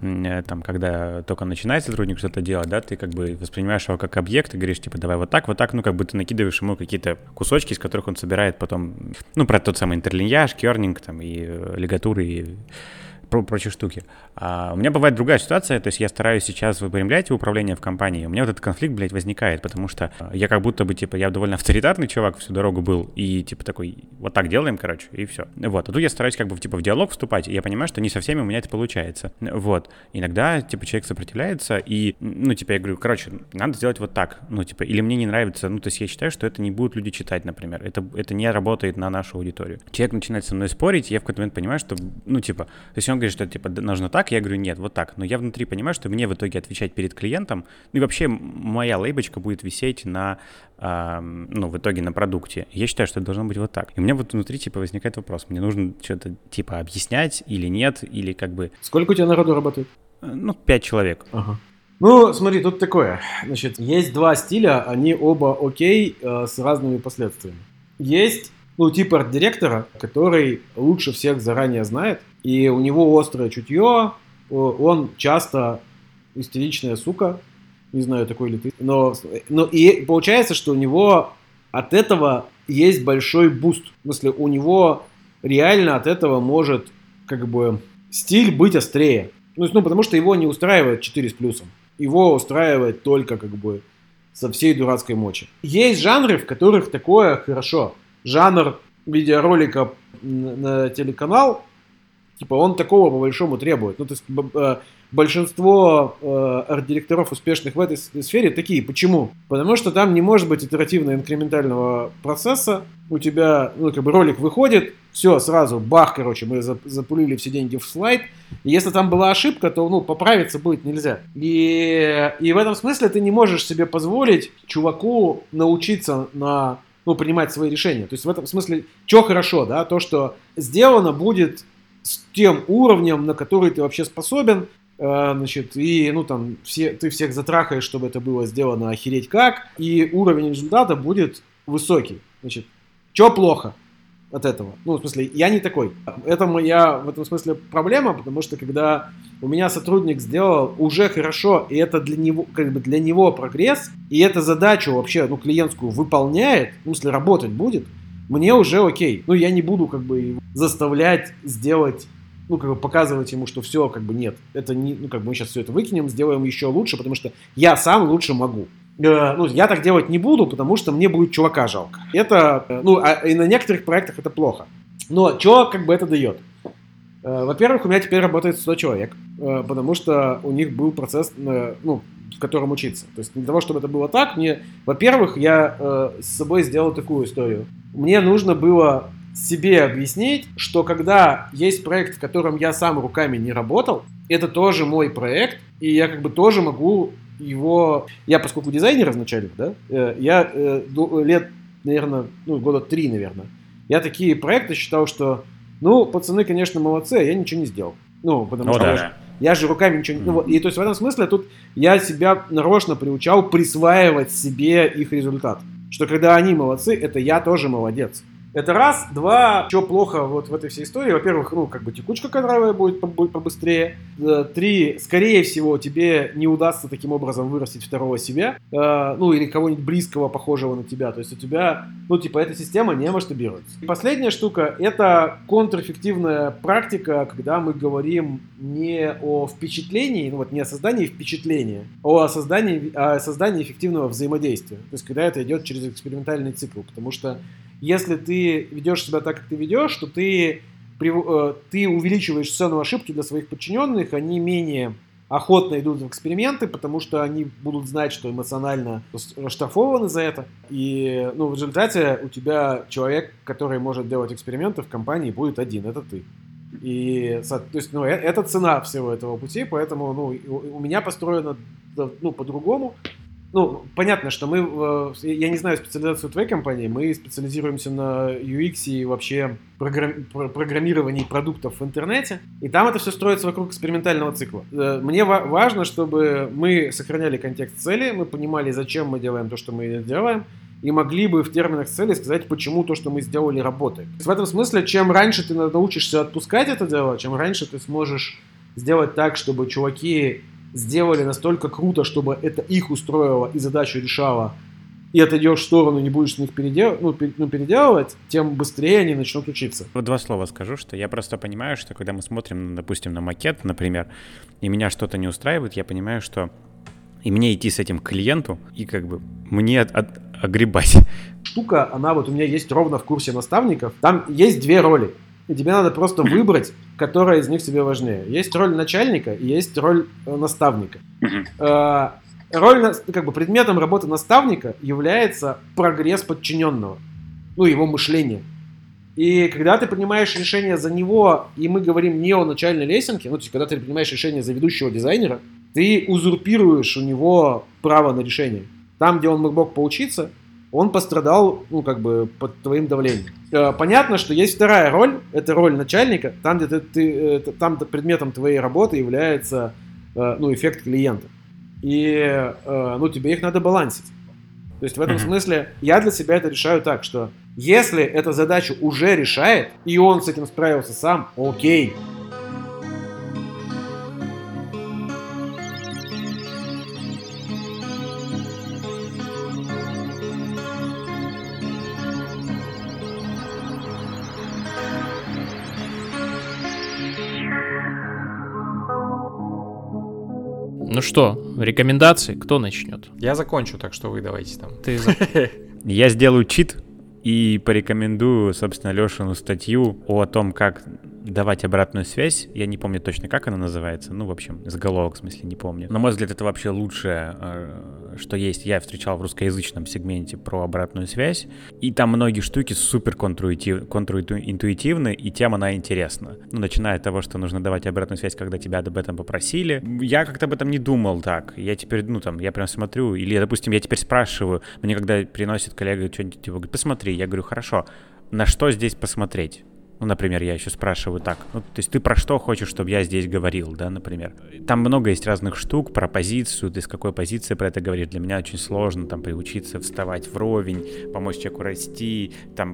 когда только начинает сотрудник что-то делать, да, ты воспринимаешь его как объект и говоришь, давай вот так, ты накидываешь ему какие-то кусочки, из которых он собирает потом, про тот самый интерлиньяж, кернинг, и лигатуры, и прочие штуки. А у меня бывает другая ситуация, то есть я стараюсь сейчас выпрямлять управление в компании, у меня вот этот конфликт, возникает, потому что я как будто бы, я довольно авторитарный чувак всю дорогу был, и, такой, вот так делаем, короче, и все. Вот, а тут я стараюсь в диалог вступать, и я понимаю, что не со всеми у меня это получается. Вот, иногда, человек сопротивляется, и, я говорю, короче, надо сделать вот так, или мне не нравится, то есть я считаю, что это не будут люди читать, например, это не работает на нашу аудиторию. Человек начинает со мной спорить, и я в какой-то момент понимаю, что, то есть он говорит, что, нужно так, я говорю, нет, вот так. Но я внутри понимаю, что мне в итоге отвечать перед клиентом, и вообще моя лейбочка будет висеть на, в итоге на продукте. Я считаю, что это должно быть вот так. И у меня внутри, возникает вопрос, мне нужно что-то, объяснять или нет, или Сколько у тебя народу работает? 5 человек. Ага. Смотри, тут такое. Значит, есть два стиля, они оба окей, с разными последствиями. Есть арт-директора, который лучше всех заранее знает, и у него острое чутье, он часто истеричная сука, не знаю, такой ли ты, но и получается, что у него от этого есть большой буст, в смысле, у него реально от этого может, стиль быть острее, потому что его не устраивает 4 с плюсом, его устраивает только, со всей дурацкой мочи. Есть жанры, в которых такое хорошо. Жанр видеоролика на телеканал, он такого по большому требует. То есть большинство арт-директоров успешных в этой сфере такие. Почему? Потому что там не может быть итеративно-инкрементального процесса. У тебя, ролик выходит, все, сразу, бах, мы запулили все деньги в слайд. И если там была ошибка, то, поправиться будет нельзя. И в этом смысле ты не можешь себе позволить чуваку научиться на... принимать свои решения. То есть в этом смысле, что хорошо, да, то, что сделано будет с тем уровнем, на который ты вообще способен, и, ты всех затрахаешь, чтобы это было сделано охереть как, и уровень результата будет высокий. Значит, что плохо от этого? В смысле, я не такой. Это моя, в этом смысле, проблема, потому что, когда у меня сотрудник сделал уже хорошо, и это для него прогресс, и эта задачу вообще, клиентскую выполняет, в смысле, работать будет, мне уже окей. Я не буду, его заставлять сделать, показывать ему, что все, нет. Это не, мы сейчас все это выкинем, сделаем еще лучше, потому что я сам лучше могу. Я так делать не буду, потому что мне будет чувака жалко. Это, и на некоторых проектах это плохо. Но что, это дает? Во-первых, у меня теперь работает 100 человек, потому что у них был процесс, в котором учиться. То есть для того, чтобы это было так, во-первых, я с собой сделал такую историю. Мне нужно было себе объяснить, что когда есть проект, в котором я сам руками не работал, это тоже мой проект, и я тоже могу его... Я, поскольку дизайнер изначально, да, я лет, наверное, года 3, наверное, я такие проекты считал, что, пацаны, конечно, молодцы, а я ничего не сделал. Потому что я же руками ничего не... И то есть в этом смысле тут я себя нарочно приучал присваивать себе их результат. Что когда они молодцы, это я тоже молодец. Это раз. Два, что плохо вот в этой всей истории. Во-первых, текучка кадровая будет побыстрее. 3, скорее всего, тебе не удастся таким образом вырастить второго себя. Или кого-нибудь близкого, похожего на тебя. То есть у тебя, эта система не масштабируется. И последняя штука, это контрэффективная практика, когда мы говорим не о впечатлении, не о создании впечатления, а о создании эффективного взаимодействия. То есть когда это идет через экспериментальный цикл. Потому что если ты ведешь себя так, как ты ведешь, то ты увеличиваешь цену ошибки для своих подчиненных, они менее охотно идут в эксперименты, потому что они будут знать, что эмоционально оштрафованы за это. И в результате у тебя человек, который может делать эксперименты в компании, будет один, это ты. И, то есть, это цена всего этого пути, поэтому у меня построено по-другому. Понятно, что я не знаю специализацию твоей компании, мы специализируемся на UX и вообще программировании продуктов в интернете, и там это все строится вокруг экспериментального цикла. Мне важно, чтобы мы сохраняли контекст цели, мы понимали, зачем мы делаем то, что мы делаем, и могли бы в терминах цели сказать, почему то, что мы сделали, работает. В этом смысле, чем раньше ты научишься отпускать это дело, чем раньше ты сможешь сделать так, чтобы чуваки сделали настолько круто, чтобы это их устроило и задачу решало, и отойдешь в сторону, не будешь с них переделывать, тем быстрее они начнут учиться. Вот 2 слова скажу, что я просто понимаю, что когда мы смотрим, допустим, на макет, например, и меня что-то не устраивает, я понимаю, что и мне идти с этим к клиенту, и мне огребать. Штука, она у меня есть ровно в курсе наставников, там есть 2 роли. И тебе надо просто выбрать, которая из них тебе важнее. Есть роль начальника и есть роль наставника. Предметом работы наставника является прогресс подчиненного, его мышление. И когда ты принимаешь решение за него, и мы говорим не о начальной лесенке, то есть когда ты принимаешь решение за ведущего дизайнера, ты узурпируешь у него право на решение. Там, где он мог поучиться, он пострадал, под твоим давлением. Понятно, что есть вторая роль, это роль начальника, там, где там предметом твоей работы является, эффект клиента. И, тебе их надо балансить. То есть в этом смысле я для себя это решаю так, что если эта задачу уже решает, и он с этим справился сам, окей. Ну что, рекомендации? Кто начнет? Я закончу, так что вы давайте там. Я сделаю чит и порекомендую, собственно, Лешину статью о том, как давать обратную связь. Я не помню точно, как она называется. В общем, заголовок, в смысле, не помню. На мой взгляд, это вообще лучшее, что есть. Я встречал в русскоязычном сегменте про обратную связь. И там многие штуки супер контринтуитивны, и тем она интересна. Начиная от того, что нужно давать обратную связь, когда тебя об этом попросили. Я как-то об этом не думал так. Я теперь, я прям смотрю. Или, допустим, я теперь спрашиваю. Мне когда приносит коллега что-нибудь, говорит, посмотри. Я говорю, хорошо, на что здесь посмотреть? Например, я еще спрашиваю так. То есть ты про что хочешь, чтобы я здесь говорил, да, например? Там много есть разных штук про позицию. Ты с какой позиции про это говоришь? Для меня очень сложно приучиться вставать вровень, помочь человеку расти.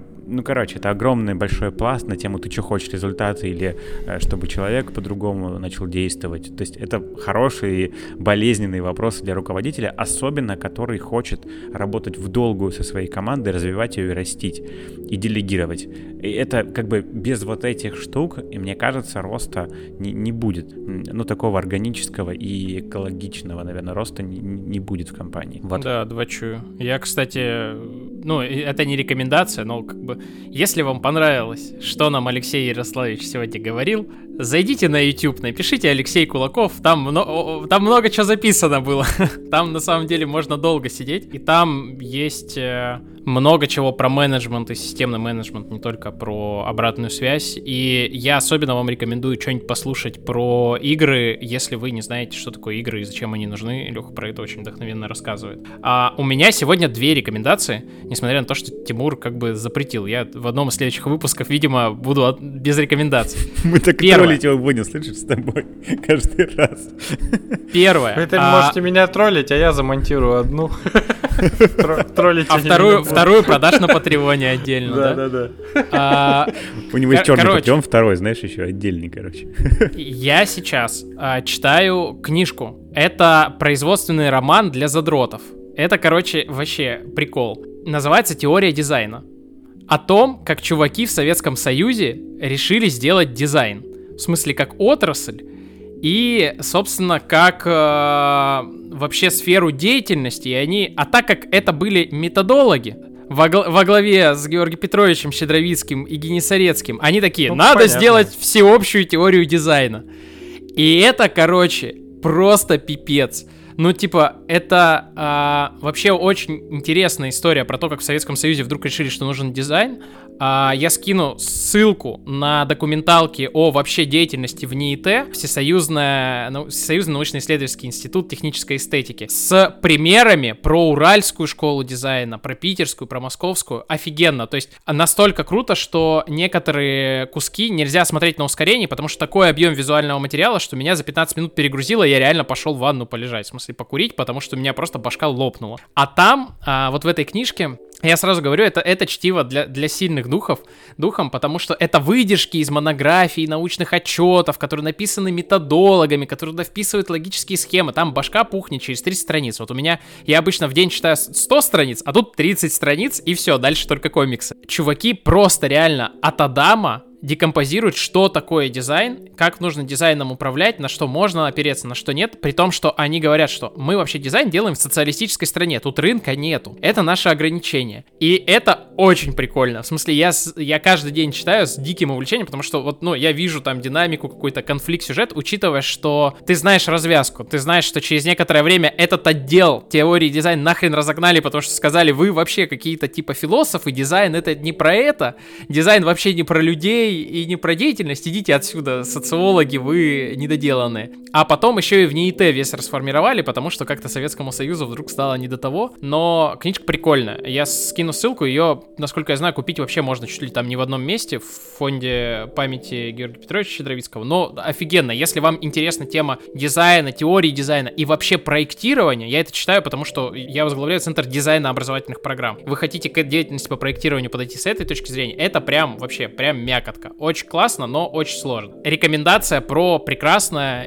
Это огромный большой пласт на тему, ты что хочешь, результаты или чтобы человек по-другому начал действовать. То есть это хорошие болезненные вопросы для руководителя, особенно который хочет работать в долгую со своей командой, развивать ее и растить, и делегировать. И это без вот этих штук, и мне кажется, роста не будет. Такого органического и экологичного, наверное, роста не будет в компании. Вот. Да, двочую. Я, кстати, это не рекомендация, но если вам понравилось, что нам Алексей Ярославович сегодня говорил, зайдите на YouTube, напишите Алексей Кулаков, там много чего записано было. Там, на самом деле, можно долго сидеть, и там есть много чего про менеджмент и системный менеджмент, не только про обратную связь. И я особенно вам рекомендую что-нибудь послушать про игры, если вы не знаете, что такое игры и зачем они нужны. Леха про это очень вдохновенно рассказывает. А у меня сегодня 2 рекомендации, несмотря на то, что Тимур запретил. Я в одном из следующих выпусков, видимо, буду без рекомендаций. Мы так троллить его будем, слышишь, с тобой каждый раз. Первое. Вы можете меня троллить, а я замонтирую одну. А Вторую продашь на Патреоне отдельно, да? Да. У него есть черный Патреон, второй, знаешь, еще отдельный, короче. Я сейчас читаю книжку. Это производственный роман для задротов. Это, короче, вообще прикол. Называется «Теория дизайна». О том, как чуваки в Советском Союзе решили сделать дизайн. В смысле, как отрасль. И, собственно, как вообще сферу деятельности. А так как это были методологи во главе с Георгием Петровичем Щедровицким и Генисарецким, они такие, надо сделать всеобщую теорию дизайна. И это, короче, просто пипец. Ну, типа, это вообще очень интересная история про то, как в Советском Союзе вдруг решили, что нужен дизайн. Я скину ссылку на документалки о вообще деятельности в НИИТ, Всесоюзный научно-исследовательский институт технической эстетики, с примерами про Уральскую школу дизайна, про Питерскую, про Московскую. Офигенно. То есть настолько круто, что некоторые куски нельзя смотреть на ускорении, потому что такой объем визуального материала, что меня за 15 минут перегрузило, и я реально пошел в ванну полежать, в смысле покурить, потому что у меня просто башка лопнула. А там, вот в этой книжке, я сразу говорю, это чтиво для сильных духом, потому что это выдержки из монографий, научных отчетов, которые написаны методологами, которые туда вписывают логические схемы. Там башка пухнет через 30 страниц. Вот у меня, я обычно в день читаю 100 страниц, а тут 30 страниц, и все, дальше только комиксы. Чуваки просто реально от Адама декомпозируют, что такое дизайн, как нужно дизайном управлять, на что можно опереться, на что нет, при том, что они говорят, что мы вообще дизайн делаем в социалистической стране, тут рынка нету, это наше ограничение. И это очень прикольно, в смысле, я каждый день читаю с диким увлечением, потому что вот, я вижу там динамику, какой-то конфликт, сюжет, учитывая, что ты знаешь развязку, ты знаешь, что через некоторое время этот отдел теории дизайна нахрен разогнали, потому что сказали, вы вообще какие-то типа философы, дизайн это не про это, дизайн вообще не про людей, и не про деятельность, идите отсюда, социологи, вы недоделанные. А потом еще и в НИИТ весь расформировали, потому что как-то Советскому Союзу вдруг стало не до того, но книжка прикольная. Я скину ссылку, ее, насколько я знаю, купить вообще можно чуть ли там не в одном месте, в фонде памяти Георгия Петровича Щедровицкого, но офигенно. Если вам интересна тема дизайна, теории дизайна и вообще проектирования, я это читаю, потому что я возглавляю Центр дизайна образовательных программ. Вы хотите к деятельности по проектированию подойти с этой точки зрения, это прям вообще, прям мякотка. Очень классно, но очень сложно. Рекомендация про прекрасное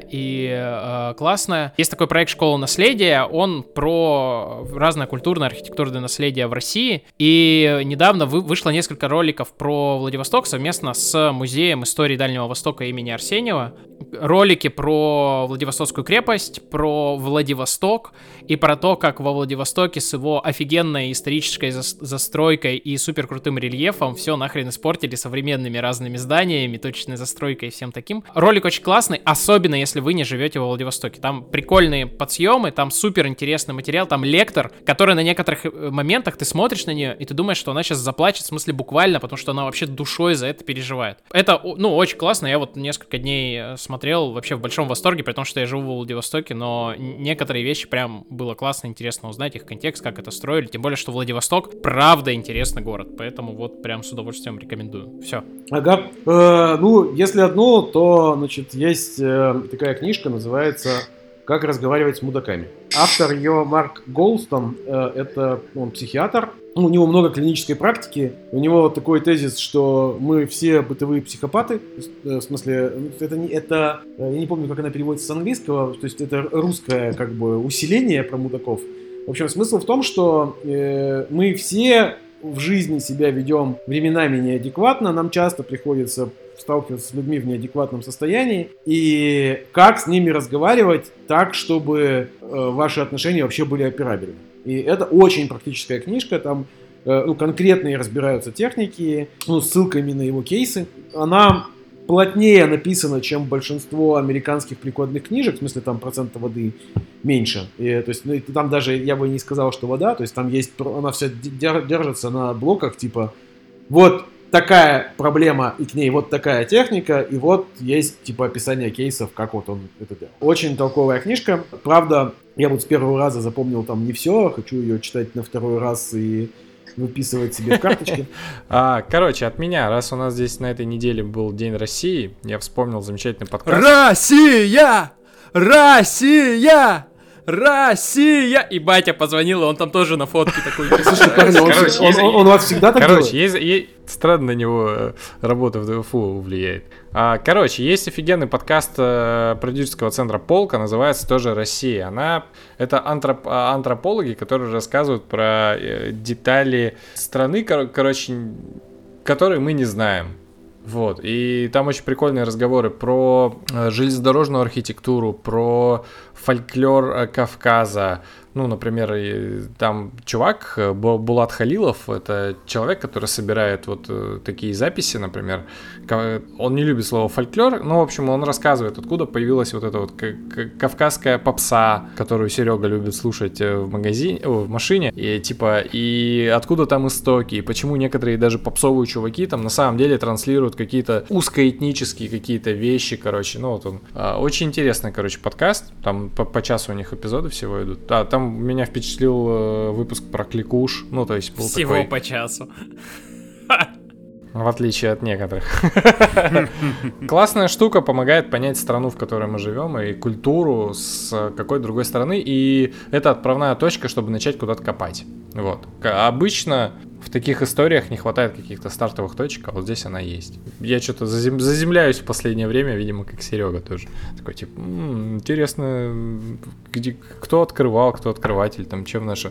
и классное. Есть такой проект «Школа наследия», он про разное культурное, архитектурное наследие в России. И недавно вышло несколько роликов про Владивосток совместно с Музеем истории Дальнего Востока имени Арсеньева. Ролики про Владивостокскую крепость, про Владивосток и про то, как во Владивостоке с его офигенной исторической застройкой и суперкрутым рельефом все нахрен испортили современными разными зданиями, точечной застройкой и всем таким. Ролик очень классный, особенно если вы не живете во Владивостоке. Там прикольные подсъемы, там супер интересный материал, там лектор, который на некоторых моментах ты смотришь на нее, и ты думаешь, что она сейчас заплачет, в смысле буквально, потому что она вообще душой за это переживает. Это, очень классно, я вот несколько дней смотрел вообще в большом восторге, при том, что я живу во Владивостоке, но некоторые вещи прям было классно, интересно узнать их контекст, как это строили, тем более, что Владивосток правда интересный город, поэтому вот прям с удовольствием рекомендую. Все. Ага. Если одно, то, значит, есть такая книжка, называется «Как разговаривать с мудаками». Автор ее Марк Голстон, это он психиатр, у него много клинической практики, у него вот такой тезис, что мы все бытовые психопаты, в смысле, я не помню, как она переводится с английского, то есть это русское как бы усиление про мудаков. В общем, смысл в том, что мы все в жизни себя ведем временами неадекватно, нам часто приходится сталкиваться с людьми в неадекватном состоянии, и как с ними разговаривать так, чтобы ваши отношения вообще были операбельны. И это очень практическая книжка, там конкретные разбираются техники, ссылками на его кейсы. Она плотнее написана, чем большинство американских прикладных книжек, в смысле там процента воды меньше. И, то есть, там даже я бы не сказал, что вода, то есть там есть, она вся держится на блоках, типа вот такая проблема и к ней вот такая техника, и вот есть типа описание кейсов, как вот он это делал. Очень толковая книжка. Правда, я вот с первого раза запомнил там не все, хочу ее читать на второй раз и выписывать себе в карточке. Короче, от меня, раз у нас здесь на этой неделе был День России, я вспомнил замечательный подкаст. Россия! Россия! Россия! И батя позвонил, и он там тоже на фотке такой. Он у вас всегда так делает? Короче, странно на него работа в ДФУ влияет. Короче, есть офигенный подкаст продюсерского центра «Полка», называется тоже «Россия». Это антропологи, которые рассказывают про детали страны, которые мы не знаем. Вот, и там очень прикольные разговоры про железнодорожную архитектуру, про фольклор Кавказа. Ну, например, там чувак, Булат Халилов, это человек, который собирает вот такие записи, например. Он не любит слово фольклор, но, в общем, он рассказывает, откуда появилась вот эта вот кавказская попса, которую Серега любит слушать в машине, и откуда там истоки, и почему некоторые даже попсовые чуваки там на самом деле транслируют какие-то узкоэтнические какие-то вещи, короче. Ну, вот он. Очень интересный, короче, подкаст, там по часу у них эпизоды всего идут. Там меня впечатлил выпуск про кликуш. Ну, то есть был всего такой... по часу. В отличие от некоторых. Классная штука, помогает понять страну, в которой мы живем, и культуру с какой-то другой стороны. И это отправная точка, чтобы начать куда-то копать. Вот. Обычно в таких историях не хватает каких-то стартовых точек, а вот здесь она есть. Я что-то заземляюсь в последнее время, видимо, как Серега тоже. Такой, типа, интересно, кто открывал, кто открыватель, там, чем наша...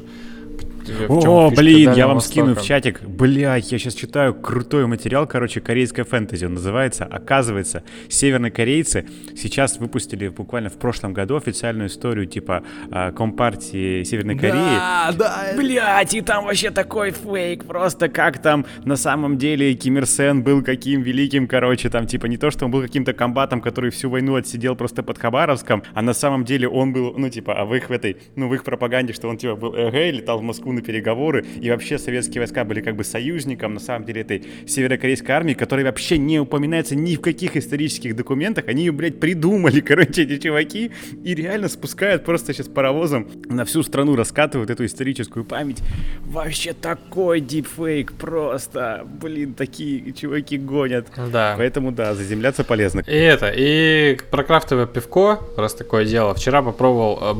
О, блин, я вам скину в чатик. Блядь, я сейчас читаю крутой материал, короче, корейская фэнтези он называется. Оказывается, северные корейцы сейчас выпустили буквально в прошлом году официальную историю типа Компартии Северной Кореи. Да. Блядь, и там вообще такой фейк, просто как там на самом деле Ким Ир Сен был каким великим, короче, там типа не то, что он был каким-то комбатом, который всю войну отсидел просто под Хабаровском, а на самом деле он был, ну типа, в их пропаганде, что он типа был летал в Москву на переговоры, и вообще советские войска были как бы союзником, на самом деле, этой северокорейской армии, которая вообще не упоминается ни в каких исторических документах, они ее, блядь, придумали, короче, эти чуваки, и реально спускают просто сейчас паровозом на всю страну, раскатывают эту историческую память. Вообще такой дипфейк, просто, блин, такие чуваки гонят. Да. Поэтому, да, заземляться полезно. И про крафтовое пивко, раз такое дело, вчера попробовал,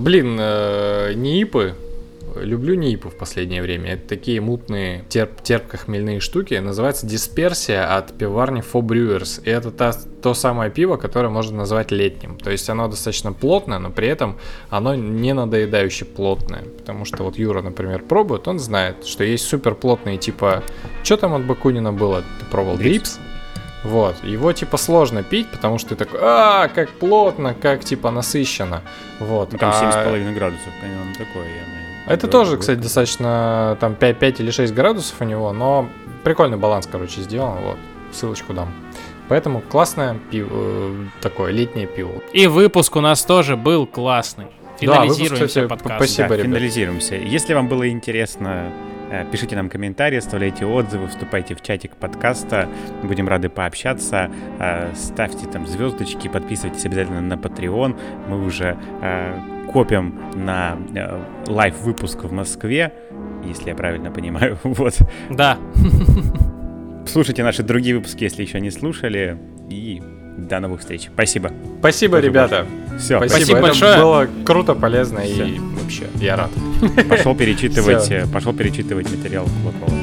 НИИПы. Люблю НИИПы в последнее время. Это такие мутные, терпко-хмельные штуки. Называется дисперсия от пиварни Four Brewers. И это то самое пиво, которое можно назвать летним. То есть оно достаточно плотное, но при этом оно не надоедающе плотное. Потому что вот Юра, например, пробует, он знает, что есть супер плотные типа... Что там от Бакунина было? Ты пробовал? Дрипс? Вот, его типа сложно пить, потому что ты такой, как плотно, как типа насыщенно. Вот. Ну, там 7,5 градусов, конечно, такое. Это тоже, кстати, достаточно там 5 или 6 градусов у него, но прикольный баланс, короче, сделан. Вот, ссылочку дам. Поэтому классное пиво, такое летнее пиво. И выпуск у нас тоже был классный. Финализируемся подкаст. Спасибо, ребят. Финализируемся. Если вам было интересно, пишите нам комментарии, оставляйте отзывы, вступайте в чатик подкаста. Будем рады пообщаться. Ставьте там звездочки, подписывайтесь обязательно на Patreon. Мы уже копим на лайв-выпуск в Москве, если я правильно понимаю. Вот. Да. Слушайте наши другие выпуски, если еще не слушали. И до новых встреч. Спасибо. Спасибо, ребята. Все. Спасибо большое. Это было круто, полезно и вообще я рад. Пошел перечитывать материал Кулакова.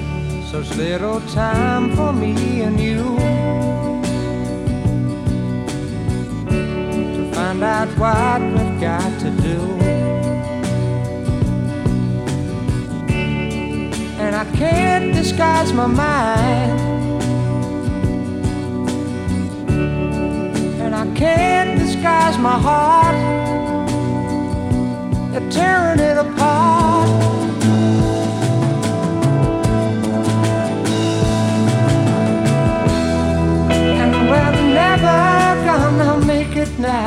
Find out what we've got to do. And I can't disguise my mind, and I can't disguise my heart. They're tearing it apart. And we're never gonna make it now.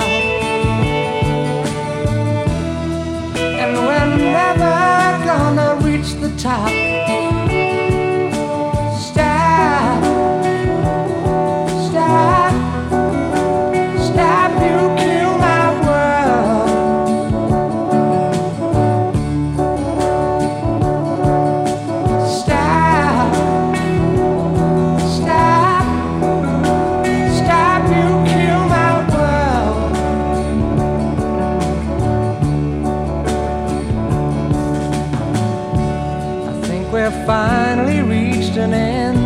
We're never gonna reach the top. Stop, stop, stop, you kill my world. affair finally reached an end.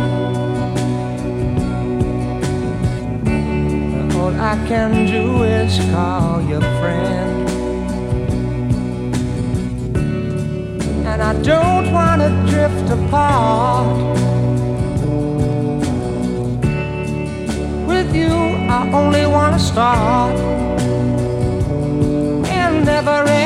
All I can do is call you friend. And I don't want to drift apart. With you, I only want to start. And never